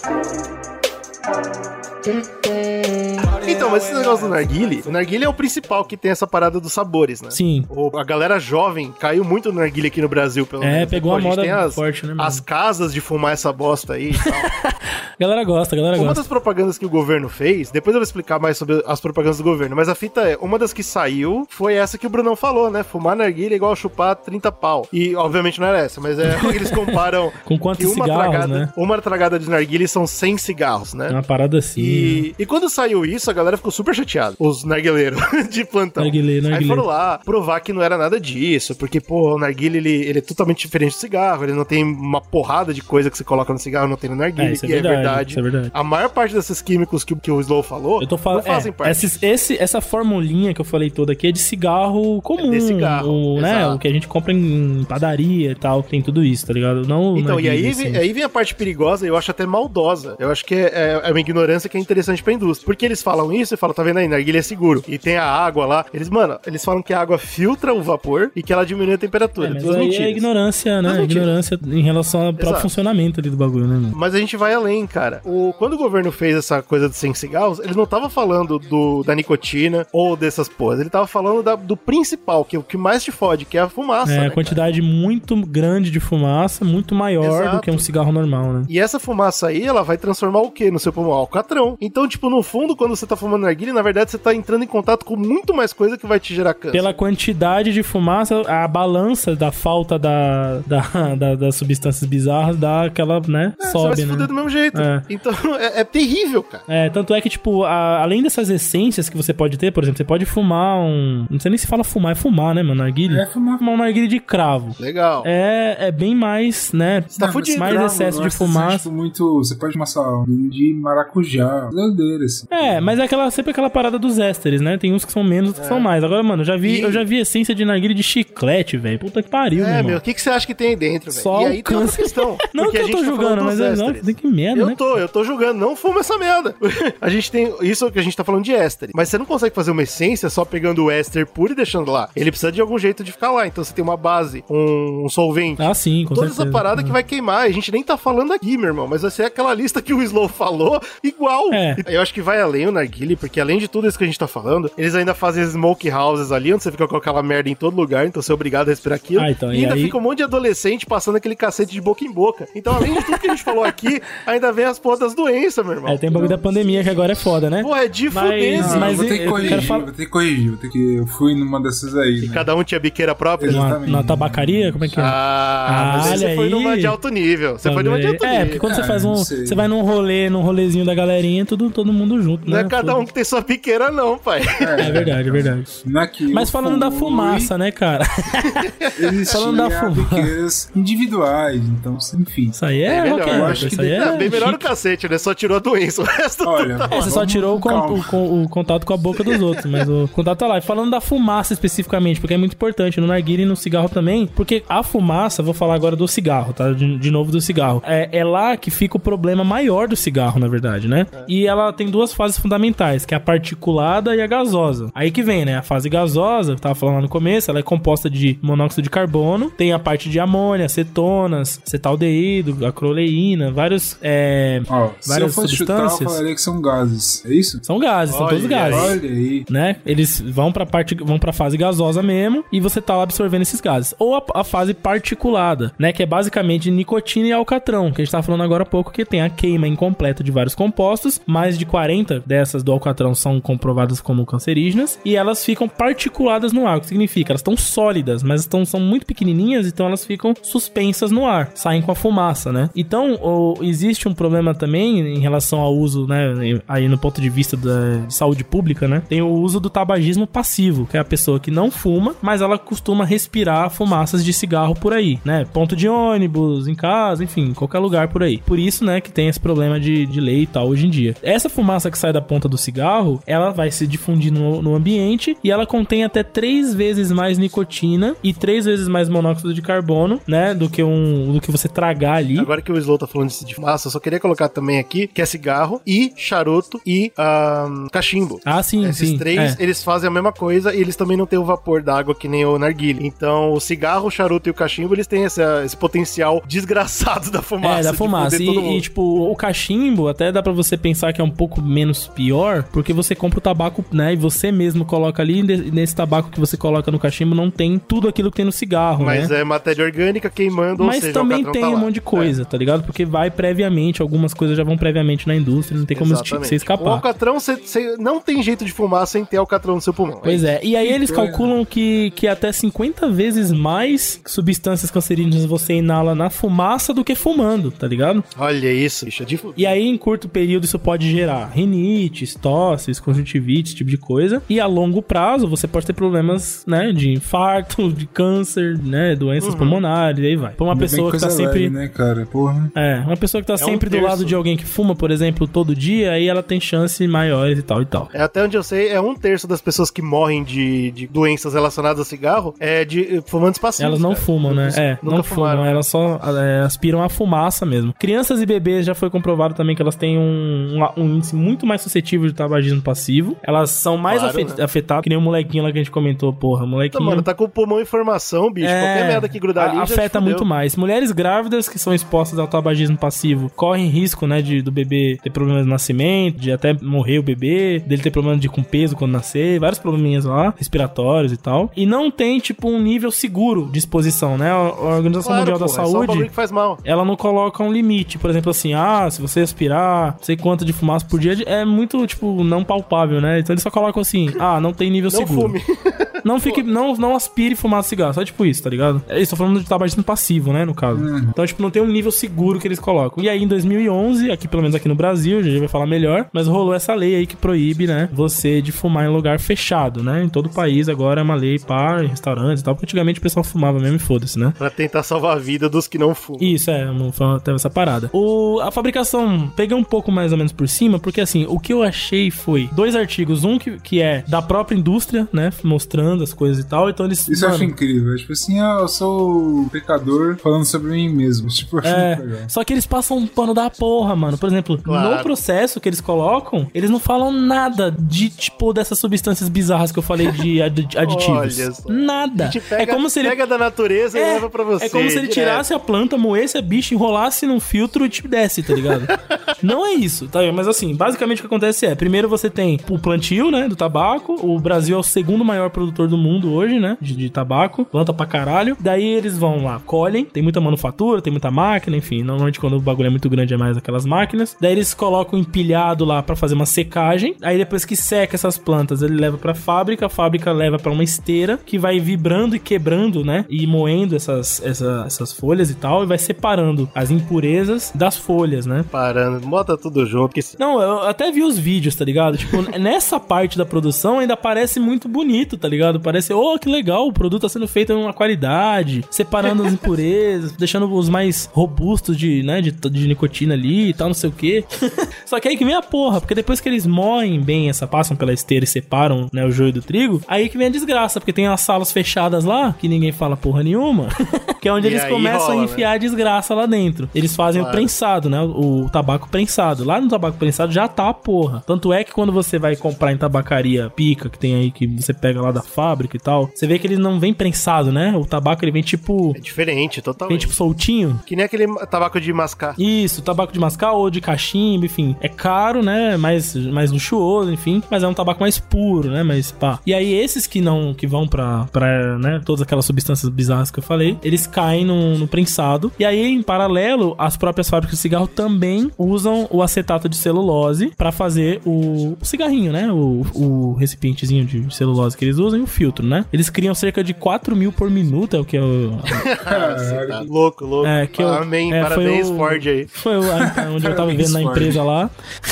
Speaker 4: Então, mas esse negócio do narguile, o narguile é o principal que tem essa parada dos sabores, né?
Speaker 3: Sim.
Speaker 4: O, a galera jovem caiu muito no narguile aqui no Brasil, pelo menos.
Speaker 3: É, pegou
Speaker 4: Pô,
Speaker 3: a moda
Speaker 4: tem as,
Speaker 3: forte, né, mano?
Speaker 4: as casas de fumar essa bosta aí e tal.
Speaker 3: A galera gosta, a galera
Speaker 4: Uma
Speaker 3: gosta.
Speaker 4: das propagandas que o governo fez, depois eu vou explicar mais sobre as propagandas do governo, mas a fita é, uma das que saiu foi essa que o Brunão falou, né? Fumar narguile é igual chupar trinta pau. E, obviamente, não era essa, mas é eles comparam...
Speaker 3: Com quantos
Speaker 4: que uma
Speaker 3: cigarros,
Speaker 4: tragada,
Speaker 3: né?
Speaker 4: Uma tragada de narguile são cem cigarros, né?
Speaker 3: Uma parada assim.
Speaker 4: E, e quando saiu isso, a galera ficou super chateada. Os narguileiros de plantão.
Speaker 3: Narguilé, narguilé.
Speaker 4: Aí foram lá provar que não era nada disso, porque, pô, o narguile, ele, ele é totalmente diferente do cigarro, ele não tem uma porrada de coisa que você coloca no cigarro, não tem no narguile,
Speaker 3: É, isso é
Speaker 4: e
Speaker 3: verdade,
Speaker 4: é verdade.
Speaker 3: isso é verdade.
Speaker 4: A maior parte desses químicos que, que o Slow falou,
Speaker 3: Eu tô falando,
Speaker 4: não fazem
Speaker 3: é,
Speaker 4: parte.
Speaker 3: esses, esse, essa formulinha que eu falei toda aqui é de cigarro comum,
Speaker 4: É de cigarro,
Speaker 3: o, né,
Speaker 4: exato.
Speaker 3: o que a gente compra em padaria e tal, tem tudo isso, tá ligado? Não,
Speaker 4: Então, e aí,
Speaker 3: assim.
Speaker 4: vem, aí vem a parte perigosa, e eu acho até maldosa. Eu acho que é, é uma ignorância que é interessante pra indústria. Porque eles falam isso e falam, tá vendo aí, narguilha é seguro. E tem a água lá. Eles, mano, eles falam que a água filtra o vapor e que ela diminui a temperatura.
Speaker 3: É, mas
Speaker 4: Duas
Speaker 3: aí
Speaker 4: mentiras.
Speaker 3: é ignorância, né?
Speaker 4: Duas mentiras.
Speaker 3: Ignorância em relação ao próprio
Speaker 4: Exato.
Speaker 3: funcionamento ali do bagulho, né, mano?
Speaker 4: Mas a gente vai além, cara. O, quando o governo fez essa coisa dos cem cigarros, ele não tava falando do, da nicotina ou dessas porras. Ele tava falando da, do principal, que é o que mais te fode, que é a fumaça,
Speaker 3: É,
Speaker 4: né,
Speaker 3: a quantidade muito grande de fumaça, muito maior
Speaker 4: Exato.
Speaker 3: do que um cigarro normal, né?
Speaker 4: E essa fumaça aí, ela vai transformar o quê no seu pulmão? Alcatrão. Então, tipo, no fundo, quando você tá fumando narguilha, na verdade, você tá entrando em contato com muito mais coisa que vai te gerar câncer.
Speaker 3: Pela quantidade de fumaça, a balança da falta da, da, da- das substâncias bizarras dá aquela, né,
Speaker 4: É, você vai
Speaker 3: sobe,
Speaker 4: se
Speaker 3: né?
Speaker 4: fuder do mesmo jeito.
Speaker 3: É.
Speaker 4: Então, é, é terrível, cara.
Speaker 3: É, tanto é que, tipo, a- além dessas essências que você pode ter, por exemplo, você pode fumar um... Não sei nem se fala fumar, é fumar, né, mano? Narguilha?
Speaker 2: É fumar.
Speaker 3: Fumar um narguilha de cravo.
Speaker 4: Legal.
Speaker 3: É, é bem mais, né?
Speaker 4: Você tá fudido.
Speaker 3: mais
Speaker 2: Cravo,
Speaker 3: excesso
Speaker 2: eu
Speaker 3: de
Speaker 2: acho que
Speaker 3: fumaça.
Speaker 2: Tipo, muito, você pode fumar, sei lá, um de maracujá. Doideira, assim.
Speaker 3: É, mas é aquela, sempre aquela parada dos ésteres, né? Tem uns que são menos, outros que são mais. Agora, mano, eu já vi,
Speaker 4: E-
Speaker 3: eu já vi essência de narguilha de chiclete, velho. Puta que pariu,
Speaker 4: É,
Speaker 3: meu
Speaker 4: meu,
Speaker 3: irmão.
Speaker 4: o que, que você acha que tem aí dentro, velho?
Speaker 3: Só
Speaker 4: E
Speaker 3: o
Speaker 4: aí tem outra
Speaker 3: câncer.
Speaker 4: questão.
Speaker 3: Não
Speaker 4: porque
Speaker 3: que
Speaker 4: a
Speaker 3: eu
Speaker 4: gente
Speaker 3: tô
Speaker 4: tá
Speaker 3: julgando,
Speaker 4: falando
Speaker 3: mas
Speaker 4: dos
Speaker 3: é, nossa,
Speaker 4: ésteres.
Speaker 3: tem que merda,
Speaker 4: Eu
Speaker 3: né?
Speaker 4: tô, eu tô julgando. Não fuma essa merda. A gente tem isso que a gente tá falando de éster. Mas você não consegue fazer uma essência só pegando o éster puro e deixando lá. Ele precisa de algum jeito de ficar lá. Então você tem uma base, um, um solvente.
Speaker 3: Ah, sim, com
Speaker 4: Toda
Speaker 3: certeza.
Speaker 4: essa parada que vai queimar. A gente nem tá falando aqui, meu irmão. Mas vai ser aquela lista que o Slow falou igual.
Speaker 3: É.
Speaker 4: Eu acho que vai além o narguile, porque além de tudo isso que a gente tá falando, eles ainda fazem smoke houses ali, onde você fica com aquela merda em todo lugar, então você é obrigado a respirar aquilo.
Speaker 3: Ah, então,
Speaker 4: e
Speaker 3: e
Speaker 4: ainda
Speaker 3: aí-
Speaker 4: fica um monte de adolescente passando aquele cacete de boca em boca. Então, além de tudo que a gente falou aqui, ainda vem as porras das doenças, meu irmão.
Speaker 3: É, tem o bagulho da pandemia que agora é foda, né?
Speaker 4: Pô, é de
Speaker 3: Mas-
Speaker 4: fuder,
Speaker 2: Não,
Speaker 4: sim.
Speaker 3: mas
Speaker 2: vou ter que
Speaker 3: eu
Speaker 2: corrigir,
Speaker 3: quero falar-
Speaker 2: vou ter que corrigir, vou ter que... Eu fui numa dessas aí,
Speaker 4: E
Speaker 2: né?
Speaker 4: cada um tinha biqueira própria.
Speaker 2: Exato.
Speaker 3: Na,
Speaker 2: Exatamente.
Speaker 3: na tabacaria? Como é que é?
Speaker 4: Ah, mas
Speaker 3: Ah,
Speaker 4: você
Speaker 3: olha
Speaker 4: foi
Speaker 3: aí.
Speaker 4: numa de alto nível. Você foi numa de alto
Speaker 3: Também.
Speaker 4: nível.
Speaker 3: É, porque quando você
Speaker 2: Ah,
Speaker 3: faz um.
Speaker 2: não sei.
Speaker 3: Você vai num rolê, num rolezinho da galerinha, tudo, todo mundo junto,
Speaker 4: Não
Speaker 3: né?
Speaker 4: é cada um que tem sua biqueira, não, pai.
Speaker 3: É verdade, é verdade.
Speaker 2: Naqui
Speaker 3: Mas
Speaker 2: eu
Speaker 3: falando da
Speaker 2: fui,
Speaker 3: fumaça, né, cara?
Speaker 2: Existia
Speaker 3: falando da fumaça.
Speaker 2: biqueiras individuais, então, enfim.
Speaker 3: Isso aí é,
Speaker 4: É melhor,
Speaker 3: rock and
Speaker 2: eu
Speaker 3: roll,
Speaker 2: acho que
Speaker 3: isso aí
Speaker 2: deve-
Speaker 3: é.
Speaker 4: É bem melhor o
Speaker 3: chique.
Speaker 4: cacete, né? Só tirou a doença. O resto
Speaker 2: Olha,
Speaker 4: tá
Speaker 3: É, você só
Speaker 2: vamos
Speaker 3: tirou o,
Speaker 2: com
Speaker 3: con-
Speaker 2: calma.
Speaker 3: o con- o contato com a boca dos outros, mas o contato tá lá. E falando da fumaça especificamente, porque é muito importante no narguilé e no cigarro também, porque a fumaça, vou falar agora do cigarro, tá? De, de novo do cigarro. É, é lá que fica o problema maior do cigarro, na verdade, né? E ela tem duas fases fundamentais, que é a particulada e a gasosa. Aí que vem, né? A fase gasosa, que eu tava falando lá no começo, ela é composta de monóxido de carbono, tem a parte de amônia, cetonas, cetaldeído, acroleína, vários, é,
Speaker 2: Ó, se eu
Speaker 3: várias
Speaker 2: fosse chutar, eu
Speaker 3: substâncias.
Speaker 2: falaria que são gases. É isso?
Speaker 3: São gases, são
Speaker 4: Olha
Speaker 3: todos gases.
Speaker 2: Olha aí.
Speaker 3: Né? Eles vão pra parte, vão pra fase gasosa mesmo e você tá lá absorvendo esses gases. Ou a, a fase particulada, né? Que é basicamente nicotina e alcatrão, que a gente tava falando agora há pouco, que tem a queima incompleta de vários compostos. Mais de quarenta dessas do alcatrão são comprovadas como cancerígenas e elas ficam particuladas no ar. O que significa? Elas estão sólidas, mas estão, são muito pequenininhas, então elas ficam suspensas no ar, saem com a fumaça, né? Então, o, existe um problema também em relação ao uso, né? Aí no ponto de vista da, de saúde pública, né? Tem o uso do tabagismo passivo, que é a pessoa que não fuma, mas ela costuma respirar fumaças de cigarro por aí, né? Ponto de ônibus, em casa, enfim, em qualquer lugar por aí. Por isso, né, que tem esse problema de, de lei e tal hoje em dia. Essa fumaça que sai da ponta ponta do cigarro, ela vai se difundir no, no ambiente e ela contém até três vezes mais nicotina e três vezes mais monóxido de carbono, né, do que um do que você tragar ali.
Speaker 4: Agora que o Slow tá falando disso de fumaça, eu só queria colocar também aqui que é cigarro e charuto e um, cachimbo.
Speaker 3: Ah, sim,
Speaker 4: Esses
Speaker 3: sim.
Speaker 4: três,
Speaker 3: é.
Speaker 4: eles fazem a mesma coisa e eles também não têm o vapor d'água que nem o narguilé. Então, o cigarro, o charuto e o cachimbo, eles têm essa, esse potencial desgraçado da fumaça.
Speaker 3: É, da fumaça. E, e, tipo, o cachimbo, até dá pra você pensar que é um pouco menos pior, porque você compra o tabaco, né, e você mesmo coloca ali, e nesse tabaco que você coloca no cachimbo não tem tudo aquilo que tem no cigarro,
Speaker 4: Mas
Speaker 3: né?
Speaker 4: é matéria orgânica queimando,
Speaker 3: Mas
Speaker 4: ou seja,
Speaker 3: também
Speaker 4: o
Speaker 3: tem
Speaker 4: tá
Speaker 3: um
Speaker 4: lá.
Speaker 3: monte de coisa, é. tá ligado? Porque vai previamente, algumas coisas já vão previamente na indústria, não tem como
Speaker 4: Exatamente.
Speaker 3: você escapar.
Speaker 4: O alcatrão, cê, cê não tem jeito de fumar sem ter alcatrão no seu pulmão.
Speaker 3: Pois é, e aí eles calculam que, que até cinquenta vezes mais substâncias cancerígenas você inala na fumaça do que fumando, tá ligado?
Speaker 4: Olha isso, bicho, é de fuder.
Speaker 3: E aí, em curto período, isso pode gerar rinites, tosses, conjuntivite, esse tipo de coisa. E a longo prazo, você pode ter problemas, né, de infarto, de câncer, né, doenças uhum. pulmonares, e aí vai. Pra uma
Speaker 2: Ainda
Speaker 3: pessoa que tá
Speaker 2: leve,
Speaker 3: sempre...
Speaker 2: né, cara? Porra.
Speaker 3: É, uma pessoa que tá
Speaker 4: é
Speaker 3: sempre
Speaker 4: um
Speaker 3: do lado de alguém que fuma, por exemplo, todo dia, aí ela tem chances maiores e tal e tal.
Speaker 4: É, até onde eu sei, é um terço das pessoas que morrem de, de doenças relacionadas ao cigarro é de fumantes passivos.
Speaker 3: Elas não
Speaker 4: cara.
Speaker 3: fumam, né? É,
Speaker 4: Nunca
Speaker 3: não
Speaker 4: fumaram.
Speaker 3: fumam, elas só é, aspiram a fumaça mesmo. Crianças e bebês já foi comprovado também que elas têm um, um, um índice muito mais suscetível de tabagismo passivo. Elas são mais
Speaker 4: Claro,
Speaker 3: afet-
Speaker 4: né?
Speaker 3: afetadas, que nem o molequinho lá que a gente comentou, porra, molequinho...
Speaker 4: Então, mano, tá com o pulmão em formação, bicho,
Speaker 3: É,
Speaker 4: qualquer merda que grudar ali já
Speaker 3: afeta
Speaker 4: te
Speaker 3: muito
Speaker 4: fudeu.
Speaker 3: mais. Mulheres grávidas que são expostas ao tabagismo passivo correm risco, né, de do bebê ter problemas de nascimento, de até morrer o bebê, dele ter problema de com peso quando nascer, vários probleminhas lá, respiratórios e tal. E não tem, tipo, um nível seguro de exposição, né? A Organização
Speaker 4: Claro,
Speaker 3: Mundial
Speaker 4: pô,
Speaker 3: da
Speaker 4: é só um
Speaker 3: Saúde,
Speaker 4: bagulho que faz mal.
Speaker 3: ela não coloca um limite. Por exemplo, assim, ah, se você aspirar, não sei quanto de fumaça por dia, é muito, tipo, não palpável, né? Então eles só colocam assim, ah, não tem nível
Speaker 4: Não
Speaker 3: seguro.
Speaker 4: fume.
Speaker 3: Não fique, não, não aspire fumaça de cigarro, só tipo isso, tá ligado? Eles estão falando de tabagismo passivo, né, no caso. Uhum. Então, tipo, não tem um nível seguro que eles colocam. E aí, em dois mil e onze, aqui, pelo menos aqui no Brasil, a gente vai falar melhor, mas rolou essa lei aí que proíbe, né, você de fumar em lugar fechado, né? Em todo o país agora é uma lei para restaurantes e tal, porque antigamente o pessoal fumava mesmo e foda-se, né?
Speaker 4: Pra tentar salvar a vida dos que não fumam.
Speaker 3: Isso, é, teve essa parada. O, a fabricação, peguei um pouco mais ou menos por cima, porque assim, o que eu achei foi dois artigos, um que, que é da própria indústria, né, mostrando as coisas e tal, então eles...
Speaker 2: Isso mano, eu acho incrível, tipo assim, ah, eu sou o pecador falando sobre mim mesmo, tipo, eu acho
Speaker 3: é,
Speaker 2: muito legal.
Speaker 3: Só que eles passam um pano da porra, mano, por exemplo, claro. No processo que eles colocam, eles não falam nada de, tipo, dessas substâncias bizarras que eu falei de aditivos. Nada.
Speaker 4: Pega,
Speaker 3: é como se ele...
Speaker 4: pega da natureza é, e leva pra você.
Speaker 3: É como se ele
Speaker 4: direto.
Speaker 3: tirasse a planta, moesse a bicha, enrolasse num filtro e te desse, tá ligado? Não é isso, tá? Mas assim, basicamente o que acontece é, primeiro você tem o plantio, né, do tabaco. O Brasil é o segundo maior produtor do mundo hoje, né, de, de tabaco. Planta pra caralho. Daí eles vão lá, colhem. Tem muita manufatura, tem muita máquina, enfim. Normalmente quando o bagulho é muito grande é mais aquelas máquinas. Daí eles colocam empilhado lá pra fazer uma secagem. Aí depois que seca essas plantas, ele leva pra fábrica. A fábrica leva pra uma esteira que vai vibrando e quebrando, né, e moendo essas, essa, essas folhas e tal. E vai separando as impurezas das folhas, né.
Speaker 4: Parando, bota tudo junto. Que...
Speaker 3: Não, eu até vi os vídeos, tá ligado? Tipo, nessa parte da produção ainda parece muito bonito, tá ligado? Parece, oh, que legal, o produto tá sendo feito em uma qualidade, separando as impurezas, deixando os mais robustos de, né, de, de nicotina ali e tal, não sei o quê. Só que aí que vem a porra, porque depois que eles moem bem essa, passam pela esteira e separam, né, o joio do trigo, aí que vem a desgraça, porque tem as salas fechadas lá, que ninguém fala porra nenhuma, que é onde e eles começam rola, a enfiar, né, a desgraça lá dentro. Eles fazem claro. o prensado, né, o, o tabaco prensado. Lá no tabaco prensado já tá a porra. Tanto é que quando você vai comprar em tabacaria pica, que tem aí, que você pega lá da fábrica e tal, você vê que ele não vem prensado, né? O tabaco, ele vem tipo...
Speaker 4: É diferente, totalmente.
Speaker 3: Vem tipo soltinho.
Speaker 4: Que nem aquele tabaco de mascar.
Speaker 3: Isso, tabaco de mascar ou de cachimbo, enfim. É caro, né? Mais, mais luxuoso, enfim. Mas é um tabaco mais puro, né? Mas pá. E aí esses que não, que vão pra, pra né? Todas aquelas substâncias bizarras que eu falei, eles caem no, no prensado. E aí, em paralelo, as próprias fábricas de cigarro também usam o acetato de celulose pra fazer o, o cigarrinho, né? O, o recipientezinho de celulose que eles usam e o filtro, né? Eles criam cerca de quatro mil por minuto, é o que eu...
Speaker 4: Tá louco, louco.
Speaker 3: É, que eu,
Speaker 4: Amém,
Speaker 3: é,
Speaker 4: parabéns,
Speaker 3: o,
Speaker 4: Ford aí.
Speaker 3: Foi o, onde eu tava vendo na empresa lá.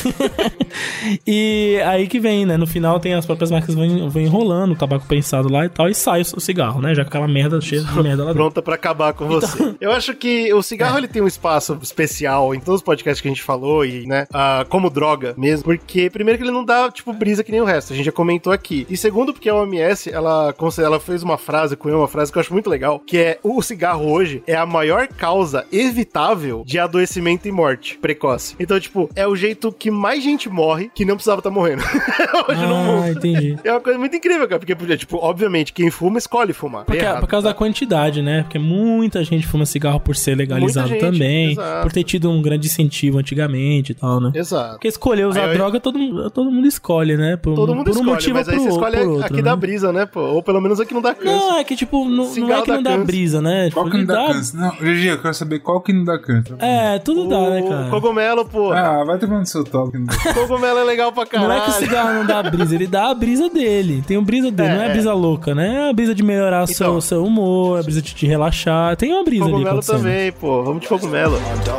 Speaker 3: E aí que vem, né? No final tem as próprias marcas vão, vão enrolando o tabaco prensado lá e tal, e sai o cigarro, né? Já aquela merda cheia de merda lá.
Speaker 4: Pronta pra acabar com então... você. Eu acho que o cigarro, é. ele tem um espaço especial em todos os podcasts que a gente falou, e, né, uh, como droga mesmo, porque Porque, primeiro que ele não dá, tipo, brisa que nem o resto, a gente já comentou aqui. E segundo, porque a O M S, ela, ela fez uma frase, cunhou uma frase que eu acho muito legal, que é, o cigarro hoje é a maior causa evitável de adoecimento e morte precoce. Então, tipo, é o jeito que mais gente morre que não precisava estar morrendo. Hoje
Speaker 3: ah,
Speaker 4: não morre.
Speaker 3: Entendi.
Speaker 4: É uma coisa muito incrível, cara, porque, tipo, obviamente, quem fuma escolhe fumar.
Speaker 3: Porque,
Speaker 4: é
Speaker 3: por causa da quantidade, né? Porque muita gente fuma cigarro por ser legalizado gente, também, exato. Por ter tido um grande incentivo antigamente e tal, né?
Speaker 4: Exato.
Speaker 3: Porque escolher usar aí, droga, todo, todo mundo escolhe, né? Por,
Speaker 4: todo mundo
Speaker 3: por um
Speaker 4: escolhe,
Speaker 3: motivo
Speaker 4: mas aí
Speaker 3: pro,
Speaker 4: você escolhe
Speaker 3: outro,
Speaker 4: aqui
Speaker 3: né?
Speaker 4: da brisa, né, pô? Ou pelo menos aqui não dá câncer.
Speaker 3: Não, é que, tipo, não, não é que não dá câncer. brisa, né? Tipo,
Speaker 2: qual que não dá, dá câncer? Não, G G, eu quero saber qual que não dá câncer.
Speaker 3: É, tudo
Speaker 4: o...
Speaker 3: dá, né, cara?
Speaker 4: Cogumelo, pô.
Speaker 2: Ah, vai tomando seu toque.
Speaker 4: Cogumelo é legal pra caralho.
Speaker 3: Não é que o cigarro não dá brisa, ele dá a brisa dele. Tem a brisa dele, é, não é a brisa louca, né? É a brisa de melhorar então, seu, seu humor, a brisa de te relaxar. Tem uma brisa
Speaker 4: cogumelo
Speaker 3: ali
Speaker 4: Cogumelo também, pô. Vamos de cogumelo.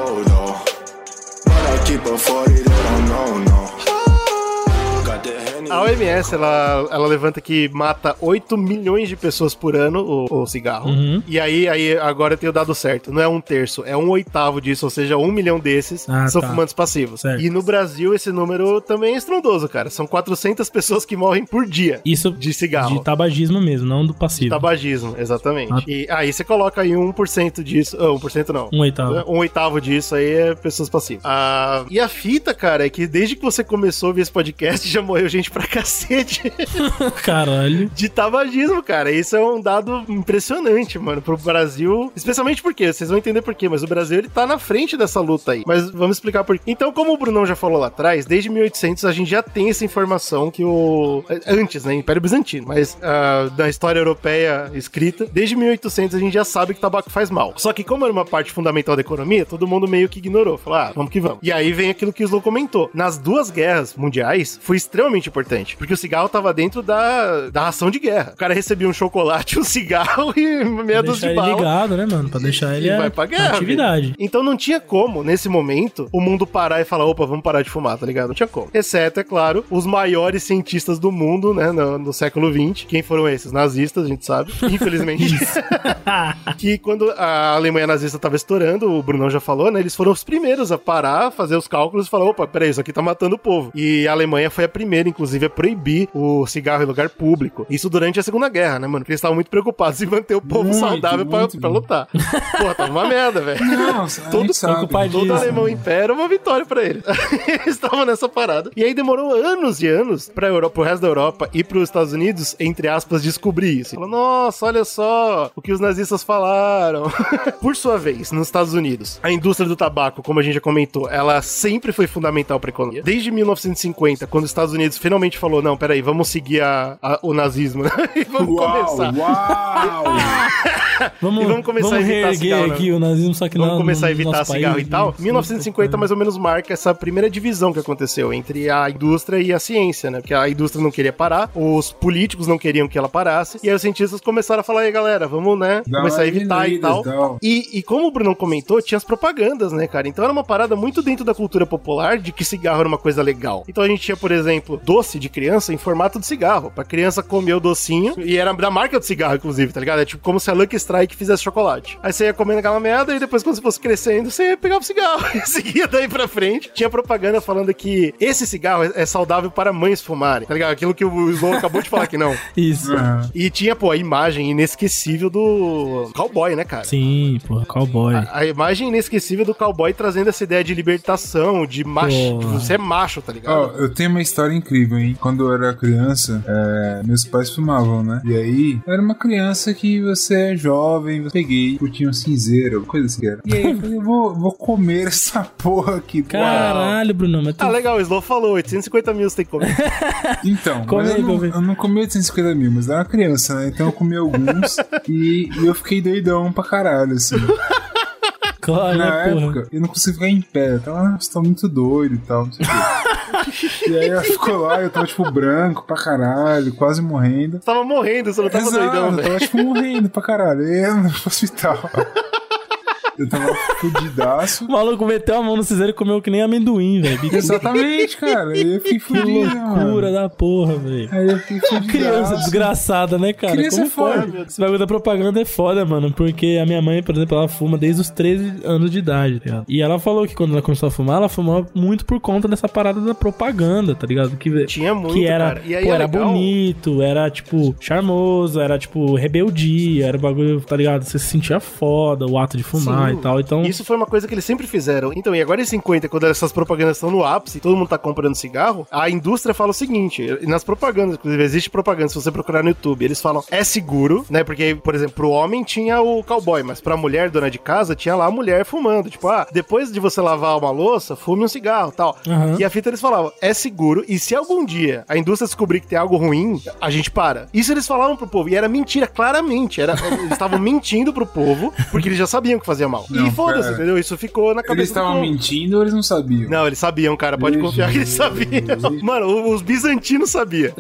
Speaker 4: A O M S, ela, ela levanta que mata oito milhões de pessoas por ano o, o cigarro.
Speaker 3: Uhum.
Speaker 4: E aí, aí, agora eu tenho o dado certo. Não é um terço, é um oitavo disso, ou seja, um milhão desses
Speaker 3: ah,
Speaker 4: são
Speaker 3: tá.
Speaker 4: fumantes passivos.
Speaker 3: Certo.
Speaker 4: E no Brasil, esse número também é estrondoso, cara. São quatrocentas pessoas que morrem por dia.
Speaker 3: Isso
Speaker 4: de cigarro.
Speaker 3: De tabagismo mesmo, não do passivo.
Speaker 4: De tabagismo, exatamente. Ah. E aí você coloca aí um por cento disso. Oh, um por cento não.
Speaker 3: Um oitavo.
Speaker 4: Um oitavo disso aí é pessoas passivas. Ah, e a fita, cara, é que desde que você começou a ver esse podcast, já morreu gente pra cacete.
Speaker 3: Caralho.
Speaker 4: De tabagismo, cara. Isso é um dado impressionante, mano, pro Brasil. Especialmente porque, vocês vão entender por quê, mas o Brasil, ele tá na frente dessa luta aí. Mas vamos explicar por quê. Então, como o Brunão já falou lá atrás, desde mil e oitocentos a gente já tem essa informação que o... Antes, né, Império Bizantino, mas uh, da história europeia escrita, desde mil e oitocentos a gente já sabe que tabaco faz mal. Só que como era uma parte fundamental da economia, todo mundo meio que ignorou. Falou, ah, vamos que vamos. E aí vem aquilo que o Slow comentou. Nas duas guerras mundiais, foi extremamente importante, porque o cigarro tava dentro da, da ração de guerra. O cara recebia um chocolate, um cigarro e meia dúzia de bala.
Speaker 3: Deixar ele ligado, né, mano? Pra deixar ele
Speaker 4: e vai pra guerra,
Speaker 3: atividade.
Speaker 4: Filho. Então não tinha como, nesse momento, o mundo parar e falar, opa, vamos parar de fumar, tá ligado? Não tinha como. Exceto, é claro, os maiores cientistas do mundo, né, no, no século vinte. Quem foram esses? Nazistas, a gente sabe. Infelizmente. Que quando a Alemanha nazista tava estourando, o Brunão já falou, né, eles foram os primeiros a parar, fazer os cálculos e falar, opa, peraí, isso aqui tá matando o povo. E a Alemanha foi a primeira, inclusive, a proibir o cigarro em lugar público. Isso durante a Segunda Guerra, né, mano? Porque eles estavam muito preocupados em manter o povo muito, saudável muito, pra, pra lutar. Pô, tava uma merda, velho. Todo, todo alemão império era uma vitória pra eles. Eles estavam nessa parada. E aí demorou anos e anos pra Europa, pro resto da Europa e pros Estados Unidos, entre aspas, descobrir isso. Falou, nossa, olha só o que os nazistas falaram. Por sua vez, nos Estados Unidos, a indústria do tabaco, como a gente já comentou, ela sempre foi fundamental pra economia. Desde mil novecentos e cinquenta, quando os Estados Unidos finalmente falou, não, peraí, vamos seguir a, a, o nazismo, né? E vamos uau, começar.
Speaker 2: Uau!
Speaker 3: vamos,
Speaker 4: e vamos começar
Speaker 3: vamos
Speaker 4: a evitar cigarro.
Speaker 3: Aqui, o nazismo, só que
Speaker 4: vamos
Speaker 3: não,
Speaker 4: começar
Speaker 3: no,
Speaker 4: a evitar cigarro país, e tal. mil novecentos e cinquenta mais ou menos marca essa primeira divisão que aconteceu entre a indústria e a ciência, né? Porque a indústria não queria parar, os políticos não queriam que ela parasse, e aí os cientistas começaram a falar, aí galera, vamos, né, não, começar a evitar e tal. E, e como o Brunão comentou, tinha as propagandas, né, cara? Então era uma parada muito dentro da cultura popular de que cigarro era uma coisa legal. Então a gente tinha, por exemplo, doce de criança em formato de cigarro, pra criança comer o docinho, e era da marca do cigarro, inclusive, tá ligado? É tipo como se a Lucky Strike fizesse chocolate. Aí você ia comendo aquela merda, e depois quando você fosse crescendo, você pegava o cigarro e seguia daí pra frente. Tinha propaganda falando que esse cigarro é saudável para mães fumarem, tá ligado? Aquilo que o Slow acabou de falar que não.
Speaker 3: Isso.
Speaker 2: Uhum.
Speaker 4: E tinha, pô, a imagem inesquecível do cowboy, né, cara?
Speaker 3: Sim, pô, cowboy.
Speaker 4: A, a imagem inesquecível do cowboy trazendo essa ideia de libertação, de macho, de você é macho, tá ligado?
Speaker 2: Oh, eu tenho uma história incrível, hein? Quando eu era criança, é, meus pais fumavam, né? E aí, eu era uma criança que você é jovem, eu peguei, curtia um cinzeiro, coisa assim. Era. E aí, eu falei, eu vou, vou comer essa porra aqui.
Speaker 3: Caralho, Bruno, mas tu...
Speaker 4: Ah, legal, o Slow falou, oitocentos e cinquenta mil você tem que comer.
Speaker 2: Então,
Speaker 3: come
Speaker 2: mas
Speaker 3: aí,
Speaker 2: eu, não, eu não comi oitocentos e cinquenta mil, mas eu era criança, né? Então eu comi alguns e, e eu fiquei doidão pra caralho, assim.
Speaker 3: Claro,
Speaker 2: na
Speaker 3: né,
Speaker 2: época,
Speaker 3: porra?
Speaker 2: eu não conseguia ficar em pé. Eu tava, você tá muito doido e tal, não sei o quê. E aí ela ficou lá, eu tava, tipo, branco pra caralho, quase morrendo.
Speaker 4: Você tava morrendo, você não tava
Speaker 2: Exato,
Speaker 4: doidão, velho.
Speaker 2: Eu tava, tipo, morrendo pra caralho. E eu no hospital. Eu tava fudidaço.
Speaker 3: O maluco meteu a mão no cinzeiro e comeu que nem amendoim, velho.
Speaker 2: Exatamente, cara. Aí eu fiquei fudido,
Speaker 3: que loucura
Speaker 2: mano.
Speaker 3: da porra, velho.
Speaker 2: Aí eu fiquei fudido.
Speaker 3: Criança desgraçada, né, cara?
Speaker 2: Criança
Speaker 3: Como
Speaker 2: é foda.
Speaker 3: pode? Esse bagulho da propaganda é foda, mano. Porque a minha mãe, por exemplo, ela fuma desde os treze anos de idade, tá ligado? E ela falou que quando ela começou a fumar, ela fumou muito por conta dessa parada da propaganda, tá ligado? Que
Speaker 4: tinha muito,
Speaker 3: que era,
Speaker 4: cara. E aí
Speaker 3: pô,
Speaker 4: é
Speaker 3: era
Speaker 4: legal.
Speaker 3: bonito, era, tipo, charmoso, era, tipo, rebeldia, era bagulho, tá ligado? Você se sentia foda, o ato de fumar
Speaker 4: Sim.
Speaker 3: e tal, então...
Speaker 4: Isso foi uma coisa que eles sempre fizeram. Então, e agora em cinquenta, quando essas propagandas estão no ápice, todo mundo tá comprando cigarro, a indústria fala o seguinte, e nas propagandas, inclusive, existe propaganda, se você procurar no YouTube, eles falam, é seguro, né? Porque, por exemplo, pro homem tinha o cowboy, mas pra mulher, dona de casa, tinha lá a mulher fumando. Tipo, ah, depois de você lavar uma louça, fume um cigarro e tal.
Speaker 3: Uhum.
Speaker 4: E a fita eles falavam, é seguro, e se algum dia a indústria descobrir que tem algo ruim, a gente para. Isso eles falavam pro povo, e era mentira, claramente. Era, eles estavam mentindo pro povo, porque eles já sabiam que fazia mal.
Speaker 2: Não,
Speaker 4: e foda-se,
Speaker 2: cara.
Speaker 4: entendeu? Isso ficou na cabeça
Speaker 2: Eles estavam mentindo ou eles não sabiam?
Speaker 4: Não, eles sabiam, cara. Pode
Speaker 2: Ixi,
Speaker 4: confiar que eles sabiam.
Speaker 2: ixi.
Speaker 4: Mano, os bizantinos sabiam.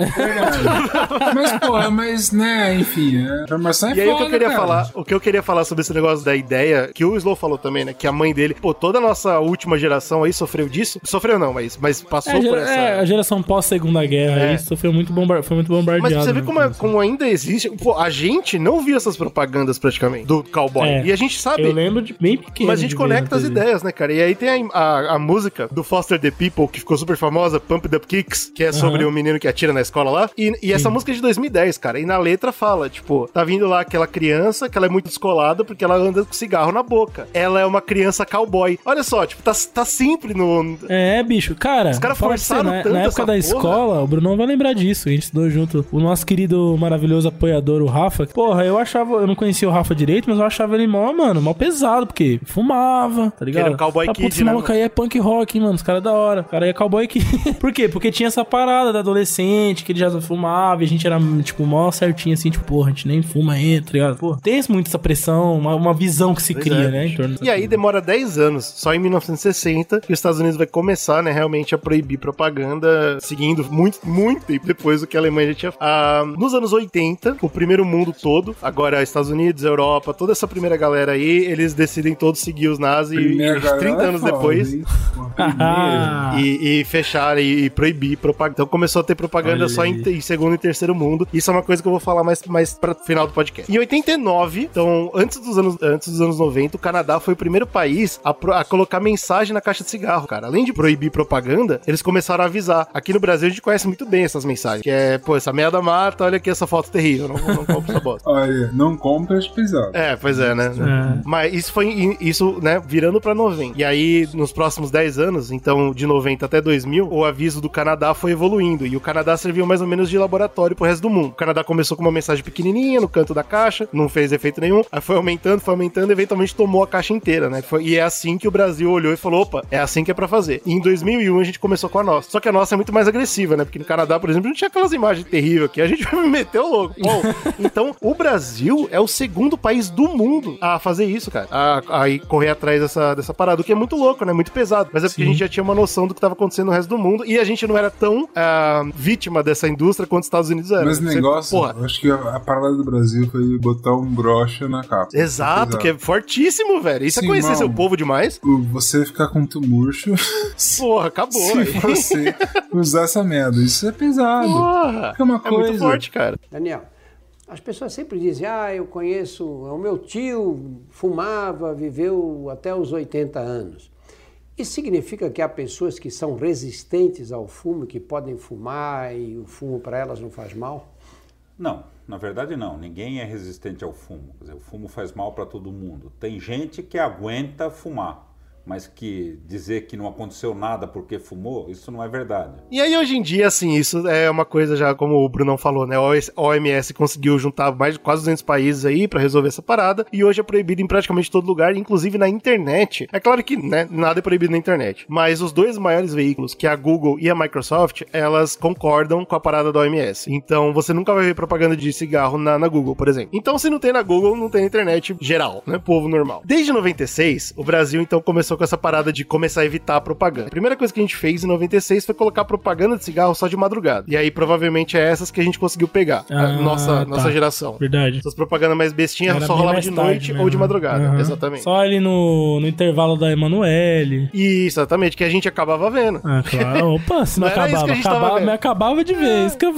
Speaker 2: Mas, porra, mas, né, enfim, a informação é
Speaker 4: E aí
Speaker 2: foda,
Speaker 4: o que eu queria
Speaker 2: cara.
Speaker 4: falar, o que eu queria falar sobre esse negócio da ideia, que o Slow falou também, né, que a mãe dele, pô, toda a nossa última geração aí sofreu disso. Sofreu não, mas, mas passou
Speaker 3: É,
Speaker 4: por
Speaker 3: gera-
Speaker 4: essa...
Speaker 3: é, a geração pós-segunda guerra
Speaker 4: É.
Speaker 3: aí sofreu muito bombar... foi muito bombardeada.
Speaker 4: Mas você vê
Speaker 3: né?
Speaker 4: como, é- como ainda existe... Pô, a gente não viu essas propagandas praticamente, do cowboy.
Speaker 3: É.
Speaker 4: E a gente sabe...
Speaker 3: Eu lembro de bem pequeno.
Speaker 4: Mas a gente
Speaker 3: de ver
Speaker 4: conecta
Speaker 3: na
Speaker 4: as
Speaker 3: T V.
Speaker 4: ideias, né, cara? E aí tem a, a, a música do Foster the People, que ficou super famosa, Pump It Up Kicks, que é sobre o
Speaker 3: Aham.
Speaker 4: menino que atira na escola lá. E, e essa música é de dois mil e dez, cara. E na letra fala, tipo, tá vindo lá aquela criança que ela é muito descolada porque ela anda com cigarro na boca. Ela é uma criança cowboy. Olha só, tipo, tá, tá simples no...
Speaker 3: É, bicho, cara.
Speaker 4: Os caras
Speaker 3: fala pra você,
Speaker 4: forçaram
Speaker 3: na,
Speaker 4: tanto
Speaker 3: na época
Speaker 4: essa
Speaker 3: da
Speaker 4: porra.
Speaker 3: escola, o Brunão vai lembrar disso. A gente estudou junto. O nosso querido, maravilhoso apoiador, o Rafa. Porra, eu achava. Eu não conhecia o Rafa direito, mas eu achava ele mó, mano, mó pesado, porque fumava, tá ligado?
Speaker 4: Era um cowboy
Speaker 3: ah,
Speaker 4: kid,
Speaker 3: putz, esse
Speaker 4: né,
Speaker 3: maluco aí é punk rock, hein, mano. Os caras é da hora. O cara aí é cowboy kid. Por quê? Porque tinha essa parada da adolescente, que ele já fumava, e a gente era, tipo, mó certinho assim, tipo, porra, a gente nem fuma aí, tá ligado? Pô, tem muito essa pressão, uma, uma visão que se
Speaker 4: Pois
Speaker 3: cria,
Speaker 4: é,
Speaker 3: né, em
Speaker 4: bicho.
Speaker 3: torno dessa
Speaker 4: E aí
Speaker 3: coisa.
Speaker 4: demora dez anos, só em mil novecentos e sessenta, que os Estados Unidos vai começar, né, realmente a proibir propaganda, seguindo muito, muito tempo depois do que a Alemanha já tinha. Ah, nos anos oitenta, o primeiro mundo todo, agora Estados Unidos, Europa, toda essa primeira galera aí, eles decidem todos seguir os nazis e,
Speaker 2: Primeira
Speaker 4: e
Speaker 2: galera
Speaker 4: trinta
Speaker 2: é
Speaker 4: anos
Speaker 2: foda,
Speaker 4: depois
Speaker 2: hein? Uma primeira.
Speaker 4: e, e fechar e, e proibir propaganda. Então começou a ter propaganda
Speaker 2: Olha
Speaker 4: só em,
Speaker 2: aí.
Speaker 4: em segundo e terceiro mundo. Isso é uma coisa que eu vou falar mais, mais pra final do podcast. Em oitenta e nove, então antes dos anos, antes dos anos noventa, o Canadá foi o primeiro país a, pro- a colocar mensagem na caixa de cigarro, cara. Além de proibir propaganda, eles começaram a avisar. Aqui no Brasil a gente conhece muito bem essas mensagens. Que é, pô, essa merda mata, olha aqui essa foto terrível. Não, não compro essa bosta.
Speaker 2: Olha, não compra as pesadas.
Speaker 4: É, pois é, né?
Speaker 3: É.
Speaker 4: Mas isso foi, isso, né, virando pra noventa. E aí, nos próximos dez anos, então de noventa até dois mil, o aviso do Canadá foi evoluindo. E o Canadá serviu mais ou menos de laboratório pro resto do mundo. O Canadá começou com uma mensagem pequenininha no canto da caixa, não fez efeito nenhum. Aí foi aumentando, foi aumentando, e eventualmente tomou a caixa inteira, né? Foi, e é assim que o Brasil olhou e falou, opa, é assim que é pra fazer. E em dois mil e um a gente começou com a nossa. Só que a nossa é muito mais agressiva, né? Porque no Canadá, por exemplo, não tinha aquelas imagens terríveis aqui. A gente me meteu louco. Bom, então, o Brasil é o segundo país do mundo a fazer isso, cara. A, a ir correr atrás dessa, dessa parada, o que é muito louco, né? Muito pesado. Mas é porque
Speaker 3: Sim.
Speaker 4: a gente já tinha uma noção do que estava acontecendo no resto do mundo e a gente não era tão ah, vítima dessa indústria quanto os Estados Unidos eram.
Speaker 2: Mas o
Speaker 4: Você-
Speaker 2: negócio,
Speaker 4: porra,
Speaker 2: eu acho que a, a parada do Brasil foi botar um brocha na capa.
Speaker 4: exato, que é fortíssimo, velho. Isso
Speaker 2: Sim,
Speaker 4: é conhecer
Speaker 2: irmão.
Speaker 4: seu povo demais.
Speaker 2: O- Você ficar com muito murcho
Speaker 4: Porra, acabou.
Speaker 2: se
Speaker 4: aí.
Speaker 2: você usar essa merda. Isso é pesado.
Speaker 4: Porra,
Speaker 2: Fica uma
Speaker 4: é
Speaker 2: coisa.
Speaker 4: muito forte, cara.
Speaker 9: Daniel, as pessoas sempre dizem, ah, eu conheço, o meu tio fumava, viveu até os oitenta anos. Isso significa que há pessoas que são resistentes ao fumo, que podem fumar e o fumo para elas não faz mal?
Speaker 10: Não, na verdade não. Ninguém é resistente ao fumo. Quer dizer, o fumo faz mal para todo mundo. Tem gente que aguenta fumar, mas que dizer que não aconteceu nada porque fumou, isso não é verdade.
Speaker 4: E aí, hoje em dia, assim, isso é uma coisa já, como o Brunão falou, né? A O M S conseguiu juntar mais de quase duzentos países aí pra resolver essa parada, e hoje é proibido em praticamente todo lugar, inclusive na internet. É claro que, né, nada é proibido na internet, mas os dois maiores veículos, que é a Google e a Microsoft, elas concordam com a parada da O M S. Então, você nunca vai ver propaganda de cigarro na, na Google, por exemplo. Então, se não tem na Google, não tem na internet geral, né? Povo normal. Desde noventa e seis, o Brasil, então, começou começou com essa parada de começar a evitar a propaganda. A primeira coisa que a gente fez em noventa e seis foi colocar propaganda de cigarro só de madrugada. E aí, provavelmente, é essas que a gente conseguiu pegar.
Speaker 3: Ah,
Speaker 4: a nossa,
Speaker 3: tá.
Speaker 4: nossa geração.
Speaker 3: Verdade.
Speaker 4: Essas propagandas mais bestinhas
Speaker 3: Era
Speaker 4: só
Speaker 3: bem
Speaker 4: rolava
Speaker 3: mais
Speaker 4: de
Speaker 3: tarde
Speaker 4: noite
Speaker 3: mesmo.
Speaker 4: ou de madrugada.
Speaker 3: Uhum.
Speaker 4: Exatamente.
Speaker 3: Só ali no, no intervalo da Emanuele.
Speaker 4: Isso, exatamente, que a gente acabava vendo.
Speaker 3: Ah, claro. Opa, se não,
Speaker 4: Não era isso
Speaker 3: acabava,
Speaker 4: que a gente tava
Speaker 3: acabava,
Speaker 4: vendo.
Speaker 3: me acabava de vez. Que eu...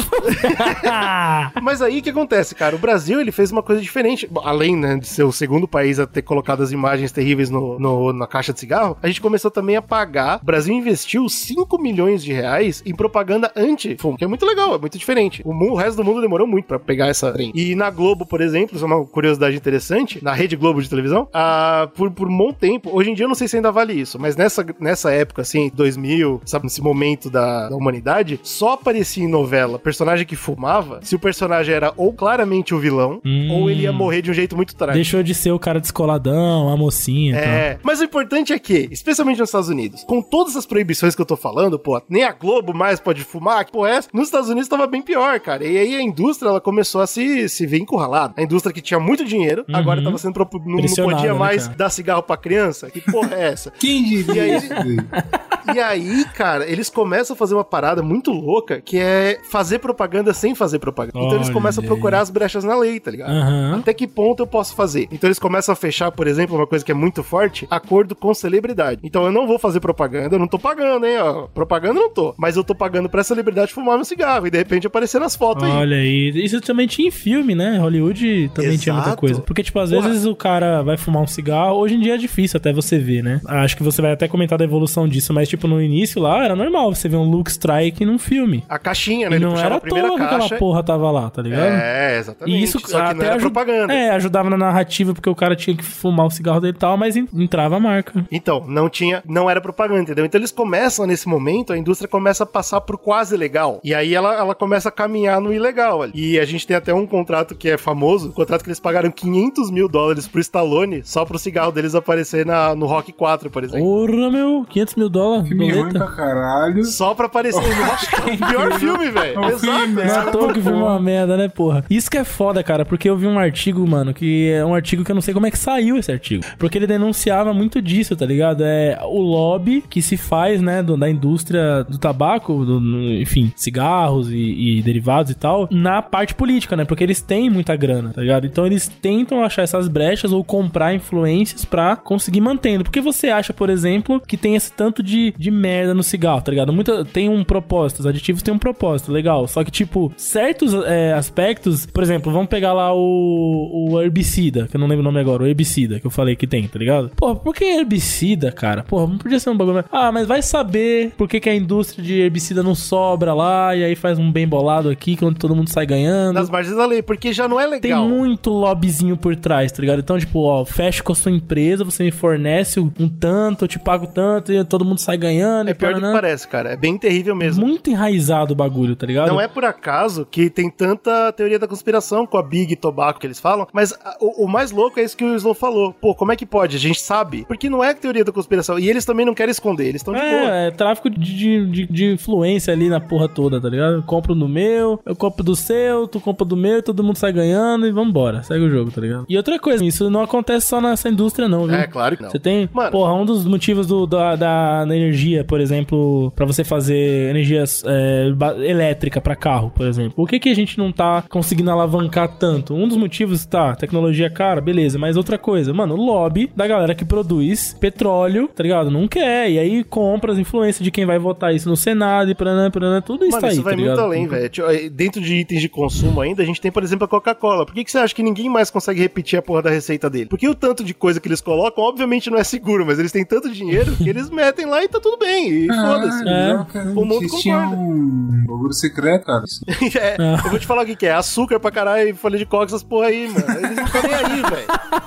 Speaker 4: Mas aí, o que acontece, cara? O Brasil, ele fez uma coisa diferente. Bom, além, né, de ser o segundo país a ter colocado as imagens terríveis no, no- na caixa de cigarro, a gente começou também a pagar. O Brasil investiu cinco milhões de reais em propaganda anti-fumo, que é muito legal, é muito diferente. O, mu- o resto do mundo demorou muito pra pegar essa trend. E na Globo, por exemplo, isso é uma curiosidade interessante, na Rede Globo de televisão, ah, por, por um bom tempo, hoje em dia eu não sei se ainda vale isso, mas nessa, nessa época, assim, dois mil, sabe, nesse momento da, da humanidade, só aparecia em novela personagem que fumava se o personagem era ou claramente o vilão,
Speaker 3: Hum.
Speaker 4: ou ele ia morrer de um jeito muito trágico.
Speaker 3: Deixou de ser o cara descoladão, a mocinha.
Speaker 4: É, mas o importante é que, especialmente nos Estados Unidos, com todas essas proibições que eu tô falando, pô, nem a Globo mais pode fumar, que pô, é, nos Estados Unidos tava bem pior, cara. E aí a indústria, ela começou a se, se ver encurralada. A indústria que tinha muito dinheiro,
Speaker 3: Uhum.
Speaker 4: agora tava sendo, propo- não, não
Speaker 3: Pressionada,
Speaker 4: podia
Speaker 3: né,
Speaker 4: mais
Speaker 3: cara?
Speaker 4: dar cigarro pra criança. Que porra é essa?
Speaker 2: Quem diria?
Speaker 4: E aí,
Speaker 2: isso daí?
Speaker 4: e aí, cara, eles começam a fazer uma parada muito louca, que é fazer propaganda sem fazer propaganda. Então eles
Speaker 3: Olha
Speaker 4: começam a
Speaker 3: aí.
Speaker 4: procurar as brechas na lei, tá ligado?
Speaker 3: Aham.
Speaker 4: Até que ponto eu posso fazer? Então eles começam a fechar, por exemplo, uma coisa que é muito forte, acordo com celebridade. Então eu não vou fazer propaganda, eu não tô pagando, hein, ó. Propaganda eu não tô. Mas eu tô pagando pra celebridade fumar meu cigarro e de repente aparecer nas fotos aí.
Speaker 3: Olha aí, isso também tinha em filme, né? Hollywood também tinha muita
Speaker 4: Exato.
Speaker 3: coisa. Porque, tipo, às
Speaker 4: Porra.
Speaker 3: vezes o cara vai fumar um cigarro, hoje em dia é difícil até você ver, né? Acho que você vai até comentar da evolução disso, mas, tipo, no início lá era normal você ver um Luke Strike num filme.
Speaker 4: A caixinha, né?
Speaker 3: E
Speaker 4: Ele
Speaker 3: não
Speaker 4: puxava
Speaker 3: era
Speaker 4: a
Speaker 3: à
Speaker 4: primeira
Speaker 3: toa que aquela
Speaker 4: caixa.
Speaker 3: porra tava lá, tá ligado?
Speaker 4: É, exatamente.
Speaker 3: E isso
Speaker 4: Só que não
Speaker 3: até
Speaker 4: era
Speaker 3: aju-
Speaker 4: propaganda.
Speaker 3: É, ajudava na narrativa porque o cara tinha que fumar o cigarro dele e tal, mas en- entrava a marca.
Speaker 4: Então, não tinha, não era propaganda, entendeu? Então eles começam nesse momento, a indústria começa a passar pro quase legal. E aí ela, ela começa a caminhar no ilegal ali. E a gente tem até um contrato que é famoso, um contrato que eles pagaram quinhentos mil dólares pro Stallone só pro cigarro deles aparecer na, no Rock quatro, por exemplo.
Speaker 3: Porra, meu, quinhentos mil dólares,
Speaker 2: Filme ruim
Speaker 3: boleta.
Speaker 2: pra caralho.
Speaker 4: Só pra aparecer no Rock quatro. Pior filme, velho.
Speaker 2: É um
Speaker 4: Exato.
Speaker 2: filme,
Speaker 3: Não é à
Speaker 2: Cara,
Speaker 3: toa que o filme é
Speaker 2: porra.
Speaker 3: uma merda, né, porra? Isso que é foda, cara, porque eu vi um artigo, mano, que é um artigo que eu não sei como é que saiu esse artigo. Porque ele denunciava muito disso, tá ligado? É o lobby que se faz, né, do- da indústria do tabaco, do- no- enfim, cigarros e, e derivados e tal, na parte política, né? Porque eles têm muita grana, tá ligado? Então eles tentam achar essas brechas ou comprar influências pra conseguir mantendo. Porque você acha, por exemplo, que tem esse tanto de, de merda no cigarro, tá ligado? Muita, tem um propósito, os aditivos têm um propósito, legal. Só que, tipo, certos é, aspectos, por exemplo, vamos pegar lá o, o herbicida, que eu não lembro o nome agora, o herbicida que eu falei que tem, tá ligado? Porra, por que herbicida, cara? Porra, não podia ser um bagulho. Ah, mas vai saber por que, que a indústria de herbicida não sobra lá e aí faz um bem bolado aqui, que onde todo mundo sai ganhando.
Speaker 4: Nas margens da lei, porque já não é
Speaker 3: Tem
Speaker 4: legal.
Speaker 3: muito lobbyzinho por trás, tá ligado? Então, tipo, ó, fecha com a sua empresa, você me fornece um tanto, eu te pago tanto e todo mundo sai ganhando.
Speaker 4: É
Speaker 3: e
Speaker 4: pior do que
Speaker 3: paranã.
Speaker 4: parece, cara. É bem terrível mesmo.
Speaker 3: Muito enraizado o bagulho, tá ligado?
Speaker 4: Não é por acaso que tem tanta teoria da conspiração com a Big Tobacco que eles falam, mas a- o, o mais louco é isso que o Slow falou. Pô, como é que pode? A gente sabe. Porque não é teoria da conspiração. E eles também não querem esconder, eles estão de boa.
Speaker 3: É, é tráfico de, de, de- de influência ali na porra toda, tá ligado? Eu compro no meu, eu compro do seu, tu compra do meu, todo mundo sai ganhando e vambora. Segue o jogo, tá ligado? E outra coisa, isso não acontece só nessa indústria não, viu?
Speaker 4: É, claro que não.
Speaker 3: Você tem,
Speaker 4: Mano.
Speaker 3: porra, um dos motivos do, da, da energia, por exemplo, pra você fazer energia é, ba- elétrica pra carro, por exemplo. Por que que a gente não tá conseguindo alavancar tanto? Um dos motivos, tá, tecnologia cara, beleza, mas outra coisa, mano, o lobby da galera que produz petróleo, tá ligado? Não quer, e aí compra as influências de quem vai votar isso no Senado e pra, pra, tudo isso
Speaker 4: Mano,
Speaker 3: aí,
Speaker 4: isso vai
Speaker 3: tá
Speaker 4: muito
Speaker 3: ligado?
Speaker 4: além, velho. Tipo, dentro de itens de consumo ainda, a gente tem, por exemplo, a Coca-Cola. Por que, que você acha que ninguém mais consegue repetir a porra da receita dele? Porque o tanto de coisa que eles colocam, obviamente não é seguro, mas eles têm tanto dinheiro que eles metem lá e tá tudo bem. E foda-se.
Speaker 3: É.
Speaker 4: O mundo
Speaker 2: Vocês tinham
Speaker 4: concorda.
Speaker 2: um bagulho secreto, cara.
Speaker 4: É, eu vou te falar o que, que é. Açúcar pra caralho e folha de coca, essas porra aí, mano. Eles não estão nem aí, velho.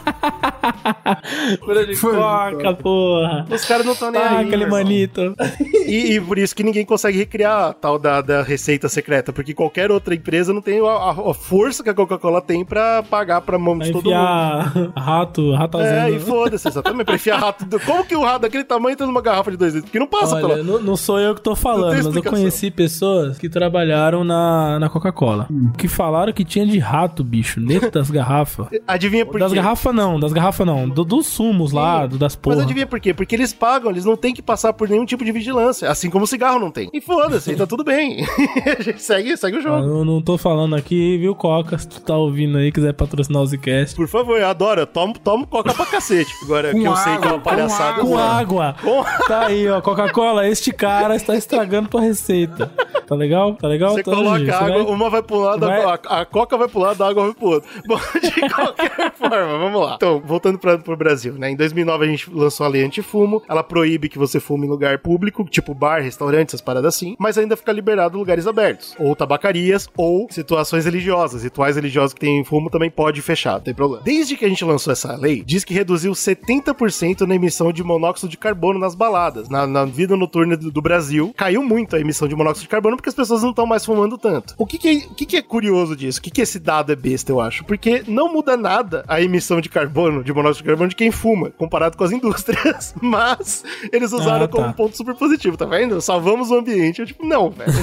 Speaker 3: Folha de coca, porra.
Speaker 4: Os caras não estão nem
Speaker 3: Tá,
Speaker 4: aí.
Speaker 3: aquele
Speaker 4: meu irmão.
Speaker 3: manito.
Speaker 4: E, e por isso que ninguém consegue recriar a tal da, da receita secreta, porque qualquer outra empresa não tem a, a- a força que a Coca-Cola tem pra pagar pra mão
Speaker 3: Vai
Speaker 4: de todo mundo.
Speaker 3: enfiar rato, ratazana.
Speaker 4: É, e foda-se, exatamente, pra enfiar rato. do- Como que o rato daquele tamanho tá numa garrafa de dois litros? Porque não passa
Speaker 3: Olha,
Speaker 4: pela...
Speaker 3: não, não sou eu que tô
Speaker 4: Não
Speaker 3: falando,
Speaker 4: tem
Speaker 3: mas eu
Speaker 4: explicação.
Speaker 3: conheci pessoas que trabalharam na, na Coca-Cola. Que falaram que tinha de rato, bicho, dentro das garrafas.
Speaker 4: Adivinha por
Speaker 3: Das
Speaker 4: quê?
Speaker 3: garrafas não, das garrafas não. Do, dos insumos lá, do, das porra.
Speaker 4: Mas adivinha por quê? Porque eles pagam, eles não têm que passar por nenhum tipo de vigilância, assim como o cigarro não tem. E foda-se, tá tudo bem. A gente segue, segue o jogo.
Speaker 3: Eu não tô falando aqui, viu, Coca? Se tu tá ouvindo aí, quiser patrocinar o Zcast.
Speaker 4: Por favor, eu adoro, eu tomo, tomo Coca pra cacete. Agora,
Speaker 2: Com
Speaker 4: que eu
Speaker 2: água,
Speaker 4: sei que é uma palhaçada.
Speaker 3: Com água.
Speaker 4: Com...
Speaker 3: Tá aí, ó, Coca-Cola, este cara está estragando tua receita. Tá legal? Tá legal?
Speaker 4: Você
Speaker 3: Então,
Speaker 4: coloca
Speaker 3: gente,
Speaker 4: água,
Speaker 3: vai...
Speaker 4: uma vai pro lado,
Speaker 3: vai...
Speaker 4: a, a Coca vai pro lado, a água vai pro outro. Bom, de qualquer forma, vamos lá. Então, voltando pra, pro Brasil, né? Em dois mil e nove a gente lançou a lei antifumo. Ela proíbe que você fume em lugar público, tipo bar, restaurante, essas paradas assim, mas ainda fica liberado lugares abertos. Ou tabacarias, ou situações religiosas. Rituais religiosos que tem fumo também pode fechar, não tem problema. Desde que a gente lançou essa lei, diz que reduziu setenta por cento na emissão de monóxido de carbono nas baladas. Na, na vida noturna do, do Brasil, caiu muito a emissão de monóxido de carbono porque as pessoas não estão mais fumando tanto. O que que, é, o que que é curioso disso? O que que esse dado é besta, eu acho? Porque não muda nada a emissão de carbono, de monóxido de carbono de quem fuma, comparado com as indústrias. Mas eles usaram
Speaker 3: ah, tá.
Speaker 4: como um ponto super positivo, tá vendo? Salvamos o ambiente. Eu tipo, não, velho.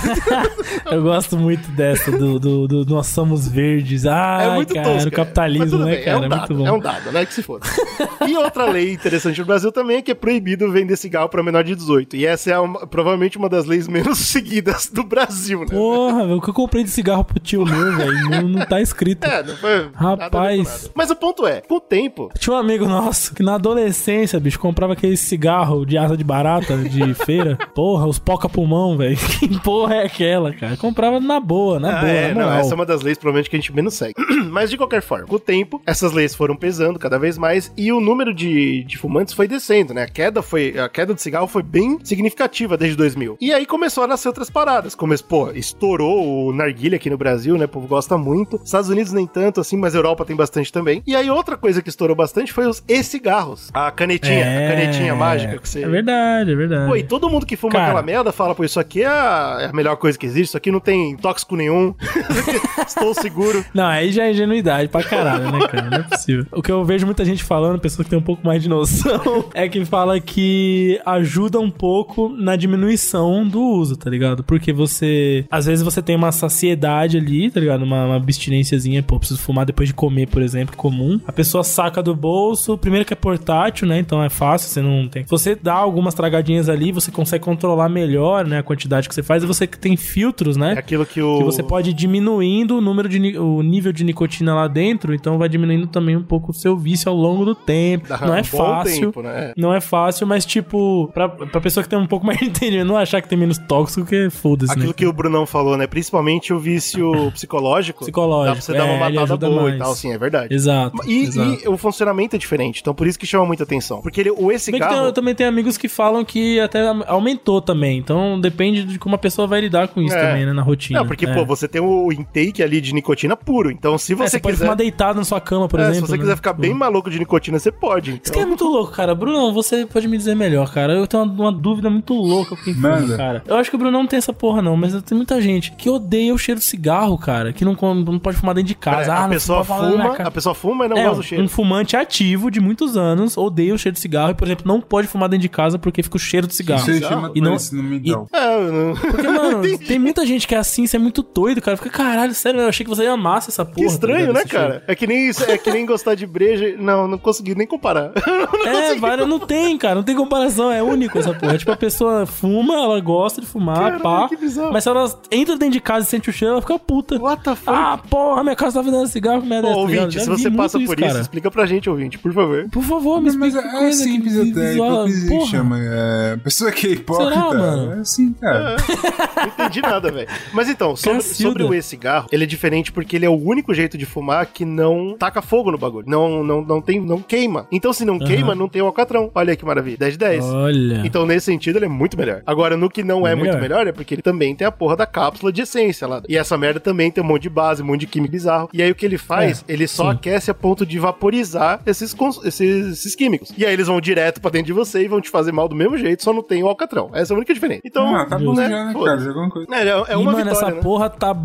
Speaker 3: Eu gosto muito dessa, do, do, do nós somos verdes. Ah,
Speaker 4: é muito
Speaker 3: cara,
Speaker 4: tosca,
Speaker 3: o capitalismo, né,
Speaker 4: bem,
Speaker 3: cara?
Speaker 4: É um,
Speaker 3: é
Speaker 4: dado,
Speaker 3: muito bom.
Speaker 4: é um dado, né? Que se foda. E outra lei interessante no Brasil também é que é proibido vender cigarro para menor de dezoito. E essa é uma, provavelmente uma das leis menos seguidas do Brasil, né?
Speaker 3: Porra, velho, o que eu comprei de cigarro pro tio meu, velho, não, não tá escrito.
Speaker 4: É, não foi
Speaker 3: Rapaz.
Speaker 4: nada. Mas o ponto é, com o tempo...
Speaker 3: Tinha um amigo nosso que na adolescência, bicho, comprava aquele cigarro de asa de barata de feira. Porra, os poca-pulmão, velho. Que porra é aquela, cara? Comprava na boa, na
Speaker 4: ah,
Speaker 3: boa,
Speaker 4: é,
Speaker 3: na moral.
Speaker 4: Não, essa é uma das leis provavelmente que a gente menos segue. Mas de qualquer forma, com o tempo, essas leis foram pesando cada vez mais e o número de, de fumantes foi descendo, né? A queda foi, a queda de cigarro foi bem significativa desde dois mil. E aí começou a nascer outras paradas. Começou, pô, estourou o narguilha aqui no Brasil, né? O povo gosta muito. Estados Unidos nem tanto, assim, mas Europa tem bastante também. E aí outra coisa que estourou bastante foi os e-cigarros. A canetinha,
Speaker 3: é...
Speaker 4: a canetinha mágica que você...
Speaker 3: É verdade, é verdade.
Speaker 4: Pô, e todo mundo que fuma
Speaker 3: Cara...
Speaker 4: aquela merda fala, pô, isso aqui é a, é a melhor coisa que existe, isso aqui não tem tóxico nenhum. Estou seguro.
Speaker 3: Não, aí já é ingenuidade pra caralho, né, cara? Não é possível. O que eu vejo muita gente falando, pessoa que tem um pouco mais de noção, é que fala que ajuda um pouco na diminuição do uso, tá ligado? Porque você... Às vezes você tem uma saciedade ali, tá ligado? Uma, uma abstinênciazinha, pô, preciso fumar depois de comer, por exemplo, comum. A pessoa saca do bolso, primeiro que é portátil, né? Então é fácil, você não tem... Se você dá algumas tragadinhas ali, você consegue controlar melhor, né? A quantidade que você faz e você tem filtros, né?
Speaker 4: É aquilo que o...
Speaker 3: Que você pode ir diminuindo o número de... o nível de nicotina lá dentro, então vai diminuindo também um pouco o seu vício ao longo do tempo. Dá não é fácil. Tempo, né? Não é fácil, mas tipo, pra, pra pessoa que tem um pouco mais de entendimento, não achar que tem menos tóxico, que foda-se,
Speaker 4: aquilo
Speaker 3: né?
Speaker 4: que o Brunão falou, né? Principalmente o vício psicológico.
Speaker 3: Psicológico.
Speaker 4: Dá pra você é, dar uma matada boa mais. E tal, sim, é verdade.
Speaker 3: Exato
Speaker 4: e,
Speaker 3: exato.
Speaker 4: e o funcionamento é diferente, então por isso que chama muita atenção. Porque ele, o e-cigarro...
Speaker 3: Eu também tenho amigos que falam que até aumentou também, então depende de como a pessoa vai lidar com isso é. também, né? Na rotina.
Speaker 4: Não, porque,
Speaker 3: é.
Speaker 4: pô, você tem o intake ali de nicotina puro, então se você,
Speaker 3: é, você
Speaker 4: quiser...
Speaker 3: pode fumar deitado na sua cama, por
Speaker 4: é,
Speaker 3: exemplo.
Speaker 4: Se você
Speaker 3: né?
Speaker 4: quiser ficar bem maluco de nicotina, você pode. Então...
Speaker 3: Isso que é muito louco, cara. Bruno, você pode me dizer melhor, cara. Eu tenho uma, uma dúvida muito louca com quem fuma, cara. Eu acho que o Bruno não tem essa porra, não, mas tem muita gente que odeia o cheiro de cigarro, cara, que não, não pode fumar dentro de casa.
Speaker 4: É,
Speaker 3: ah,
Speaker 4: a, pessoa fuma, a pessoa fuma e não
Speaker 3: é,
Speaker 4: gosta do cheiro.
Speaker 3: Um fumante ativo de muitos anos odeia o cheiro de cigarro e, por exemplo, não pode fumar dentro de casa porque fica o cheiro de cigarro.
Speaker 2: Isso chama
Speaker 3: e não,
Speaker 2: esse nome, então.
Speaker 3: E, é, não... Porque, mano, tem muita gente que é assim, isso é muito doido, cara. Fica, caralho, sério, eu achei que você ia amar essa porra.
Speaker 4: Que estranho,
Speaker 3: tá
Speaker 4: né, cara? Cheiro. É que nem isso, é que nem gostar de breja. Não, não consegui nem comparar. não
Speaker 3: é, vale, não tem, cara, não tem comparação, é único essa porra. Tipo, a pessoa fuma, ela gosta de fumar, caralho, pá. Mas se ela entra dentro de casa e sente o cheiro, ela fica puta.
Speaker 4: What the fuck?
Speaker 3: Ah, porra, minha casa tá vendendo cigarro, que merda é essa?
Speaker 4: Ouvinte, se você passa por isso, isso explica pra gente, ouvinte, por favor.
Speaker 3: Por favor, me explica.
Speaker 2: Mas é, é simples até, hipocrisia chama. É, pessoa que é hipócrita.
Speaker 3: Será, mano?
Speaker 2: É assim, cara.
Speaker 4: É, não entendi nada, velho. Mas então, sobre, sobre o e-cigarro, ele é diferente porque ele é o único jeito de fumar que não taca fogo no bagulho. Não, não, não, tem, não queima. Então, se não uhum. queima, não tem o alcatrão. Olha aí que maravilha. dez de dez.
Speaker 3: Olha.
Speaker 4: Então, nesse sentido, ele é muito melhor. Agora, no que não é, é muito melhor, é porque ele também tem a porra da cápsula de essência lá. E essa merda também tem um monte de base, um monte de químico bizarro. E aí, o que ele faz, é, ele só sim. aquece a ponto de vaporizar esses, esses, esses químicos. E aí, eles vão direto pra dentro de você e vão te fazer mal do mesmo jeito, só não tem o alcatrão. Essa é a única diferença. Então,
Speaker 2: ah, tá bom
Speaker 4: né,
Speaker 2: já, né, cara? Já alguma coisa.
Speaker 4: É, é uma
Speaker 3: e, mano,
Speaker 4: vitória,
Speaker 3: essa
Speaker 4: né?
Speaker 3: porra tá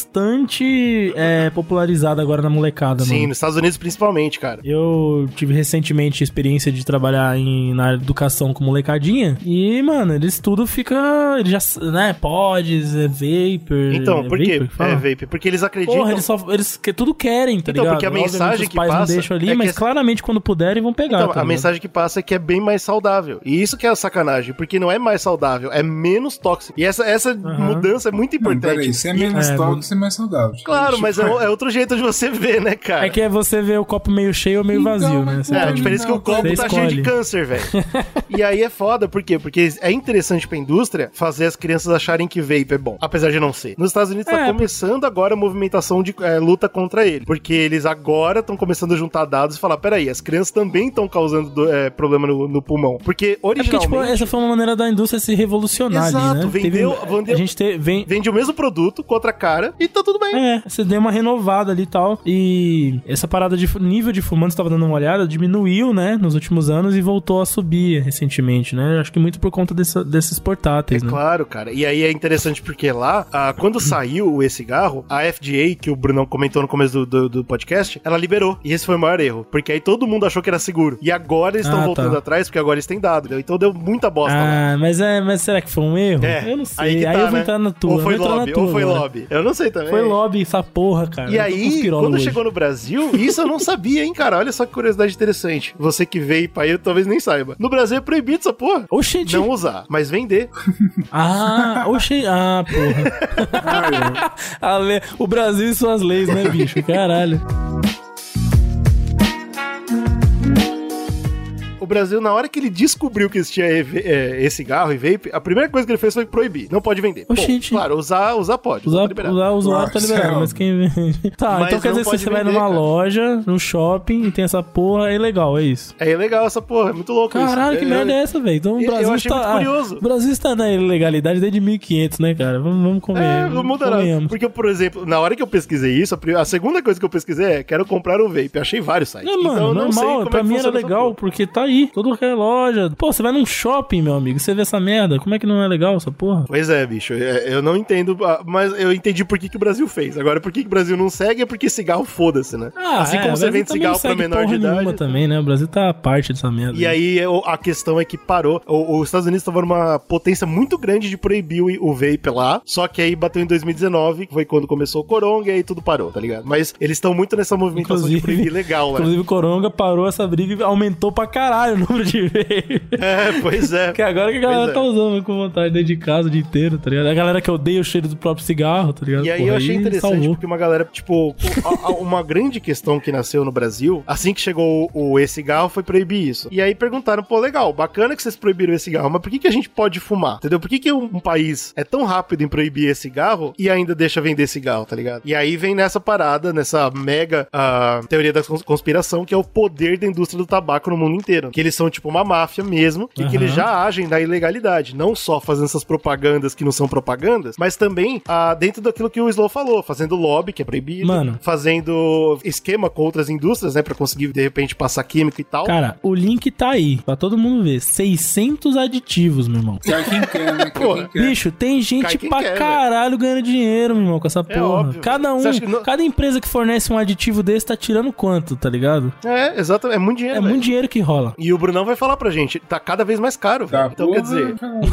Speaker 3: bastante é, popularizada agora na molecada,
Speaker 4: Sim,
Speaker 3: mano.
Speaker 4: nos Estados Unidos principalmente, cara.
Speaker 3: Eu tive recentemente a experiência de trabalhar em, na área de educação com molecadinha e, mano, eles tudo fica... Eles já, né, pods, é vapor...
Speaker 4: Então,
Speaker 3: é
Speaker 4: por quê?
Speaker 3: Vapor,
Speaker 4: é vapor, porque eles acreditam...
Speaker 3: Porra, eles, só, eles que, tudo querem, tá
Speaker 4: então,
Speaker 3: ligado?
Speaker 4: Porque a mensagem
Speaker 3: Obviamente, os
Speaker 4: que
Speaker 3: pais
Speaker 4: passa
Speaker 3: não deixam ali,
Speaker 4: é
Speaker 3: mas
Speaker 4: essa...
Speaker 3: claramente quando puder puderem vão pegar.
Speaker 4: Então,
Speaker 3: tá
Speaker 4: a
Speaker 3: ligado?
Speaker 4: mensagem que passa é que é bem mais saudável. E isso que é a sacanagem, porque não é mais saudável, é menos tóxico. E essa, essa uhum. mudança é muito importante.
Speaker 2: Não, peraí, se é menos
Speaker 3: é,
Speaker 2: tóxico, é mais saudável.
Speaker 4: Claro, mas é, é outro jeito de você ver, né, cara?
Speaker 3: É que é você ver o copo meio cheio ou meio então, vazio, né? Você
Speaker 4: é,
Speaker 3: tá...
Speaker 4: a diferença é que o copo
Speaker 3: você
Speaker 4: tá
Speaker 3: escolhe.
Speaker 4: cheio de câncer, velho. E aí é foda, por quê? Porque é interessante pra indústria fazer as crianças acharem que vape é bom, apesar de não ser. Nos Estados Unidos é, tá começando agora a movimentação de é, luta contra ele, porque eles agora estão começando a juntar dados e falar, peraí, as crianças também estão causando do, é, problema no, no pulmão. Porque originalmente... É porque,
Speaker 3: tipo, essa foi uma maneira da indústria se revolucionar.
Speaker 4: Exato,
Speaker 3: ali, né?
Speaker 4: vendeu,
Speaker 3: Teve,
Speaker 4: vendeu,
Speaker 3: a gente te, vem...
Speaker 4: vende o mesmo produto com outra cara e tá tudo bem.
Speaker 3: É, você deu uma renovada ali e tal, e essa parada de nível de fumantes, tava dando uma olhada, diminuiu, né, nos últimos anos e voltou a subir recentemente, né? Acho que muito por conta desse, desses portáteis,
Speaker 4: é
Speaker 3: né?
Speaker 4: Claro, cara. E aí é interessante porque lá, ah, quando saiu o e-cigarro, a F D A, que o Brunão comentou no começo do, do, do podcast, ela liberou. E esse foi o maior erro. Porque aí todo mundo achou que era seguro. E agora eles estão ah, voltando tá. atrás, porque agora eles têm dado. Entendeu? Então deu muita bosta
Speaker 3: ah,
Speaker 4: lá.
Speaker 3: Ah, mas, é, mas será que foi um erro?
Speaker 4: É.
Speaker 3: Eu não sei.
Speaker 4: Aí, tá,
Speaker 3: aí eu vou
Speaker 4: né?
Speaker 3: entrar na tua.
Speaker 4: Ou foi lobby,
Speaker 3: tua,
Speaker 4: ou foi
Speaker 3: agora.
Speaker 4: lobby. Eu não sei também.
Speaker 3: Foi lobby essa porra, cara.
Speaker 4: E aí, quando
Speaker 3: hoje.
Speaker 4: chegou no Brasil, isso eu não sabia, hein, cara. Olha só que curiosidade interessante. Você que veio pra aí, talvez nem saiba. No Brasil é proibido essa porra.
Speaker 3: Oxente.
Speaker 4: Não usar, mas vender.
Speaker 3: Ah, oxe. Ah, porra. ah, le... O Brasil e suas leis, né, bicho? Caralho.
Speaker 4: O Brasil, na hora que ele descobriu que existia esse cigarro e vape, a primeira coisa que ele fez foi proibir. Não pode vender. Pô, claro, usar, usar pode.
Speaker 3: Usar,
Speaker 4: usar,
Speaker 3: usar o usuário tá liberado, mas quem vende... Tá, mas então quer dizer que você vender, vai numa cara. loja, no shopping, e tem essa porra, é ilegal, é isso?
Speaker 4: É ilegal essa porra, é muito louco
Speaker 3: Caralho, isso. Caralho, que eu, merda é essa, velho? Então o Brasil
Speaker 4: eu achei
Speaker 3: está...
Speaker 4: muito curioso.
Speaker 3: Ah, o Brasil está na ilegalidade desde mil e quinhentos, né, cara? Vamos, vamos comer.
Speaker 4: É, não muda nada. Porque, por exemplo, na hora que eu pesquisei isso, a segunda coisa que eu pesquisei é, quero comprar um vape. Achei vários sites.
Speaker 3: Não, mano,
Speaker 4: então,
Speaker 3: normal,
Speaker 4: não sei como
Speaker 3: pra
Speaker 4: é que
Speaker 3: mim era legal, porque tá aí, todo que é loja. Pô, você vai num shopping, meu amigo, você vê essa merda, como é que não é legal essa porra?
Speaker 4: Pois é, bicho, eu não entendo, mas eu entendi por que, que o Brasil fez. Agora, por que, que o Brasil não segue é porque cigarro foda-se, né?
Speaker 3: Ah,
Speaker 4: assim
Speaker 3: é,
Speaker 4: como você vende cigarro pra menor de idade.
Speaker 3: Também, né? O Brasil tá parte dessa merda.
Speaker 4: E aí, a questão é que parou. O, os Estados Unidos estavam numa potência muito grande de proibir o, o vape lá, só que aí bateu em dois mil e dezenove, que foi quando começou o Coronga, e aí tudo parou, tá ligado? Mas eles estão muito nessa movimentação inclusive, de proibir legal, né?
Speaker 3: Inclusive, o Coronga parou essa briga e aumentou pra caralho o número de vape.
Speaker 4: É, pois é.
Speaker 3: Que agora que a galera tá usando com vontade dentro de casa o dia inteiro, tá ligado? A galera que odeia o cheiro do próprio cigarro, tá ligado?
Speaker 4: E aí
Speaker 3: Porra,
Speaker 4: eu achei
Speaker 3: aí
Speaker 4: interessante
Speaker 3: salvou.
Speaker 4: Porque uma galera, tipo, uma grande questão que nasceu no Brasil, assim que chegou o e-cigarro, foi proibir isso. E aí perguntaram, pô, legal, bacana que vocês proibiram o e-cigarro, mas por que que a gente pode fumar? Entendeu? Por que que um país é tão rápido em proibir e-cigarro e ainda deixa vender cigarro, tá ligado? E aí vem nessa parada, nessa mega uh, teoria da conspiração, que é o poder da indústria do tabaco no mundo inteiro. Que eles são tipo uma máfia mesmo, e uhum. que eles já agem na ilegalidade, não só fazendo essas propagandas que não são propagandas, mas também ah, dentro daquilo que o Slow falou, fazendo lobby, que é proibido,
Speaker 3: Mano.
Speaker 4: fazendo esquema com outras indústrias, né, pra conseguir, de repente, passar químico e tal.
Speaker 3: Cara, o link tá aí, pra todo mundo ver, seiscentos aditivos, meu irmão.
Speaker 2: Cai quem quer, né? Cai quem quer.
Speaker 3: Bicho, tem gente pra quer, caralho véio. ganhando dinheiro, meu irmão, com essa porra. É óbvio, cada um, não... cada empresa que fornece um aditivo desse tá tirando quanto, tá ligado?
Speaker 4: É, exatamente, é muito dinheiro,
Speaker 3: É
Speaker 4: véio.
Speaker 3: muito dinheiro que rola.
Speaker 4: E o Brunão vai falar pra gente, tá cada vez mais caro,
Speaker 2: tá,
Speaker 4: então
Speaker 2: porra,
Speaker 4: quer dizer...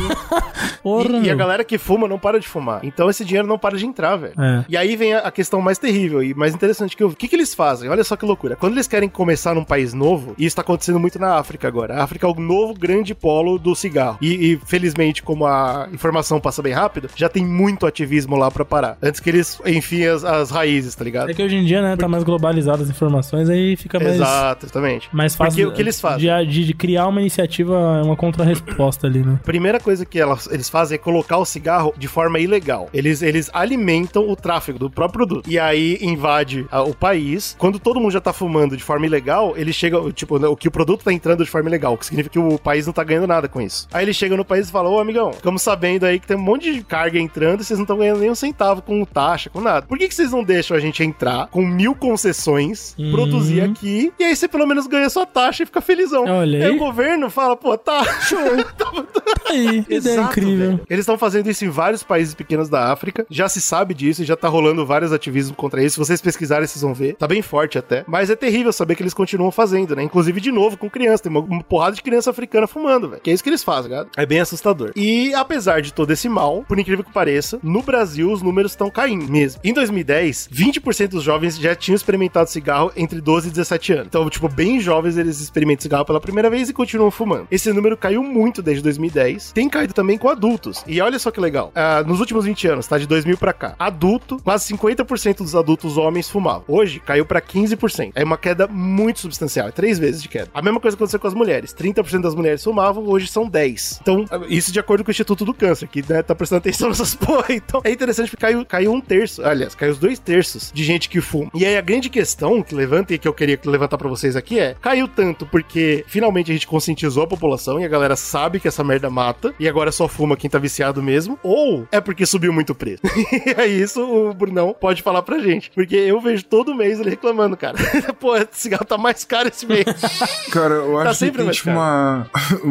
Speaker 3: Porra,
Speaker 4: e, e a galera que fuma não para de fumar. Então esse dinheiro não para de entrar, velho.
Speaker 3: É.
Speaker 4: E aí vem a, a questão mais terrível e mais interessante. que O que, que eles fazem? Olha só que loucura. Quando eles querem começar num país novo, e isso tá acontecendo muito na África agora. A África é o novo grande polo do cigarro. E, e felizmente, como a informação passa bem rápido, já tem muito ativismo lá pra parar. Antes que eles enfiem as, as raízes, tá ligado?
Speaker 3: É que hoje em dia, né, tá mais globalizado as informações, aí fica mais...
Speaker 4: Exato, exatamente.
Speaker 3: Mais fácil.
Speaker 4: Porque o que eles fazem?
Speaker 3: De, de, de criar uma iniciativa, uma contra-resposta ali, né?
Speaker 4: Primeira coisa que elas, eles fazem é colocar o cigarro de forma ilegal. Eles, eles alimentam o tráfego do próprio produto. E aí invade a, o país. Quando todo mundo já tá fumando de forma ilegal, eles chegam, tipo, o que o produto tá entrando de forma ilegal, o que significa que o país não tá ganhando nada com isso. Aí eles chegam no país e falam, ô amigão, ficamos sabendo aí que tem um monte de carga entrando e vocês não estão ganhando nem um centavo com taxa, com nada. Por que que vocês não deixam a gente entrar com mil concessões,
Speaker 3: uhum.
Speaker 4: produzir aqui, e aí você pelo menos ganha sua taxa e fica felizão, não.
Speaker 3: Olha aí.
Speaker 4: Aí o governo fala, pô, tá, show.
Speaker 3: Aí, ideia incrível.
Speaker 4: Véio. Eles estão fazendo isso em vários países pequenos da África. Já se sabe disso e já tá rolando vários ativismos contra isso. Se vocês pesquisarem, vocês vão ver. Tá bem forte até. Mas é terrível saber que eles continuam fazendo, né? Inclusive, de novo, com criança. Tem uma, uma porrada de criança africana fumando, velho. Que é isso que eles fazem, cara. É bem assustador. E apesar de todo esse mal, por incrível que pareça, no Brasil os números estão caindo mesmo. Em dois mil e dez, vinte por cento dos jovens já tinham experimentado cigarro entre doze e dezessete anos. Então, tipo, bem jovens eles experimentam cigarro pela primeira vez e continuam fumando. Esse número caiu muito desde dois mil e dez. Tem caído também com adultos. E olha só que legal. Uh, nos últimos vinte anos, tá? De dois mil pra cá. Adulto, quase cinquenta por cento dos adultos homens fumavam. Hoje, caiu pra quinze por cento. É uma queda muito substancial. É três vezes de queda. A mesma coisa aconteceu com as mulheres. trinta por cento das mulheres fumavam, hoje são dez por cento. Então, isso de acordo com o Instituto do Câncer, que, né, tá prestando atenção nessas porra. Então, é interessante porque caiu, caiu um terço. Aliás, caiu os dois terços de gente que fuma. E aí, a grande questão que levanta e que eu queria levantar pra vocês aqui é, caiu tanto porque finalmente a gente conscientizou a população e a galera sabe que essa merda mata e agora só fuma quem tá viciado mesmo, ou é porque subiu muito o preço? E aí isso o Brunão pode falar pra gente, porque eu vejo todo mês ele reclamando, cara. Pô, esse cigarro tá mais caro esse mês.
Speaker 2: Cara, eu
Speaker 4: tá
Speaker 2: acho que tem tipo uma,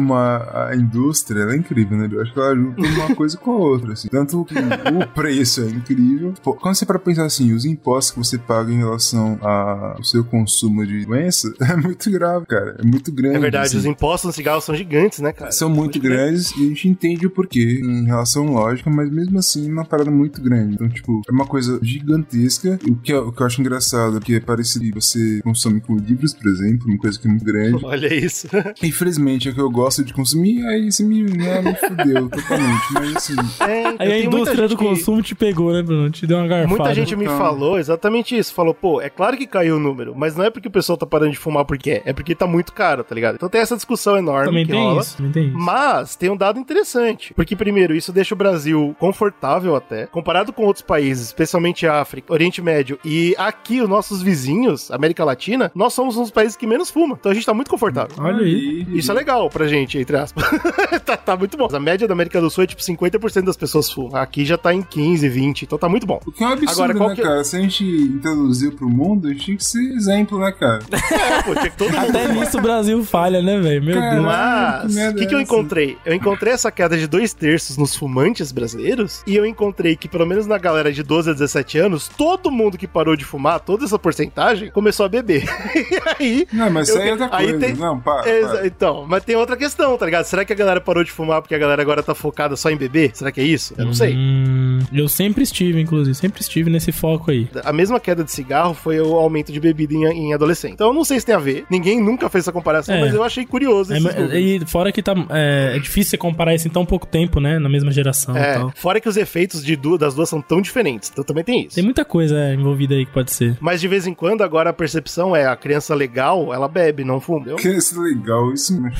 Speaker 2: uma a indústria, ela é incrível, né? Eu acho que ela junta uma coisa com a outra, assim. Tanto que o preço é incrível. Pô, quando você para pensar assim, os impostos que você paga em relação ao seu consumo de doença, é muito grave, cara. É muito grande.
Speaker 4: É verdade,
Speaker 2: assim.
Speaker 4: Os impostos no cigarro são gigantes, né, cara?
Speaker 2: São muito, muito grandes grande. E a gente entende o porquê em relação lógica, mas mesmo assim é uma parada muito grande. Então, tipo, é uma coisa gigantesca. O que, eu, o que eu acho engraçado é que é parecido você consome com livros, por exemplo, uma coisa que é muito grande.
Speaker 4: Olha isso.
Speaker 2: Infelizmente, é que eu gosto de consumir, aí você me, né, me fudeu totalmente. Mas assim.
Speaker 3: É, aí a indústria do que... consumo te pegou, né, Bruno? Te deu uma garfada.
Speaker 4: Muita gente me falou exatamente isso. Falou, pô, é claro que caiu o número, mas não é porque o pessoal tá parando de fumar porque é, é porque tá muito caro, tá ligado? Então tem essa discussão enorme
Speaker 3: também
Speaker 4: que
Speaker 3: tem
Speaker 4: rola.
Speaker 3: Isso, também tem isso.
Speaker 4: Mas tem um dado interessante, porque primeiro, isso deixa o Brasil confortável até, comparado com outros países, especialmente a África, Oriente Médio e aqui os nossos vizinhos, América Latina, nós somos um dos países que menos fuma. Então a gente tá muito confortável.
Speaker 3: Olha aí.
Speaker 4: Isso é legal pra gente, entre aspas. tá, tá muito bom. A média da América do Sul é tipo cinquenta por cento das pessoas fumam. Aqui já tá em quinze, vinte, então tá muito bom.
Speaker 2: O que é um absurdo, Agora, qual né, que... cara? Se a gente introduziu pro mundo, a gente tinha que ser exemplo, né, cara?
Speaker 4: É, pô, tinha que todo mundo.
Speaker 3: Até nisso o Brasil falha, né, velho? Meu
Speaker 4: cara,
Speaker 3: Deus.
Speaker 4: Mas, o que, que eu encontrei? Eu encontrei essa queda de dois terços nos fumantes brasileiros e eu encontrei que, pelo menos na galera de doze a dezessete anos, todo mundo que parou de fumar, toda essa porcentagem, começou a beber. E aí...
Speaker 2: Não, mas isso aí é outra coisa. Aí tem... Não, para, para.
Speaker 4: Então, mas tem outra questão, tá ligado? Será que a galera parou de fumar porque a galera agora tá focada só em beber? Será que é isso? Eu não sei.
Speaker 3: Hum, eu sempre estive, inclusive, sempre estive nesse foco aí.
Speaker 4: A mesma queda de cigarro foi o aumento de bebida em, em adolescente. Então eu não sei se tem a ver. Ninguém nunca fez essa comparação, é. mas eu achei curioso.
Speaker 3: É, e fora que tá, é, é difícil você comparar isso em tão pouco tempo, né? Na mesma geração
Speaker 4: é,
Speaker 3: e tal.
Speaker 4: Fora que os efeitos de duas, das duas são tão diferentes. Então também tem isso.
Speaker 3: Tem muita coisa é, envolvida aí que pode ser.
Speaker 4: Mas de vez em quando, agora a percepção é a criança legal, ela bebe, não fuma. Entendeu?
Speaker 2: Criança legal, isso mesmo.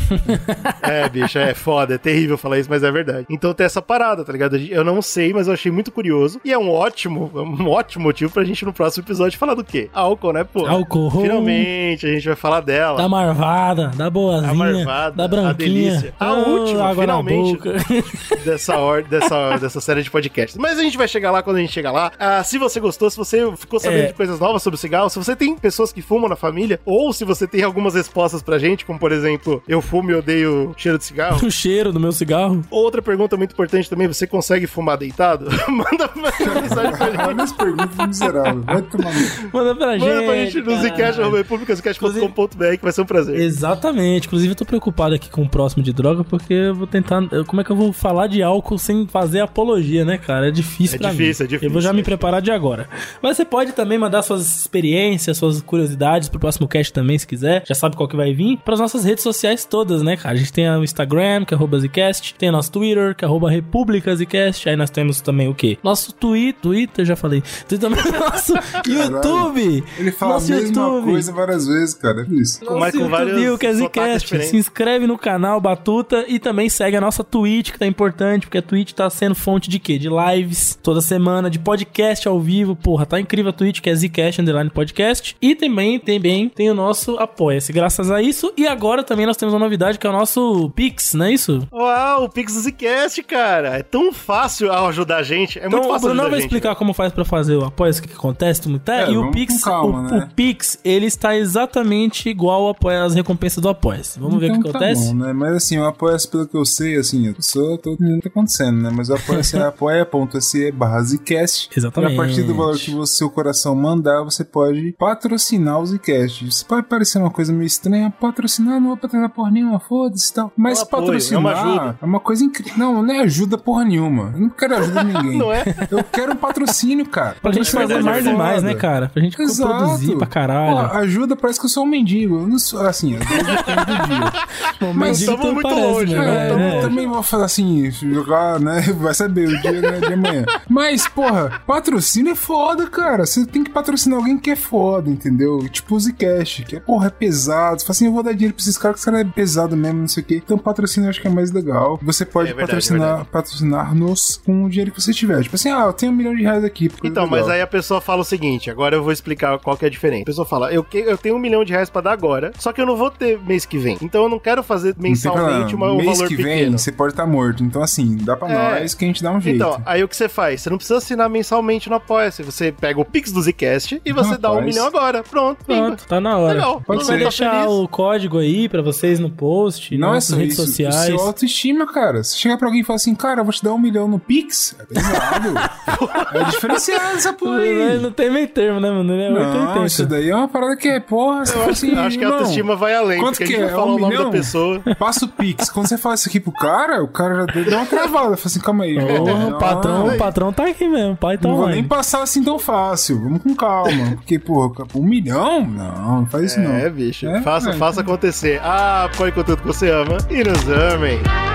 Speaker 4: É, bicho, é foda. É terrível falar isso, mas é verdade. Então tem essa parada, tá ligado? Eu não sei, mas eu achei muito curioso. E é um ótimo, um ótimo motivo pra gente no próximo episódio falar do quê? Álcool, né, pô?
Speaker 3: Álcool.
Speaker 4: Finalmente a gente vai falar dela.
Speaker 3: Da marvada, da boazinha,
Speaker 4: a marvada,
Speaker 3: da branquinha.
Speaker 4: A delícia. A oh, última, finalmente, dessa, or, dessa, dessa série de podcasts. Mas a gente vai chegar lá quando a gente chegar lá. Ah, se você gostou, se você ficou sabendo é. de coisas novas sobre o cigarro, se você tem pessoas que fumam na família, ou se você tem algumas respostas pra gente, como por exemplo, eu fumo e odeio cheiro de cigarro.
Speaker 3: O cheiro do meu cigarro.
Speaker 4: Outra pergunta muito importante também, você consegue fumar deitado? Manda uma mensagem pra gente.
Speaker 2: Olha as perguntas miseráveis. Vai tomar
Speaker 3: Manda pra gente.
Speaker 4: Manda pra gente no zcast arroba republica zcast ponto com ponto b r que vai ser um prazer.
Speaker 3: Exatamente. Inclusive, eu tô preocupado aqui com o próximo de droga, porque eu vou tentar... Como é que eu vou falar de álcool sem fazer apologia, né, cara? É difícil
Speaker 4: é
Speaker 3: pra
Speaker 4: difícil,
Speaker 3: mim.
Speaker 4: É difícil,
Speaker 3: Eu vou já
Speaker 4: é
Speaker 3: me
Speaker 4: difícil.
Speaker 3: preparar de agora. Mas você pode também mandar suas experiências, suas curiosidades pro próximo cast também, se quiser. Já sabe qual que vai vir. Pras nossas redes sociais todas, né, cara? A gente tem o Instagram, que é arroba Zcast. Tem o nosso Twitter, que é arroba República Zcast. Aí nós temos também o quê? Nosso Twitter, Twitter, já falei. Tem também o nosso YouTube.
Speaker 2: Ele fala
Speaker 3: nosso
Speaker 2: a mesma
Speaker 3: YouTube.
Speaker 2: coisa várias vezes, cara. É isso.
Speaker 3: Nosso
Speaker 4: Mas com
Speaker 3: YouTube, que é Zcast. Se inscreve no canal Batuta e também segue a nossa Twitch, que tá importante, porque a Twitch tá sendo fonte de quê? De lives toda semana, de podcast ao vivo. Porra, tá incrível a Twitch, que é Zcast Underline Podcast. E também, também tem o nosso Apoia-se. Graças a isso. E agora também nós temos uma novidade, que é o nosso Pix, não é isso?
Speaker 4: Uau, o Pix do Zcast, cara. É tão fácil ajudar a gente. É
Speaker 3: então,
Speaker 4: muito fácil
Speaker 3: o Bruno
Speaker 4: ajudar
Speaker 3: vai
Speaker 4: a gente.
Speaker 3: explicar como faz pra fazer o Apoia-se, o que, que acontece, muito é, e o Pix,
Speaker 2: calma,
Speaker 3: o,
Speaker 2: né?
Speaker 3: o Pix, ele está exatamente igual ao Apoia, as recompensas recompensa do Apoia-se. Vamos
Speaker 2: então,
Speaker 3: ver o que
Speaker 2: tá
Speaker 3: acontece?
Speaker 2: Bom, né? Mas assim, o Apoia-se, pelo que eu sei, assim, eu só tô entendendo o que tá acontecendo, né? Mas o Apoia-se é apoia.se barra Zcast.
Speaker 3: Exatamente.
Speaker 2: E a partir do valor que o seu coração mandar, você pode patrocinar o Zcast. Isso pode parecer uma coisa meio estranha, patrocinar, não vou patrocinar porra nenhuma, foda-se e tal. Mas
Speaker 4: é um apoio,
Speaker 2: patrocinar
Speaker 4: é uma, ajuda.
Speaker 2: é uma coisa incrível. Não, não é ajuda porra nenhuma. Eu não quero ajuda de ninguém.
Speaker 4: Não é?
Speaker 2: Eu quero um patrocínio, cara.
Speaker 3: Pra gente fazer mais e mais, né, cara? Pra gente
Speaker 2: Exato.
Speaker 3: produzir pra caralho.
Speaker 2: Pô, ajuda, parece que eu sou um mendigo. Eu não sou, assim, às vezes depende do dia.
Speaker 3: Bom,
Speaker 2: Mas
Speaker 3: estamos
Speaker 4: muito
Speaker 3: parece,
Speaker 4: longe,
Speaker 3: né?
Speaker 2: É,
Speaker 3: É,
Speaker 2: também,
Speaker 3: é.
Speaker 2: também vou falar assim, jogar, né? Vai saber o dia, né, de amanhã. Mas, porra, patrocínio é foda, cara. Você tem que patrocinar alguém que é foda, entendeu? Tipo o Zcast, que é, porra, é pesado. Você fala assim, eu vou dar dinheiro pra esses caras, que esse cara é pesado mesmo, não sei o quê. Então, patrocínio eu acho que é mais legal. Você pode
Speaker 4: É verdade,
Speaker 2: patrocinar,
Speaker 4: é
Speaker 2: patrocinar-nos com o dinheiro que você tiver. Tipo assim, ah, eu tenho um milhão de reais aqui.
Speaker 4: Então, mas aí a pessoa fala o seguinte, agora eu vou explicar qual que é a diferença. A pessoa fala, eu, que, eu tenho um milhão de reais pra dar agora, só que eu não vou ter mês que vem. Então eu não quero fazer mensalmente uma, um
Speaker 2: mês
Speaker 4: valor
Speaker 2: que
Speaker 4: pequeno.
Speaker 2: vem, você pode estar morto. Então, assim, dá pra
Speaker 4: É.
Speaker 2: nós que a gente dá um jeito.
Speaker 4: Então, aí o que você faz? Você não precisa assinar mensalmente no Apoia-se. Você pega o Pix do Zcast e você
Speaker 2: Rapaz.
Speaker 4: dá um milhão agora. Pronto.
Speaker 3: Pronto, tá na hora.
Speaker 4: Legal.
Speaker 3: A gente vai
Speaker 4: Tá
Speaker 3: deixar
Speaker 4: feliz.
Speaker 3: o código aí pra vocês no post,
Speaker 2: Não é
Speaker 3: nas
Speaker 2: só
Speaker 3: redes
Speaker 2: isso,
Speaker 3: sociais.
Speaker 2: o seu autoestima, cara. Se chegar pra alguém e falar assim, cara, eu vou te dar um milhão no Pix, é pesado. É diferenciado essa porra aí.
Speaker 3: Não tem meio termo, né, mano? É oitocentos e
Speaker 2: Não,
Speaker 3: oitenta.
Speaker 2: isso daí é uma parada que é, porra, você fala assim,
Speaker 4: Acho que a
Speaker 2: irmão,
Speaker 4: autoestima vai além,
Speaker 2: quanto
Speaker 4: porque
Speaker 2: que
Speaker 4: a gente
Speaker 2: é?
Speaker 4: vai falar
Speaker 2: Um
Speaker 4: o nome
Speaker 2: milhão?
Speaker 4: da pessoa.
Speaker 2: Passa o Pix. Quando você fala isso aqui pro cara, o cara já deu uma travada. Fala assim, calma aí.
Speaker 3: Porra,
Speaker 2: não,
Speaker 3: o patrão, o patrão tá aqui mesmo, o pai tá
Speaker 2: Não vou
Speaker 3: online.
Speaker 2: nem passar assim tão fácil. Vamos com calma. Porque, porra, um milhão? Não, não faz isso não.
Speaker 4: É, bicho.
Speaker 2: É,
Speaker 4: faça,
Speaker 2: é,
Speaker 4: faça acontecer. Ah, apoie conteúdo que você ama e nos amem.